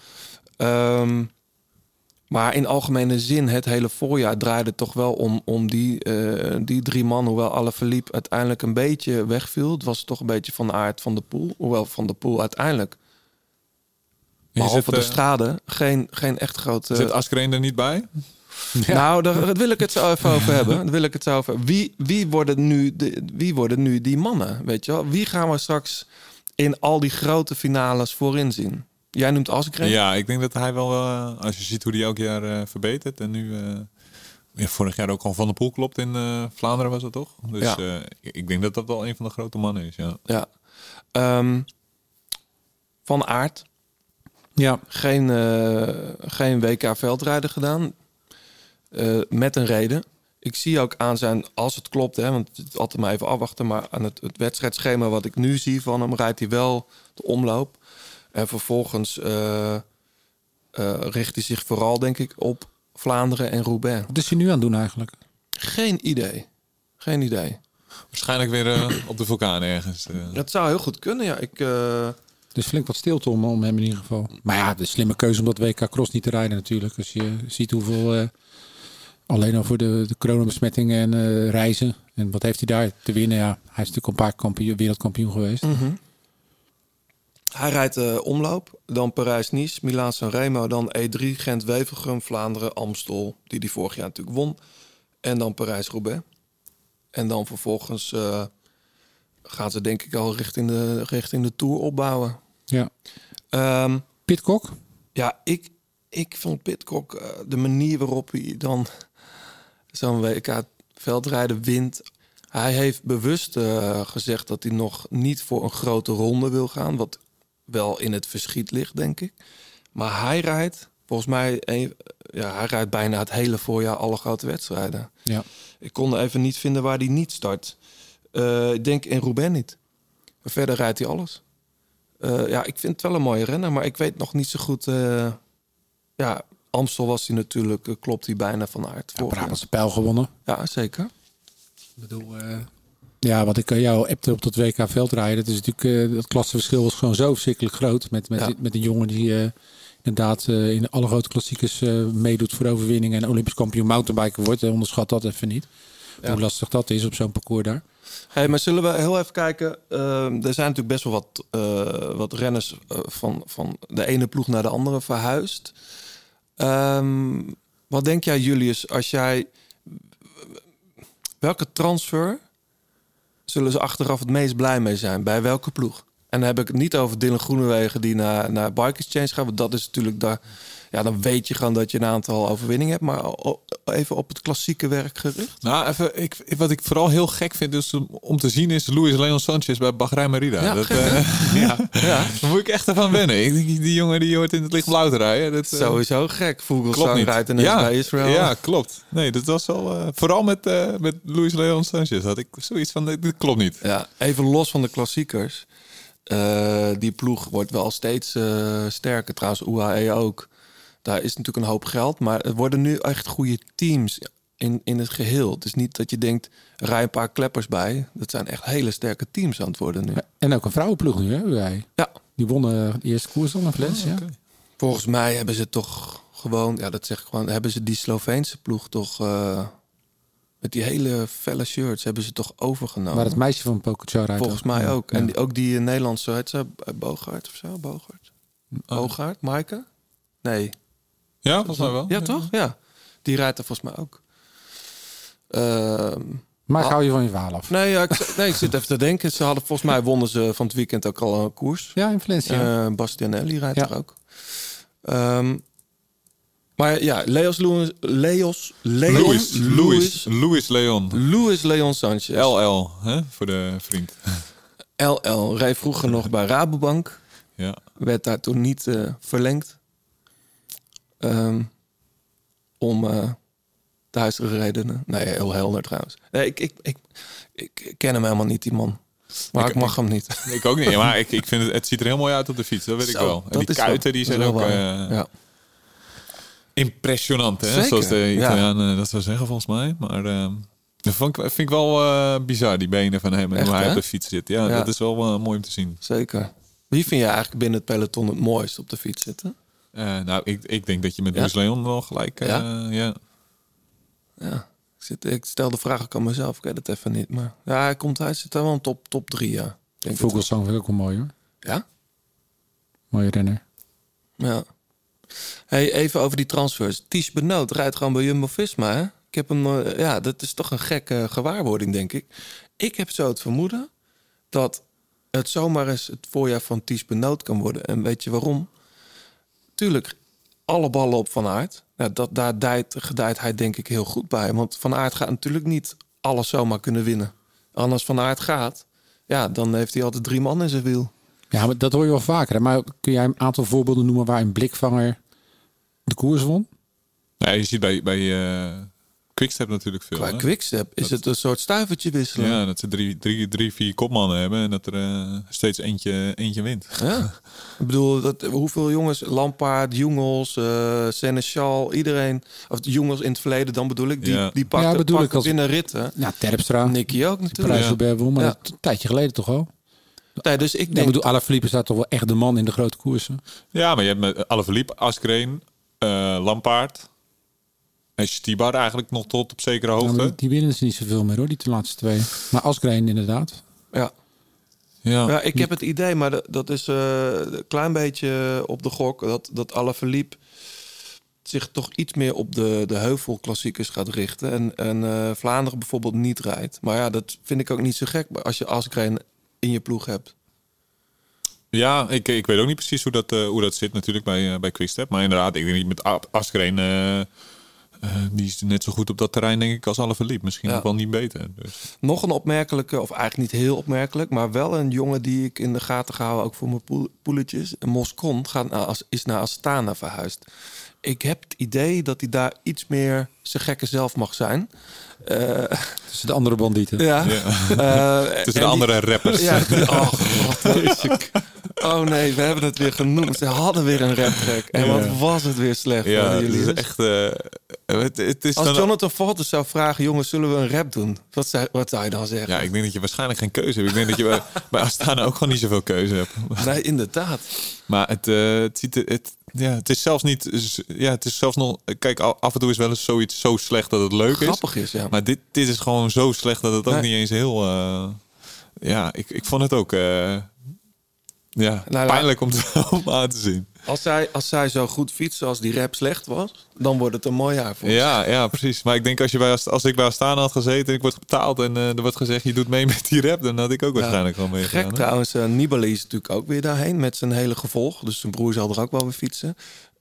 Maar in algemene zin, het hele voorjaar draaide toch wel om die 3 man. Hoewel Alaphilippe uiteindelijk een beetje wegviel. Het was toch een beetje Van Aert, Van der Poel. Hoewel Van der Poel uiteindelijk... Behalve de Strade, geen echt grote... Zit Askreen er niet bij? Ja. Nou, daar wil ik het zo even over hebben. Wie worden nu die mannen? Weet je wel? Wie gaan we straks in al die grote finales voorin zien? Jij noemt Askreen? Ja, ik denk dat hij wel... als je ziet hoe hij elk jaar verbetert. En nu... vorig jaar ook al Van der Poel klopt in Vlaanderen was het toch? Dus ik denk dat dat wel een van de grote mannen is. Ja. Van Aert. Ja. Geen WK veldrijden gedaan. Met een reden. Ik zie ook aan zijn, als het klopt, hè, want het is altijd maar even afwachten, maar aan het wedstrijdschema wat ik nu zie van hem, rijdt hij wel de omloop. En vervolgens richt hij zich vooral, denk ik, op Vlaanderen en Roubaix. Wat is hij nu aan het doen eigenlijk? Geen idee. Waarschijnlijk weer op de vulkaan ergens. Dat zou heel goed kunnen, ja. Dus flink wat stilte om hem in ieder geval. Maar ja, de slimme keuze om dat WK Cross niet te rijden natuurlijk. Als je ziet hoeveel... alleen al voor de coronabesmettingen en reizen. En wat heeft hij daar te winnen? Ja, hij is natuurlijk een paar wereldkampioen geweest. Mm-hmm. Hij rijdt omloop, dan Parijs-Nice, Milaan-San Remo, dan E3, Gent-Wevelgem, Vlaanderen, Amstel, die hij vorig jaar natuurlijk won. En dan Parijs-Roubaix. En dan vervolgens gaan ze denk ik al richting de Tour opbouwen. Ja. Pidcock? Ja, ik vond Pidcock de manier waarop hij dan zo'n WK veldrijden wint. Hij heeft bewust gezegd dat hij nog niet voor een grote ronde wil gaan. Wat wel in het verschiet ligt, denk ik. Maar hij rijdt, volgens mij, hij rijdt bijna het hele voorjaar alle grote wedstrijden. Ja. Ik kon even niet vinden waar hij niet start. Ik denk in Roubaix niet. Maar verder rijdt hij alles. Ik vind het wel een mooie renner, maar ik weet nog niet zo goed... Amstel was hij natuurlijk, klopt hij bijna van Aert. Brabantse Pijl gewonnen. Ja, zeker. Ik bedoel, wat ik jou appte op dat WK veldrijden, dat is natuurlijk dat klassenverschil was gewoon zo verschrikkelijk groot met een jongen die inderdaad in alle grote klassiekers meedoet voor overwinningen en Olympisch kampioen mountainbiker wordt. Onderschat dat even niet. Ja. Hoe lastig dat is op zo'n parcours daar. Hey, maar zullen we heel even kijken? Er zijn natuurlijk best wel wat renners van de ene ploeg naar de andere verhuisd. Wat denk jij, Julius, welke transfer zullen ze achteraf het meest blij mee zijn? Bij welke ploeg? En dan heb ik het niet over Dylan Groenewegen die naar Bike Exchange gaat. Want dat is natuurlijk daar. Ja, dan weet je gewoon dat je een aantal overwinningen hebt. Maar even op het klassieke werk gericht. Nou, even, wat ik vooral heel gek vind dus om te zien is Luis Leon Sanchez bij Bahrein Merida. Ja, dat, ja. Daar moet ik echt ervan wennen. Ik denk, die jongen die hoort in het lichtblauw te rijden. Dat, sowieso gek. Vogelsang rijdt ineens bij Israël. Ja, klopt. Nee, dat was wel... vooral met Luis Leon Sanchez had ik zoiets van, dit klopt niet. Ja, even los van de klassiekers. Die ploeg wordt wel steeds sterker. Trouwens, UAE ook. Daar is natuurlijk een hoop geld. Maar er worden nu echt goede teams in het geheel. Het is niet dat je denkt, rij een paar kleppers bij. Dat zijn echt hele sterke teams aan het worden nu. En ook een vrouwenploeg nu, hè? UAE. Ja. Die wonnen de eerste koers al in Valencia. Okay. Volgens mij hebben ze toch gewoon... Ja, dat zeg ik gewoon. Hebben ze die Sloveense ploeg toch... met die hele felle shirts hebben ze toch overgenomen. Maar het meisje van Pogacar rijdt. Volgens mij ook. Ja. En ook die Nederlandse, heet ze Bogaert of zo? Bogaert? Maaike? Nee. Ja, volgens mij wel. Ja, toch? Ja. Die rijdt er volgens mij ook. Maar hou je van je verhaal af? Nee, ik zit even te denken. Ze hadden volgens mij wonnen ze van het weekend ook al een koers. Ja, in Valencia. Bastianelli rijdt er ook. Maar ja, Luis Leon Sanchez. LL, hè, voor de vriend. LL reed vroeger nog bij Rabobank. Ja. Werd daar toen niet verlengd. Om duistere redenen. Nee, heel helder trouwens. Nee, ik ken hem helemaal niet, die man. Maar ik mag hem niet. Ik ook niet, maar ik vind het ziet er heel mooi uit op de fiets. Dat weet ik wel. En die kuiten die zijn ook impressionant, hè? Zoals de Italianen dat zou zeggen volgens mij. Maar dat vind ik wel bizar, die benen van hem en hoe hij op de fiets zit. Ja, dat is wel mooi om te zien. Zeker. Wie vind je eigenlijk binnen het peloton het mooist op de fiets zitten? Nou, ik denk dat je met Luis Leon wel gelijk... Ja. Ik stel de vraag ook aan mezelf. Ik weet het even niet. Maar ja, hij zit daar wel in top 3, ja. Vogelsang vind ik ook wel mooi, hoor. Ja? Mooie renner. Ja. Hey, even over die transfers. Ties Benoot rijdt gewoon bij Jumbo-Visma, hè? Ik heb hem... dat is toch een gekke gewaarwording, denk ik. Ik heb zo het vermoeden dat het zomaar eens het voorjaar van Ties Benoot kan worden. En weet je waarom? Tuurlijk, alle ballen op Van Aert. Ja, daar gedijt hij denk ik heel goed bij. Want Van Aert gaat natuurlijk niet alles zomaar kunnen winnen. En als Van Aert gaat, ja, dan heeft hij altijd 3 man in zijn wiel. Ja, maar dat hoor je wel vaker. Hè? Maar kun jij een aantal voorbeelden noemen waar een blikvanger de koers won? Ja, je ziet bij Quickstep natuurlijk veel. Qua Quickstep is het een soort stuivertje wisselen. Ja, dat ze 3-4 kopmannen hebben en dat er steeds eentje wint. Ja. Ik bedoel, hoeveel jongens, Lampaard, Jungels, Seneschal, iedereen, of Jungels in het verleden dan bedoel ik, die pakte binnen ritten. Ja, Terpstra. Nicky ook natuurlijk. Prijs won, maar dat een tijdje geleden toch al. Nee, dus ik denk... bedoel, Alaphilippe staat toch wel echt de man in de grote koersen. Ja, maar je hebt met Alaphilippe, Asgreen, Lampaard en Stibar eigenlijk nog tot op zekere hoogte. Ja, die winnen ze niet zoveel meer, hoor, die laatste 2. Maar Asgreen inderdaad. Ja, ik heb het idee, maar dat is een klein beetje op de gok, dat Alaphilippe zich toch iets meer op de heuvelklassiekers gaat richten. En Vlaanderen bijvoorbeeld niet rijdt. Maar ja, dat vind ik ook niet zo gek als je Asgreen in je ploeg hebt. Ja, ik weet ook niet precies hoe dat zit natuurlijk bij Quickstep. Maar inderdaad, ik denk niet met Asgreen... die is net zo goed op dat terrein, denk ik, als Alaphilippe. Misschien ook wel niet beter. Dus. Nog een opmerkelijke, of eigenlijk niet heel opmerkelijk... maar wel een jongen die ik in de gaten gehouden... ook voor mijn poeletjes. Moscon is naar Astana verhuisd. Ik heb het idee dat hij daar iets meer zijn gekke zelf mag zijn... Tussen de andere bandieten. Ja. Tussen de andere rappers. Ja, oh nee, we hebben het weer genoemd. Ze hadden weer een raptrack. En wat was het weer slecht. Ja, het is echt... het is als Jonathan Fortes zou vragen... jongens, zullen we een rap doen? Wat zou je dan zeggen? Ja, ik denk dat je waarschijnlijk geen keuze hebt. Ik denk dat je bij Astana ook gewoon niet zoveel keuze hebt. Nee, inderdaad. Maar het is zelfs niet... Ja, het is zelfs nog... Kijk, af en toe is wel eens zoiets zo slecht dat het leuk is. Grappig is, ja. Maar dit is gewoon zo slecht dat het ook niet eens heel... ik vond het ook... Nou, pijnlijk om aan te zien. Als zij zo goed fietsen als die rap slecht was, dan wordt het een mooi jaar voor ons. Ja, precies. Maar ik denk als ik bij Astana had gezeten en ik word betaald en er wordt gezegd je doet mee met die rap, dan had ik ook waarschijnlijk gewoon meegegaan. Gek trouwens, Nibali is natuurlijk ook weer daarheen met zijn hele gevolg. Dus zijn broer zal er ook wel weer fietsen.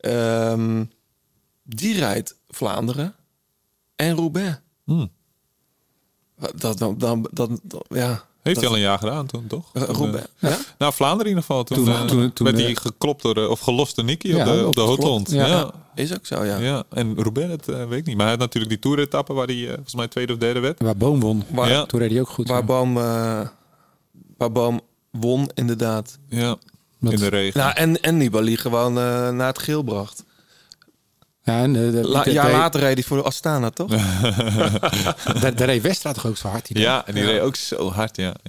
Die rijdt Vlaanderen en Roubaix. Ja. Heeft hij al een jaar gedaan toen, toch? Roubaix. Nou, Vlaanderen in ieder geval. Toen werd hij geklopt of gelost door Nicky op de Hotland. Ja. Is ook zo, ja. En Roubaix, dat weet ik niet. Maar hij had natuurlijk die toeretappe waar hij volgens mij tweede of derde werd. Waar Boom won. Toen reed hij ook goed. Waar Boom won, inderdaad. Ja, in de regen. Nou, en Nibali gewoon naar het geel bracht. Ja, en jaar later reed hij voor Astana, toch? Daar reed Westra toch ook zo hard? Ja, en die reed ook zo hard, ja.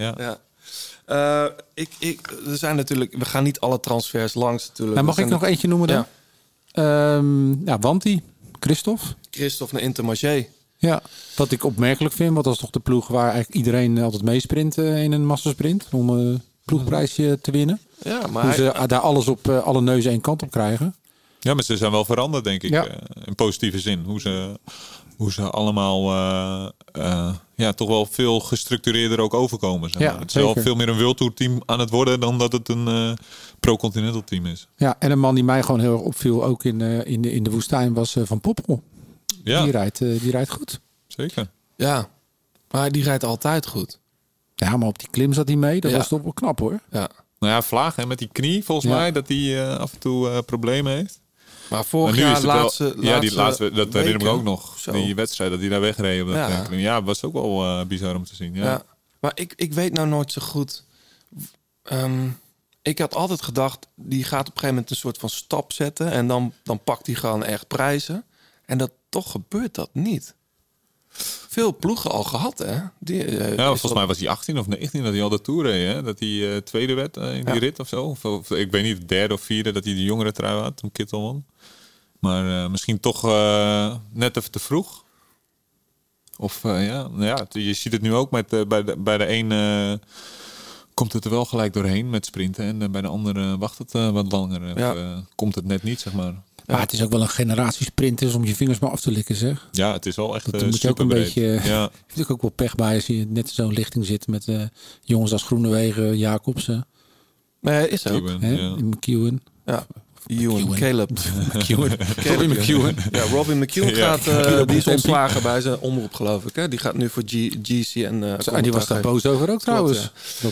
Er zijn natuurlijk... We gaan niet alle transfers langs natuurlijk. Nou, mag ik nog eentje noemen dan? Wanty, Christophe naar Intermarché. Ja, wat ik opmerkelijk vind, want dat is toch de ploeg waar eigenlijk iedereen altijd meesprint in een massasprint om een ploegprijsje te winnen. Ja, maar hoe ze daar alles op alle neuzen één kant op krijgen. Ja, maar ze zijn wel veranderd, denk ik. In positieve zin. Hoe ze allemaal toch wel veel gestructureerder ook overkomen. Zeg maar. Ja, het is wel veel meer een World Tour team aan het worden dan dat het een pro-continental team is. Ja, en een man die mij gewoon heel erg opviel, ook in de woestijn, was Van Poppel. Ja. Die rijdt goed. Zeker. Ja, maar die rijdt altijd goed. Ja, maar op die klim zat hij mee. Dat was toch wel knap, hoor. Ja. Nou ja, Vlaag met die knie, volgens mij, dat hij af en toe problemen heeft. Maar vorig jaar laatste dat herinner ik me ook nog. Zo. Die wedstrijd, dat hij daar wegreed op dat klim. Ja, was ook wel bizar om te zien. Ja. Maar ik weet nou nooit zo goed. Ik had altijd gedacht, die gaat op een gegeven moment een soort van stap zetten. En dan pakt hij gewoon echt prijzen. En toch gebeurt dat niet. Veel ploegen al gehad, hè? Volgens mij was hij 18 of 19 dat hij al de Tour reed. Hè? Dat hij tweede werd in die rit of zo. Of ik weet niet, derde of vierde dat hij de jongere trui had toen Kittel won. Maar misschien toch net even te vroeg. Of je ziet het nu ook met bij de een komt het er wel gelijk doorheen met sprinten. En bij de andere wacht het wat langer. Komt het net niet, zeg maar. Maar het is ook wel een generatiesprint is om je vingers maar af te likken, zeg. Ja, het is wel echt dat moet je ook een beetje. Je hebt ook wel pech bij als je net in zo'n lichting zit met jongens als Groenewegen, Jacobsen. Nee, is ook. McEwen. Ja. Caleb. Robin McEwen. Ja, Robin McEwen gaat, die is ontslagen bij zijn omroep, geloof ik. Hè? Die gaat nu voor GC en die was daar boos over ook trouwens.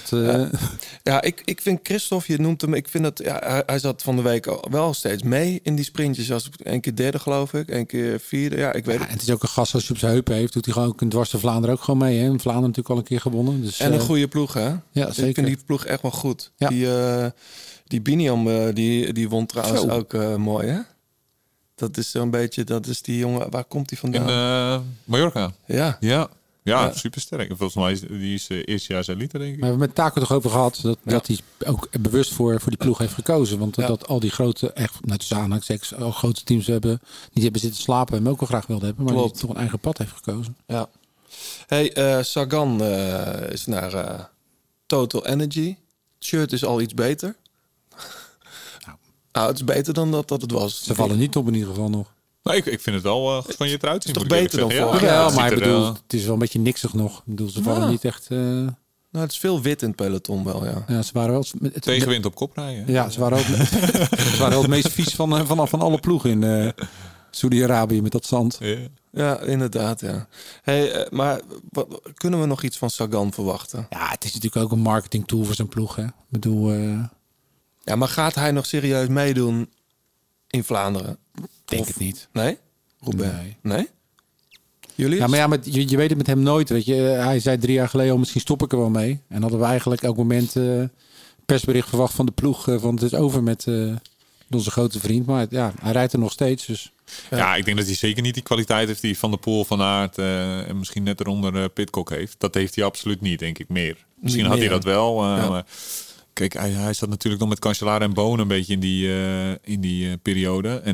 Ik vind Christophe, je noemt hem, ik vind dat hij zat van de week wel steeds mee in die sprintjes. Als een keer derde, geloof ik, een keer vierde. Ja, ik weet het. En het is ook een gast als je op zijn heupen heeft, doet hij gewoon ook in dwars de Vlaanderen ook gewoon mee. Hè? In Vlaanderen natuurlijk al een keer gewonnen. Dus, en een goede ploeg, hè? Ja, zeker. Ik vind die ploeg echt wel goed. Ja. Die Biniam, die won trouwens ook mooi, hè? Dat is zo'n beetje, dat is die jongen, waar komt die vandaan? In Mallorca. Ja, supersterk. Volgens mij is die eerstejaars elite, denk ik. Maar we hebben het Taco toch over gehad dat hij ook bewust voor die ploeg heeft gekozen. Want dat al die grote, echt, tussen aanhalingstekens, al grote teams niet hebben zitten slapen en hem ook wel graag wilden hebben. Maar die toch een eigen pad heeft gekozen. Ja. Hey, Sagan is naar Total Energy. Het shirt is al iets beter. Nou, het is beter dan dat het was. Ze vallen niet op in ieder geval nog. Nou, ik vind het wel van je eruit zien. Het is toch beter dan vorig jaar? Ja, maar ik bedoel, het is wel een beetje niksig nog. Ik bedoel, ze vallen niet echt... Nou, het is veel wit in het peloton wel, ja. Ja, ze waren wel... Tegenwind op kop rijden. Ja, ze waren wel het meest vies van alle ploegen in Saudi-Arabië met dat zand. Ja, inderdaad, ja. Hey, maar kunnen we nog iets van Sagan verwachten? Ja, het is natuurlijk ook een marketing tool voor zijn ploeg, hè. Ik bedoel... Ja, maar gaat hij nog serieus meedoen in Vlaanderen? Denk het niet. Nee? Roubaix? Nee? Jullie? Ja, maar je weet het met hem nooit, weet je. Hij zei 3 jaar geleden, misschien stop ik er wel mee. En hadden we eigenlijk elk moment persbericht verwacht van de ploeg. Van het is over met onze grote vriend. Maar hij rijdt er nog steeds, dus... Ja, ik denk dat hij zeker niet die kwaliteit heeft die Van der Poel, Van Aert en misschien net eronder Pidcock heeft. Dat heeft hij absoluut niet, denk ik, meer. Misschien had hij dat wel, maar... Kijk, hij zat natuurlijk nog met Cancellara en Boon een beetje in die periode. En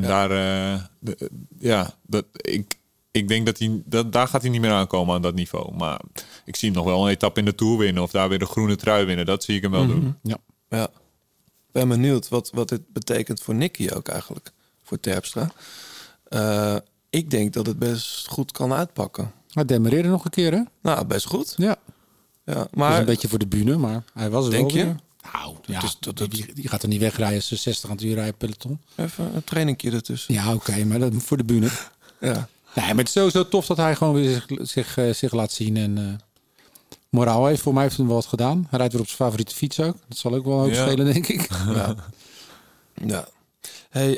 ik denk dat daar gaat hij niet meer aankomen aan dat niveau. Maar ik zie hem nog wel een etappe in de Tour winnen of daar weer de groene trui winnen. Dat zie ik hem wel doen. Ja. ben benieuwd wat dit betekent voor Nicky ook eigenlijk. Voor Terpstra. Ik denk dat het best goed kan uitpakken. Hij demareerde nog een keer, hè? Nou, best goed. Ja. Ja, Maar maar een beetje voor de bühne, maar hij was er denk wel je? weer. Nou, ja, die gaat er niet wegrijden als ze 60 aan het uur rijden peloton. Even een trainingje ertussen. Ja, oké, maar dat voor de bühne. Ja. Nee, maar het is sowieso tof dat hij gewoon weer zich laat zien. En moraal heeft voor mij heeft hem wel wat gedaan. Hij rijdt weer op zijn favoriete fiets ook. Dat zal ook wel ook spelen, denk ik. Ja. Hey,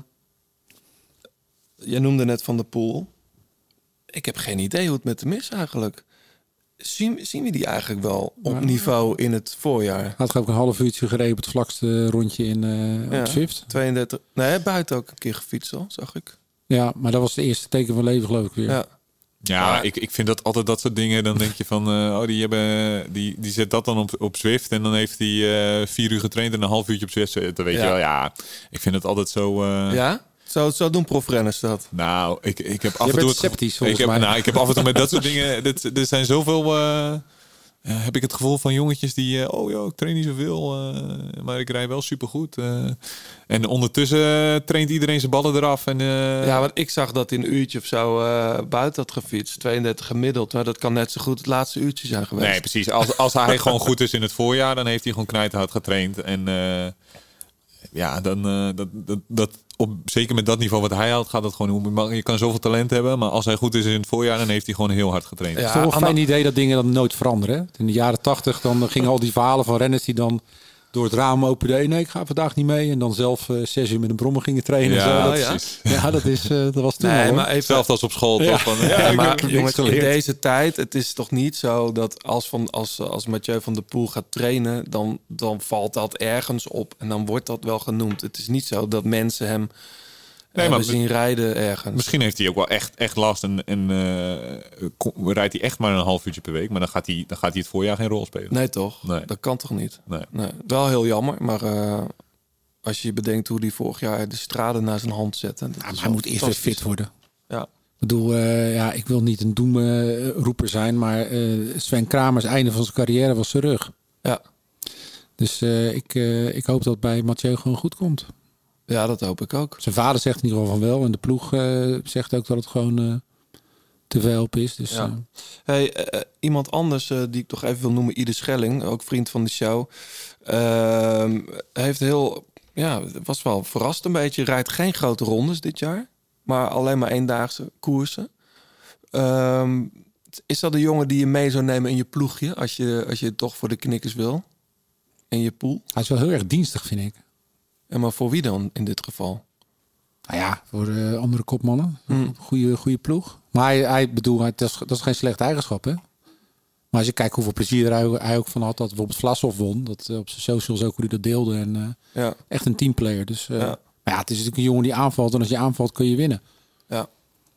jij noemde net Van der Poel. Ik heb geen idee hoe het met hem is eigenlijk. Zien we die eigenlijk wel op niveau in het voorjaar? Hij had ook een half uurtje gereden op het vlakste rondje op Zwift. 32. Nee, buiten ook een keer gefietst al, zag ik. Ja, maar dat was de eerste teken van leven, geloof ik weer. Ja, maar ik vind dat altijd dat soort dingen. Dan denk je van, die zet dat dan op Zwift. En dan heeft hij 4 uur getraind en een half uurtje op Zwift. Dan weet je wel, ik vind het altijd zo... Ja? Zo doen profrenners dat? Nou, ik heb af en toe... Je bent sceptisch, volgens mij. Nou, ik heb af en toe met dat soort dingen... Er zijn zoveel... heb ik het gevoel van jongetjes die... ik train niet zoveel, maar ik rij wel supergoed. En ondertussen traint iedereen zijn ballen eraf. En, Ja, want ik zag dat hij een uurtje of zo buiten had gefietst. 32 gemiddeld. Maar dat kan net zo goed het laatste uurtje zijn geweest. Nee, precies. Als hij gewoon goed is in het voorjaar... dan heeft hij gewoon knijterhard getraind. En dan... zeker met dat niveau wat hij had, gaat het gewoon om. Je kan zoveel talent hebben, maar als hij goed is in het voorjaar, dan heeft hij gewoon heel hard getraind. Het is toch wel een fijn idee dat dingen dan nooit veranderen. Hè? In de jaren 80 dan gingen al die verhalen van renners die dan door het raam openden. Nee, ik ga vandaag niet mee. En dan zelf 6 uur met een brommer gingen trainen. Ja, en zo. Dat was toen al. Maar hetzelfde als op school. Ja. Toch? Van, maar jongens, in deze tijd, het is toch niet zo dat als Mathieu van der Poel gaat trainen, dan valt dat ergens op en dan wordt dat wel genoemd. Het is niet zo dat mensen hem zien rijden ergens. Misschien heeft hij ook wel echt last en rijdt hij echt maar een half uurtje per week, maar dan gaat hij het voorjaar geen rol spelen. Nee, toch? Nee. Dat kan toch niet? Nee. Wel heel jammer, maar als je bedenkt hoe hij vorig jaar de straden naar zijn hand zette. Maar hij moet eerst weer fit worden. Ja. Ik bedoel, ik wil niet een doemroeper zijn, maar Sven Kramers einde van zijn carrière was zijn rug. Ja. Dus ik hoop dat het bij Mathieu gewoon goed komt. Ja, dat hoop ik ook. Zijn vader zegt in ieder geval van wel. En de ploeg zegt ook dat het gewoon te veel op is. Dus, Hey, iemand anders die ik toch even wil noemen, Ieder Schelling, ook vriend van de show. Heeft was wel verrast een beetje. Rijdt geen grote rondes dit jaar, maar alleen maar eendaagse koersen. Is dat de jongen die je mee zou nemen in je ploegje als je toch voor de knikkers wil? In je pool? Hij is wel heel erg dienstig, vind ik. En maar voor wie dan in dit geval? Nou ja, voor de andere kopmannen. Goede ploeg. Maar dat is geen slechte eigenschap, hè? Maar als je kijkt hoeveel plezier hij ook van had, dat bijvoorbeeld Vlasov won. Dat op zijn socials ook hoe hij dat deelde. En echt een teamplayer. Dus maar het is natuurlijk een jongen die aanvalt. En als je aanvalt, kun je winnen. Ja.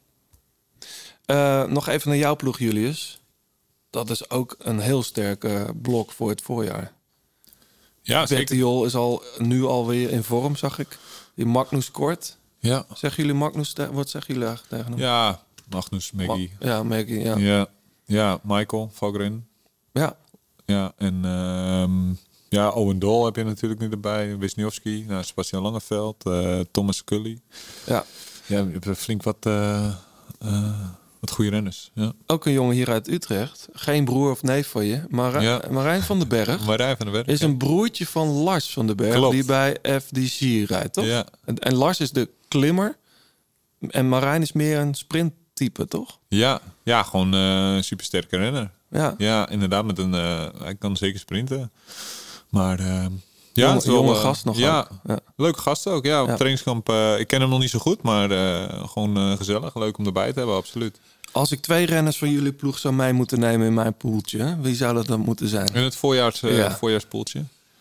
Nog even naar jouw ploeg, Julius. Dat is ook een heel sterke blok voor het voorjaar. Ja, Bettiol is nu alweer in vorm, zag ik. Die Magnus Kort. Ja. Zeggen jullie Magnus? Wat zeggen jullie tegen hem? Ja, Magnus, Maggie. Maggie, Ja, Michael, Valgren. Ja. Ja, en Owen Dol heb je natuurlijk nu erbij. Wisniewski, Sebastian Langeveld, Thomas Scully. Ja. Ja, je hebt flink wat goede renners. Ja. Ook een jongen hier uit Utrecht. Geen broer of neef van je. Marijn van den Berg. Marijn van den Berg. Is een broertje van Lars van den Berg. Klopt. Die bij FDG rijdt, toch? Ja. En Lars is de klimmer. En Marijn is meer een sprinttype, toch? Ja, gewoon supersterke renner. Ja, inderdaad. Hij kan zeker sprinten. Maar jonge gast nog. Ja, leuke gast ook. Ja, op trainingskamp. Ik ken hem nog niet zo goed, maar gewoon gezellig. Leuk om erbij te hebben, absoluut. Als ik 2 renners van jullie ploeg zou mee moeten nemen in mijn poeltje, wie zou dat dan moeten zijn? In het voorjaarspoeltje?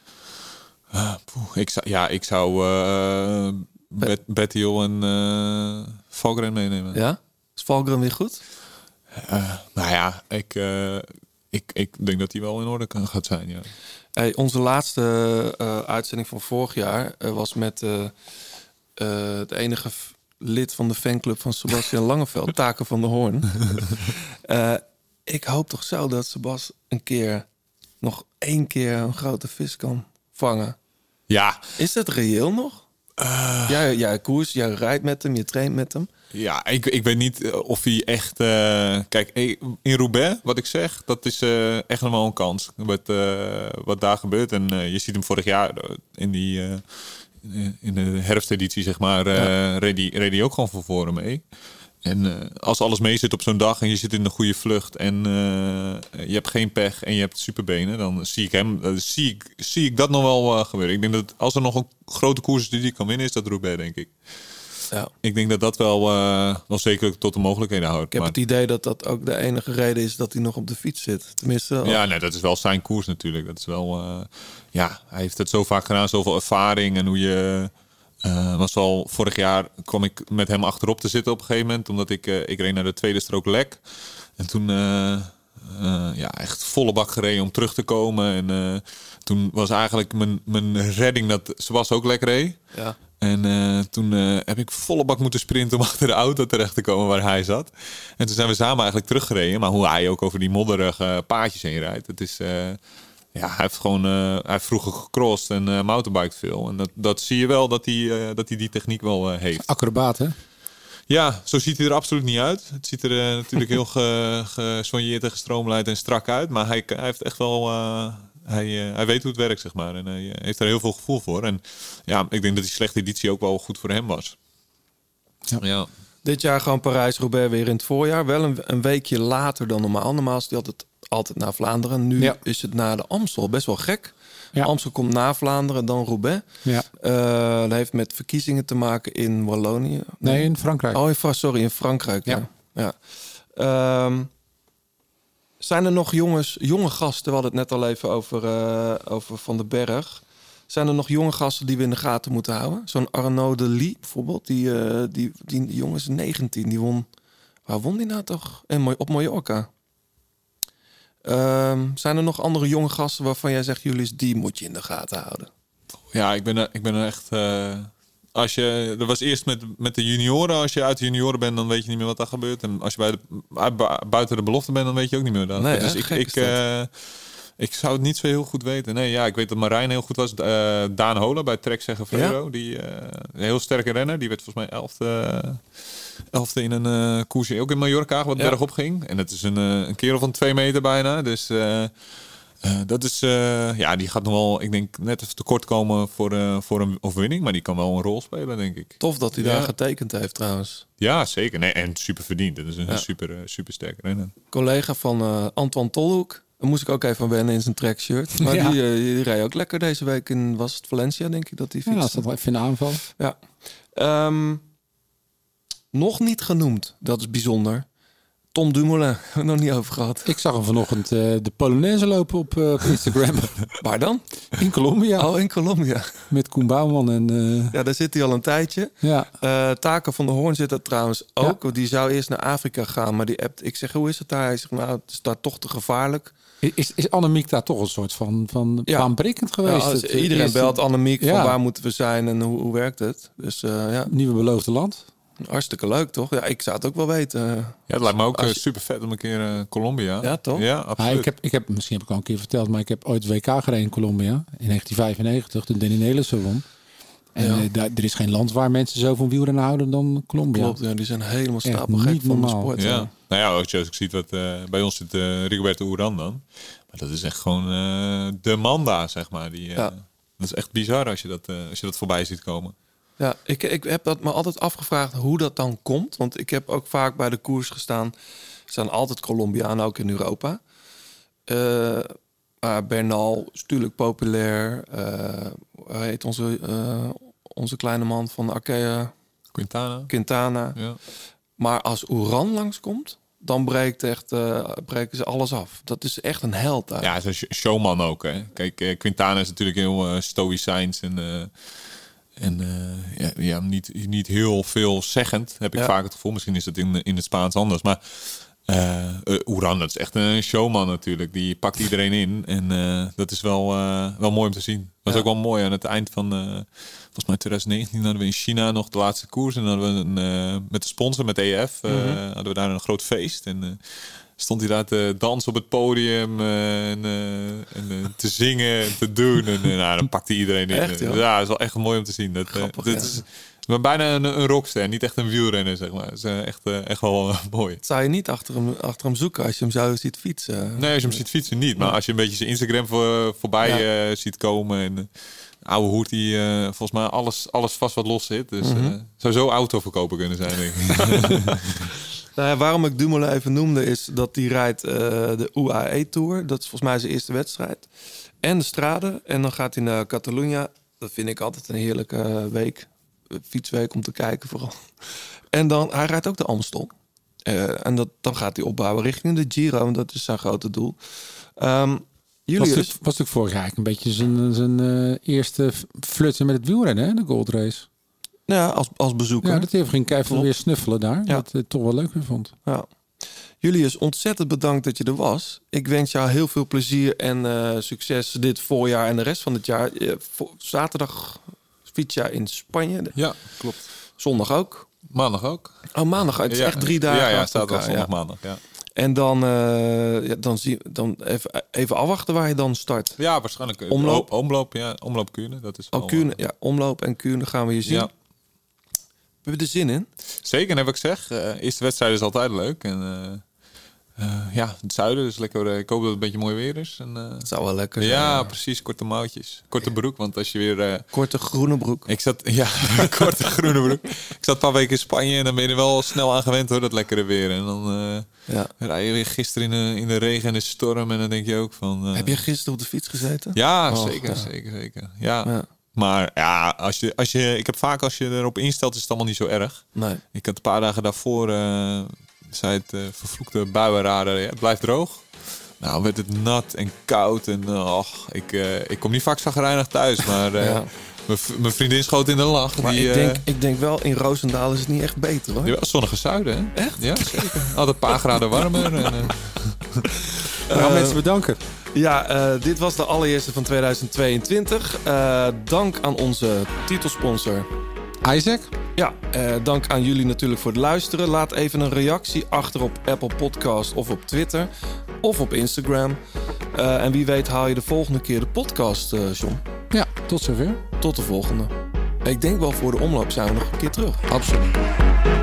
Ik zou Bettiol en Valgren meenemen. Ja? Is Valgren weer goed? Ik denk dat hij wel in orde gaat zijn, ja. Hey, onze laatste uitzending van vorig jaar was met het enige lid van de fanclub van Sebastian Langeveld, Taken van der Hoorn. Ik hoop toch zo dat Sebas nog 1 keer een grote vis kan vangen. Ja. Is dat reëel nog? Jij koers, jij rijdt met hem, je traint met hem. Ja, ik weet niet of hij echt... kijk, in Roubaix, wat ik zeg, dat is echt helemaal een kans. Wat daar gebeurt. En je ziet hem vorig jaar in de herfsteditie, zeg maar, reed hij ook gewoon van voren mee. En als alles mee zit op zo'n dag en je zit in een goede vlucht en je hebt geen pech en je hebt superbenen, dan zie ik dat nog wel gebeuren. Ik denk dat als er nog een grote koers is die hij kan winnen, is dat Roubaix, denk ik. Ja. Ik denk dat dat wel zeker tot de mogelijkheden houdt. Ik heb het idee dat dat ook de enige reden is dat hij nog op de fiets zit. Tenminste. Ja, nee, dat is wel zijn koers natuurlijk. Dat is wel. Hij heeft het zo vaak gedaan, zoveel ervaring en hoe je. Was al vorig jaar kwam ik met hem achterop te zitten op een gegeven moment, omdat ik reed naar de tweede strook lek en toen echt volle bak gereden om terug te komen en toen was eigenlijk mijn redding dat Sebas ook lek reed. Ja. En toen heb ik volle bak moeten sprinten om achter de auto terecht te komen waar hij zat. En toen zijn we samen eigenlijk teruggereden. Maar hoe hij ook over die modderige paadjes heen rijdt. Het is, hij heeft gewoon, hij heeft vroeger gecrossed en mountainbiked veel. En dat zie je wel dat hij die techniek wel heeft. Acrobaat, hè? Ja, zo ziet hij er absoluut niet uit. Het ziet er natuurlijk heel gesoigneerd en gestroomlijnd en strak uit. Maar hij heeft echt wel... Hij weet hoe het werkt, zeg maar. En hij heeft er heel veel gevoel voor. En ja, ik denk dat die slechte editie ook wel goed voor hem was. Ja. Dit jaar gewoon Parijs-Roubaix weer in het voorjaar. Wel een weekje later dan normaal. Normaal is hij altijd naar Vlaanderen. Nu is het naar de Amstel. Best wel gek. Ja. Amstel komt na Vlaanderen, dan Roubaix. Ja. Dat heeft met verkiezingen te maken in Wallonië. Nee, in Frankrijk. Oh, in Frankrijk. Ja. Zijn er nog jonge gasten? We hadden het net al even over Van den Berg. Zijn er nog jonge gasten die we in de gaten moeten houden? Zo'n Arnaud de Lie bijvoorbeeld. Die jongen is 19. Die won... Waar won die nou toch? Op Mallorca. Zijn er nog andere jonge gasten waarvan jij zegt... Julius, die moet je in de gaten houden? Ja, ik ben er echt... dat was eerst met de junioren. Als je uit de junioren bent, dan weet je niet meer wat daar gebeurt. En als je buiten de belofte bent, dan weet je ook niet meer wat. Nee, dus ik zou het niet zo heel goed weten. Nee, ja, ik weet dat Marijn heel goed was. Daan Hola bij Trek Segafredo. Ja? Die een heel sterke renner. Die werd volgens mij 11e in een koersje. Ook in Mallorca, wat bergop ging. En dat is een kerel van 2 meter bijna. Dus... dat is, die gaat nog wel, ik denk, net even tekort komen voor een overwinning. Maar die kan wel een rol spelen, denk ik. Tof dat hij daar getekend heeft, trouwens. Ja, zeker. Nee, en super verdiend. Dat is een super sterke renner. Collega van Antoine Tolhoek. Daar moest ik ook even aan wennen in zijn trackshirt. Maar die reed ook lekker deze week in, was het Valencia, denk ik, dat hij fietste. Ja, dat is wel even in de aanval. Ja. Nog niet genoemd. Dat is bijzonder. Tom Dumoulin, hebben we het nog niet over gehad. Ik zag hem vanochtend de Polonaise lopen op Instagram. Waar dan? In Colombia. Oh, in Colombia. Met Koen Bouwman. Ja, daar zit hij al een tijdje. Ja. Taco van der Hoorn zit er trouwens ook. Ja. Die zou eerst naar Afrika gaan, maar die appt. Ik zeg, hoe is het daar? Hij zegt, nou, het is daar toch te gevaarlijk. Is Annemiek daar toch een soort van baanbrekend geweest? Ja, iedereen belt Annemiek van waar moeten we zijn en hoe werkt het? Dus Nieuwe beloofde land. Hartstikke leuk, toch? Ja, ik zou het ook wel weten. Ja, het lijkt me ook super vet om een keer Colombia. Ja, toch? Ja, absoluut. Misschien heb ik al een keer verteld, maar ik heb ooit WK gereden in Colombia in 1995, toen Danny Nelissen won. En er is geen land waar mensen zo van wielrennen houden dan Colombia. Klopt, ja, die zijn helemaal stapelgek van de sport. Ja. Nou ja, als je ook ziet wat bij ons zit Rigoberto Urán dan. Maar dat is echt gewoon de man daar, zeg maar. Dat is echt bizar als je dat voorbij ziet komen. Ja, ik heb dat me altijd afgevraagd hoe dat dan komt. Want ik heb ook vaak bij de koers gestaan. Er staan altijd Colombianen, ook in Europa. Bernal is natuurlijk populair. Hoe heet onze kleine man van Arkea? Quintana. Ja. Maar als Urán langskomt, dan breken ze alles af. Dat is echt een held daar. Ja, hij is een showman ook. Hè. Kijk, Quintana is natuurlijk heel stoïcijns en niet heel veel zeggend, heb ik vaak het gevoel. Misschien is het in het Spaans anders. Maar Urán, dat is echt een showman natuurlijk. Die pakt iedereen in. En dat is wel mooi om te zien. Dat was ook wel mooi aan het eind van... volgens mij 2019 hadden we in China nog de laatste koers. En dan hadden we met de sponsor, met EF, hadden we daar een groot feest. En stond hij daar te dansen op het podium en te zingen en te doen. En dan pakte iedereen in. Echt, joh? Ja, dat is wel echt mooi om te zien. Dat is maar bijna een rockster, niet echt een wielrenner, zeg maar. Dat is echt wel mooi. Zou je niet achter hem zoeken als je hem zo ziet fietsen? Nee, als je hem ziet fietsen niet. Maar als je een beetje zijn Instagram voorbij ziet komen... en oude hoed die volgens mij alles vast wat los zit. Dus zou zo autoverkoper kunnen zijn, denk ik. Nou ja, waarom ik Dumoulin even noemde is dat hij rijdt de UAE Tour. Dat is volgens mij zijn eerste wedstrijd. En de Strade. En dan gaat hij naar Catalunya. Dat vind ik altijd een heerlijke week. Fietsweek om te kijken vooral. En dan, hij rijdt ook de Amstel. En dan gaat hij opbouwen richting de Giro. En dat is zijn grote doel. Was natuurlijk vorig jaar een beetje zijn eerste flirten met het wielrennen, hè? De Gold Race. Ja, als bezoeker. Ja, dat heeft geen keiveel weer snuffelen daar. Ja. Dat het toch wel leuk weer vond. Ja. Julius, ontzettend bedankt dat je er was. Ik wens jou heel veel plezier en succes dit voorjaar en de rest van het jaar. Zaterdag fiets jij in Spanje. Ja, klopt. Zondag ook. Maandag ook. Oh, maandag. Het is echt 3 dagen. Ja, zaterdag, zondag, maandag. Ja. En dan even afwachten waar je dan start. Ja, waarschijnlijk. Omloop? Omloop Kuurne. Dat is Kuurne, omloop en Kuurne gaan we hier zien. Ja. We hebben er zin in. Zeker, en heb ik zeg. Eerste wedstrijd is altijd leuk. En het zuiden, dus lekker. Ik hoop dat het een beetje mooi weer is. En, het zou wel lekker zijn. Ja, precies. Korte mouwtjes. Korte broek, want als je weer... korte groene broek. Korte groene broek. Ik zat een paar weken in Spanje en dan ben je er wel snel aan gewend hoor, dat lekkere weer. En dan rij je weer gisteren in de regen en de storm en dan denk je ook van... Heb je gisteren op de fiets gezeten? Ja, zeker. Ja. Maar ja, als je, ik heb vaak als je erop instelt is het allemaal niet zo erg. Nee. Ik had een paar dagen daarvoor, zei het vervloekte buienradar, het blijft droog. Nou werd het nat en koud en ik kom niet vaak zagrijnig thuis, maar mijn vriendin schoot in de lach. Maar ik denk wel, in Roosendaal is het niet echt beter hoor. Ja, zonnige zuiden hè? Echt? Ja, zeker. Altijd een paar graden warmer. We gaan mensen bedanken. Ja, dit was de allereerste van 2022. Dank aan onze titelsponsor Isaac. Ja, dank aan jullie natuurlijk voor het luisteren. Laat even een reactie achter op Apple Podcast of op Twitter of op Instagram. En wie weet haal je de volgende keer de podcast, John. Ja, tot zover. Tot de volgende. Ik denk wel voor de omloop zijn we nog een keer terug. Absoluut.